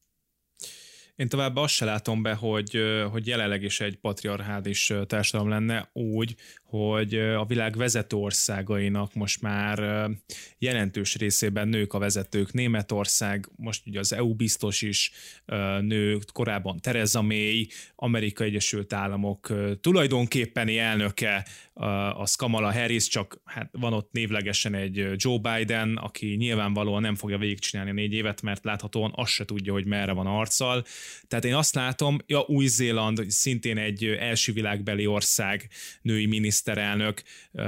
Én tovább azt se látom be, hogy, hogy jelenleg is egy patriarchális társadalom lenne úgy, hogy a világ vezető országainak most már jelentős részében nők a vezetők. Németország, most ugye az é u biztos is nő, korábban Theresa May, Amerikai Egyesült Államok tulajdonképpeni elnöke, az Kamala Harris, csak hát van ott névlegesen egy Joe Biden, aki nyilvánvalóan nem fogja végigcsinálni a négy évet, mert láthatóan azt se tudja, hogy merre van arccal. Tehát én azt látom, ja, Új-Zéland szintén egy első világbeli ország, női miniszterelnök,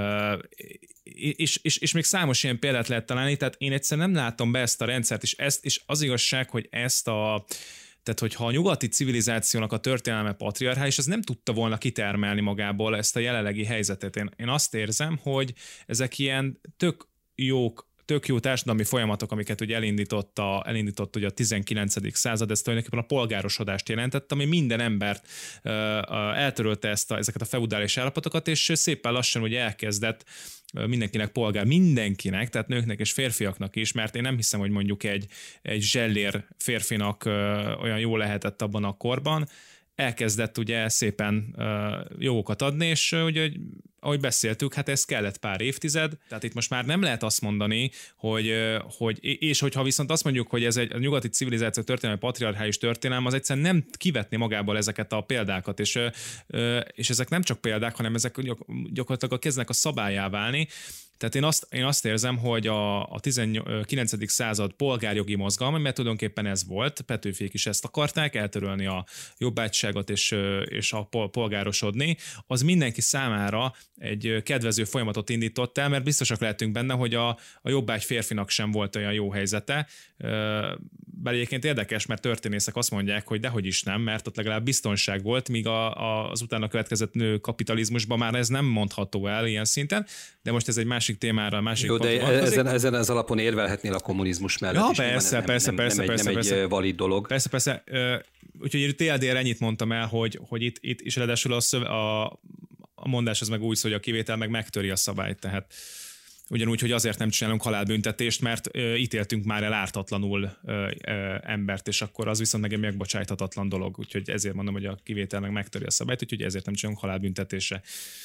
és, és, és még számos ilyen példát lehet találni, tehát én egyszerűen nem látom be ezt a rendszert, és, ezt, és az igazság, hogy ezt a Tehát, hogyha a nyugati civilizációnak a történelme patriarchális, az nem tudta volna kitermelni magából ezt a jelenlegi helyzetet. Én, én azt érzem, hogy ezek ilyen tök jók, tök jó társadalmi folyamatok, amiket ugye elindított, a, elindított ugye a tizenkilencedik század, ez tulajdonképpen a polgárosodást jelentett, ami minden embert uh, uh, eltörölte ezt a, ezeket a feudális állapotokat, és szépen lassan ugye elkezdett mindenkinek polgár, mindenkinek, tehát nőknek és férfiaknak is, mert én nem hiszem, hogy mondjuk egy, egy zsellér férfinak olyan jó lehetett abban a korban, elkezdett ugye szépen jogokat adni, és ugye, ahogy beszéltük, hát ez kellett pár évtized, tehát itt most már nem lehet azt mondani, hogy, hogy és hogyha viszont azt mondjuk, hogy ez egy a nyugati civilizáció történelmi patriarchális történelem, az egyszerűen nem kivetni magából ezeket a példákat, és, és ezek nem csak példák, hanem ezek gyakorlatilag kezdenek a szabályá válni. Tehát én azt, én azt érzem, hogy a, a tizenkilencedik század polgárjogi mozgalma, mert tulajdonképpen ez volt, Petőfék is ezt akarták, eltörölni a jobbágyságot és, és a polgárosodni, az mindenki számára egy kedvező folyamatot indított el, mert biztosak lehetünk benne, hogy a, a jobbágy férfinak sem volt olyan jó helyzete. Bár egyébként érdekes, mert történészek azt mondják, hogy dehogy is nem, mert ott legalább biztonság volt, míg a, a, az utána következett nő kapitalizmusban már ez nem mondható el ilyen szinten, de most ez egy másik témára, másik jó, de ezen, ezen az alapon érvelhetnél a kommunizmus mellett ja, is. Persze, nem, persze, nem, persze, nem, persze, nem persze, egy, nem egy valid dolog. Persze, persze. Úgyhogy itt té el dé-re ennyit mondtam el, hogy, hogy itt, itt is ráadásul a, szöv, a, a mondás az meg úgy szól, hogy a kivétel meg megtöri a szabályt, tehát ugyanúgy, hogy azért nem csinálunk halálbüntetést, mert ö, ítéltünk már el ártatlanul ö, ö, embert, és akkor az viszont meg egy megbocsájthatatlan dolog, úgyhogy ezért mondom, hogy a kivétel meg megtöri a szabályt, úgyhogy ezért nem csinálunk halálbüntetésre.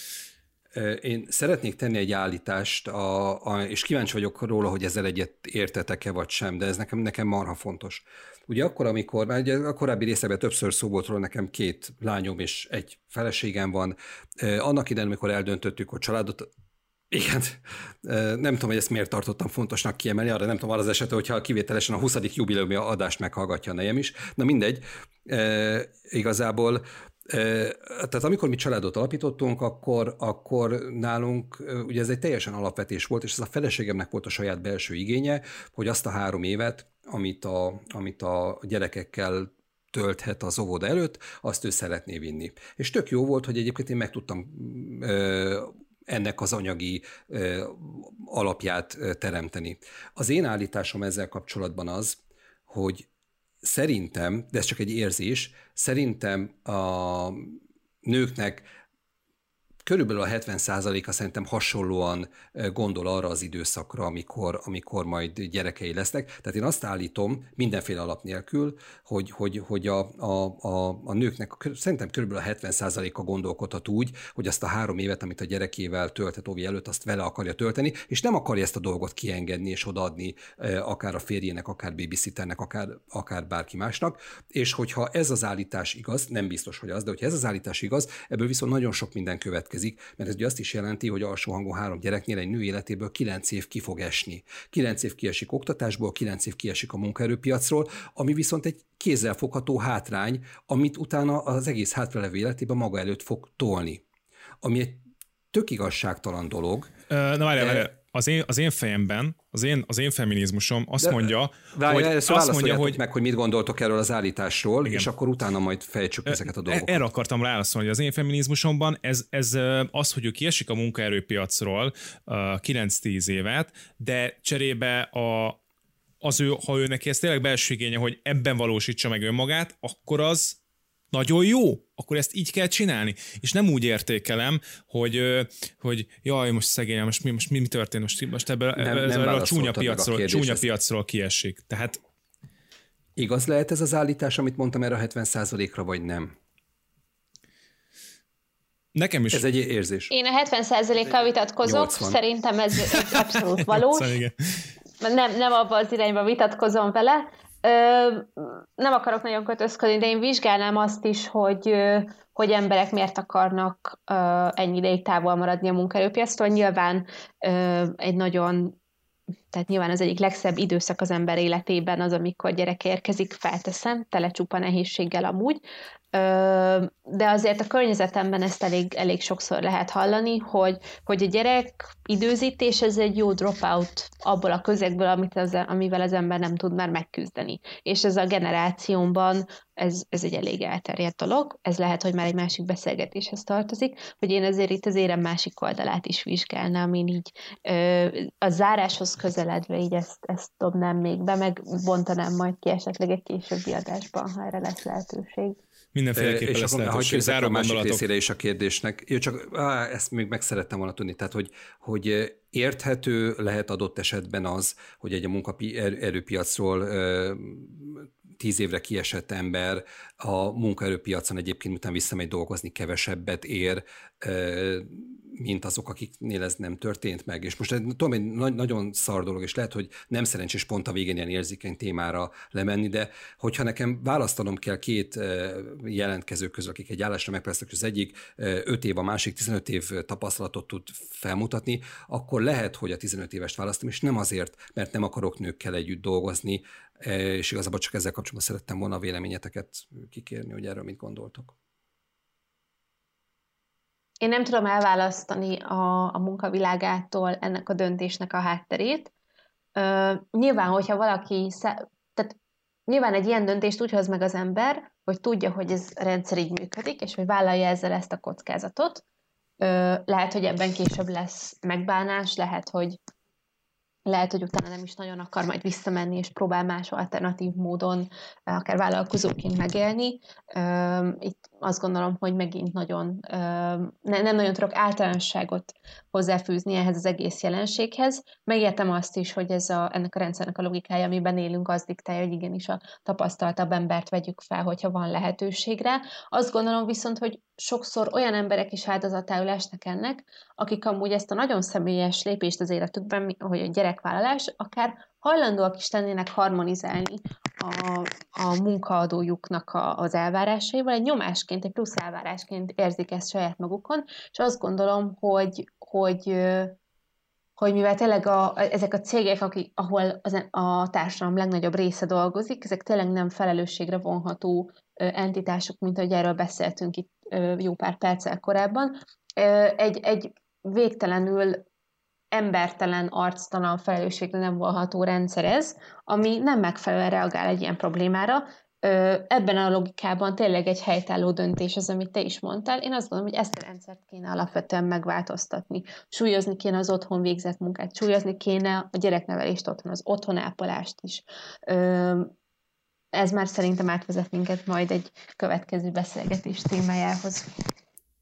Én szeretnék tenni egy állítást, a, a, és kíváncsi vagyok róla, hogy ezzel egyet értetek-e vagy sem, de ez nekem, nekem marha fontos. Ugye akkor, amikor, már ugye a korábbi részekben többször szó volt róla, nekem két lányom és egy feleségem van. Annak idején, amikor eldöntöttük, hogy családot, igen, nem tudom, hogy ezt miért tartottam fontosnak kiemelni, arra nem tudom, arra az esetre, hogyha kivételesen a huszadik jubileumi adást meghallgatja a nejem is. Na mindegy, igazából tehát amikor mi családot alapítottunk, akkor, akkor nálunk ugye ez egy teljesen alapvetés volt, és ez a feleségemnek volt a saját belső igénye, hogy azt a három évet, amit a, amit a gyerekekkel tölthet az óvoda előtt, azt ő szeretné vinni. És tök jó volt, hogy egyébként én meg tudtam ennek az anyagi alapját teremteni. Az én állításom ezzel kapcsolatban az, hogy szerintem, de ez csak egy érzés, szerintem a nőknek körülbelül a hetven százaléka szerintem hasonlóan gondol arra az időszakra, amikor, amikor majd gyerekei lesznek. Tehát én azt állítom, mindenféle alap nélkül, hogy, hogy, hogy a, a, a, a nőknek szerintem körülbelül a hetven százaléka gondolkodhat úgy, hogy azt a három évet, amit a gyerekével tölthet óvi előtt, azt vele akarja tölteni, és nem akarja ezt a dolgot kiengedni és odaadni akár a férjének, akár babysitternek, akár, akár bárki másnak. És hogyha ez az állítás igaz, nem biztos, hogy az, de hogyha ez az állítás igaz, ebből viszont nagyon sok minden következik, mert ez ugye azt is jelenti, hogy alsó hangon három gyereknél egy nő életéből kilenc év ki fog esni. Kilenc év kiesik oktatásból, kilenc év kiesik a munkaerőpiacról, ami viszont egy kézzelfogható hátrány, amit utána az egész hátralevő életében maga előtt fog tolni. Ami egy tök igazságtalan dolog. Na várjál, várjál. Az én, az én fejemben, az én, az én feminizmusom azt de, mondja, várjál, hogy... Azt mondja, hogy meg, hogy mit gondoltok erről az állításról, igen. És akkor utána majd fejtsük ezeket a dolgokat. Erre akartam válaszolni, hogy az én feminizmusomban ez, ez az, hogy ő kiesik a munkaerőpiacról kilenc-tíz évet, de cserébe a, az ő, ha ő neki ez tényleg belső igénye, hogy ebben valósítsa meg önmagát, akkor az nagyon jó, akkor ezt így kell csinálni. És nem úgy értékelem, hogy, hogy jaj, most szegény, most mi, most mi, mi történt, most, most ebből, nem, ebből nem a csúnya piacról, a csúnya piacról kiesik. Tehát... Igaz lehet ez az állítás, amit mondtam erre a hetven százalékra, vagy nem? Nekem is. Ez egy érzés. Én a hetven százalékkal vitatkozok, nyolcvan. Szerintem ez, ez abszolút valós. nem, nem abban az irányba vitatkozom vele. Ö, nem akarok nagyon kötözködni, de én vizsgálnám azt is, hogy, hogy emberek miért akarnak ö, ennyi ideig távol maradni a munkaerőpiactól. Nyilván ö, egy nagyon, tehát nyilván az egyik legszebb időszak az ember életében az, amikor gyerek érkezik, felteszem, tele csupa nehézséggel amúgy, de azért a környezetemben ezt elég, elég sokszor lehet hallani, hogy, hogy a gyerek időzítés ez egy jó dropout abból a közegből, amit az, amivel az ember nem tud már megküzdeni. És ez a generációmban ez, ez egy elég elterjedt dolog. Ez lehet, hogy már egy másik beszélgetéshez tartozik, hogy én azért itt az érem másik oldalát is vizsgálnám, én így a záráshoz közeledve így ezt, ezt dobnám még be, meg bontanám majd ki esetleg egy későbbi adásban, ha erre lesz lehetőség. Mindenféleképpen és lesz akkor, lehetőség. Záró a másik részére is a kérdésnek. Jó, csak á, ezt még meg szerettem volna tudni. Tehát, hogy, hogy érthető lehet adott esetben az, hogy egy a munkaerőpiacról tíz évre kiesett ember a munkaerőpiacon egyébként után visszamegy dolgozni, kevesebbet ér, mint azok, akiknél ez nem történt meg. És most tudom, egy nagyon szar dolog, és lehet, hogy nem szerencsés pont a végén ilyen érzékeny témára lemenni, de hogyha nekem választanom kell két jelentkező közül, akik egy állásra megperesztek, az egyik öt év, a másik tizenöt év tapasztalatot tud felmutatni, akkor lehet, hogy a tizenöt évest választom, és nem azért, mert nem akarok nőkkel együtt dolgozni, és igazából csak ezzel kapcsolatban szerettem volna a véleményeteket kikérni, hogy erről mit gondoltok. Én nem tudom elválasztani a, a munkavilágától ennek a döntésnek a hátterét. Uh, nyilván, hogyha valaki, sze- tehát nyilván egy ilyen döntést úgy hoz meg az ember, hogy tudja, hogy ez a rendszer így működik, és hogy vállalja ezzel ezt a kockázatot. Uh, lehet, hogy ebben később lesz megbánás, lehet, hogy lehet, hogy utána nem is nagyon akar majd visszamenni, és próbál más alternatív módon, akár vállalkozóként megélni. Itt azt gondolom, hogy megint nagyon, nem nagyon tudok általánosságot hozzáfűzni ehhez az egész jelenséghez. Megértem azt is, hogy ez a, ennek a rendszernek a logikája, amiben élünk, az diktálja, hogy igenis a tapasztaltabb embert vegyük fel, hogyha van lehetőségre. Azt gondolom viszont, hogy sokszor olyan emberek is áldozatául esnek ennek, akik amúgy ezt a nagyon személyes lépést az életükben, hogy a gyerekvállalás, akár hajlandóak is tennének harmonizálni a, a munkaadójuknak a, az elvárásaival, egy nyomásként, egy plusz elvárásként érzik ezt saját magukon, és azt gondolom, hogy, hogy, hogy mivel tényleg a, ezek a cégek, akik, ahol az, a társadalom legnagyobb része dolgozik, ezek tényleg nem felelősségre vonható entitások, mint ahogy erről beszéltünk itt jó pár perccel korábban. Egy, egy végtelenül embertelen, arctalan, felelősségre nem vonható rendszer ez, ami nem megfelelően reagál egy ilyen problémára. Ebben a logikában tényleg egy helytálló döntés az, amit te is mondtál. Én azt gondolom, hogy ezt a rendszert kéne alapvetően megváltoztatni. Súlyozni kéne az otthon végzett munkát, súlyozni kéne a gyereknevelést otthon, az otthonápolást is. Ez már szerintem átvezet minket majd egy következő beszélgetés témájához.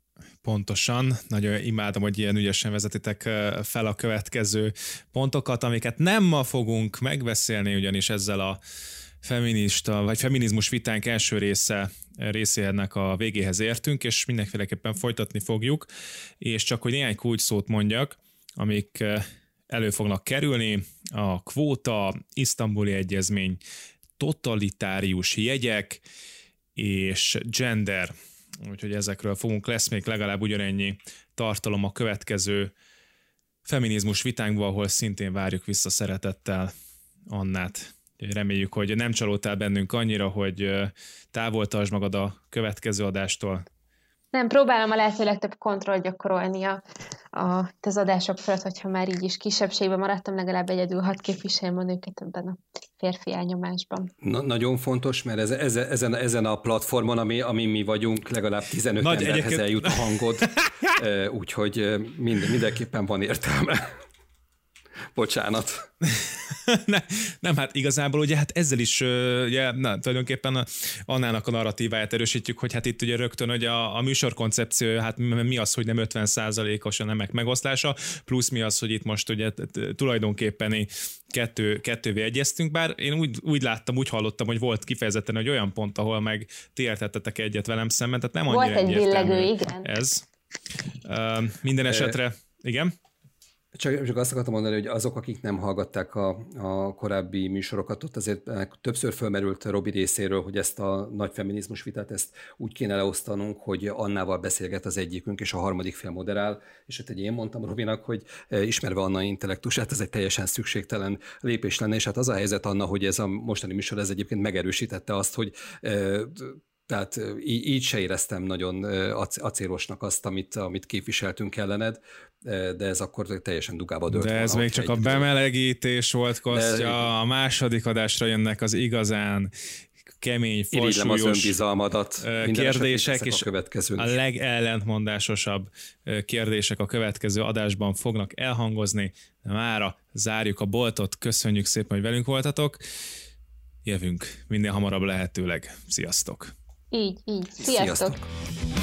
Pontosan. Nagyon imádom, hogy ilyen ügyesen vezetitek fel a következő pontokat, amiket nem ma fogunk megbeszélni, ugyanis ezzel a feminista, vagy feminizmus vitánk első része részének a végéhez értünk, és mindenféleképpen folytatni fogjuk, és csak hogy néhány kulcsszót mondjak, amik elő fognak kerülni: a kvóta, isztambuli egyezmény, totalitárius jegyek és gender. Úgyhogy ezekről fogunk, lesz még legalább ugyanennyi tartalom a következő feminizmus vitánkban, ahol szintén várjuk vissza szeretettel Annát. Reméljük, hogy nem csalódtál bennünk annyira, hogy távol tartsd magad a következő adástól. Nem, próbálom a lehető legtöbb kontrollt gyakorolni a, a, az adások felett, hogyha már így is kisebbségben maradtam, legalább egyedül hadd képviseljem őket ebben a férfi elnyomásban. Na, nagyon fontos, mert ez, ez, ezen, ezen a platformon, ami, ami mi vagyunk, legalább tizenöt Nagy emberhez egyébként... eljut a hangod, úgyhogy minden, mindenképpen van értelme. Bocsánat. ne, nem, hát igazából ugye hát ezzel is ugye, na, tulajdonképpen Annának a narratíváját erősítjük, hogy hát itt ugye rögtön hogy a, a műsor koncepció, hát mi az, hogy nem ötven százalékos a nemek megoszlása, plusz mi az, hogy itt most ugye tulajdonképpen kettő, kettővé egyeztünk, bár én úgy, úgy láttam, úgy hallottam, hogy volt kifejezetten egy olyan pont, ahol meg ti értettetek egyet velem szemben, tehát nem annyira volt egy billegő, igen. Ez. Uh, minden esetre, igen. Csak, csak azt akartam mondani, hogy azok, akik nem hallgatták a, a korábbi műsorokat, ott azért többször fölmerült Robi részéről, hogy ezt a nagy feminizmus vitát, ezt úgy kéne leosztanunk, hogy Annával beszélget az egyikünk, és a harmadik fél moderál, és hát én mondtam Robinak, hogy ismerve Anna intellektusát, ez egy teljesen szükségtelen lépés lenne, és hát az a helyzet, Anna, hogy ez a mostani műsor, ez egyébként megerősítette azt, hogy tehát így, így se éreztem nagyon acélosnak azt, amit, amit képviseltünk ellened, de ez akkor teljesen dugába dőlt. De ez volna, még csak a bemelegítés volt, Kostya, de... a második adásra jönnek az igazán kemény, falsúlyos kérdések, és a, a legellentmondásosabb kérdések a következő adásban fognak elhangozni. Mára zárjuk a boltot, köszönjük szépen, hogy velünk voltatok, jövünk minél hamarabb lehetőleg. Sziasztok! Így, így. Sziasztok! Sziasztok.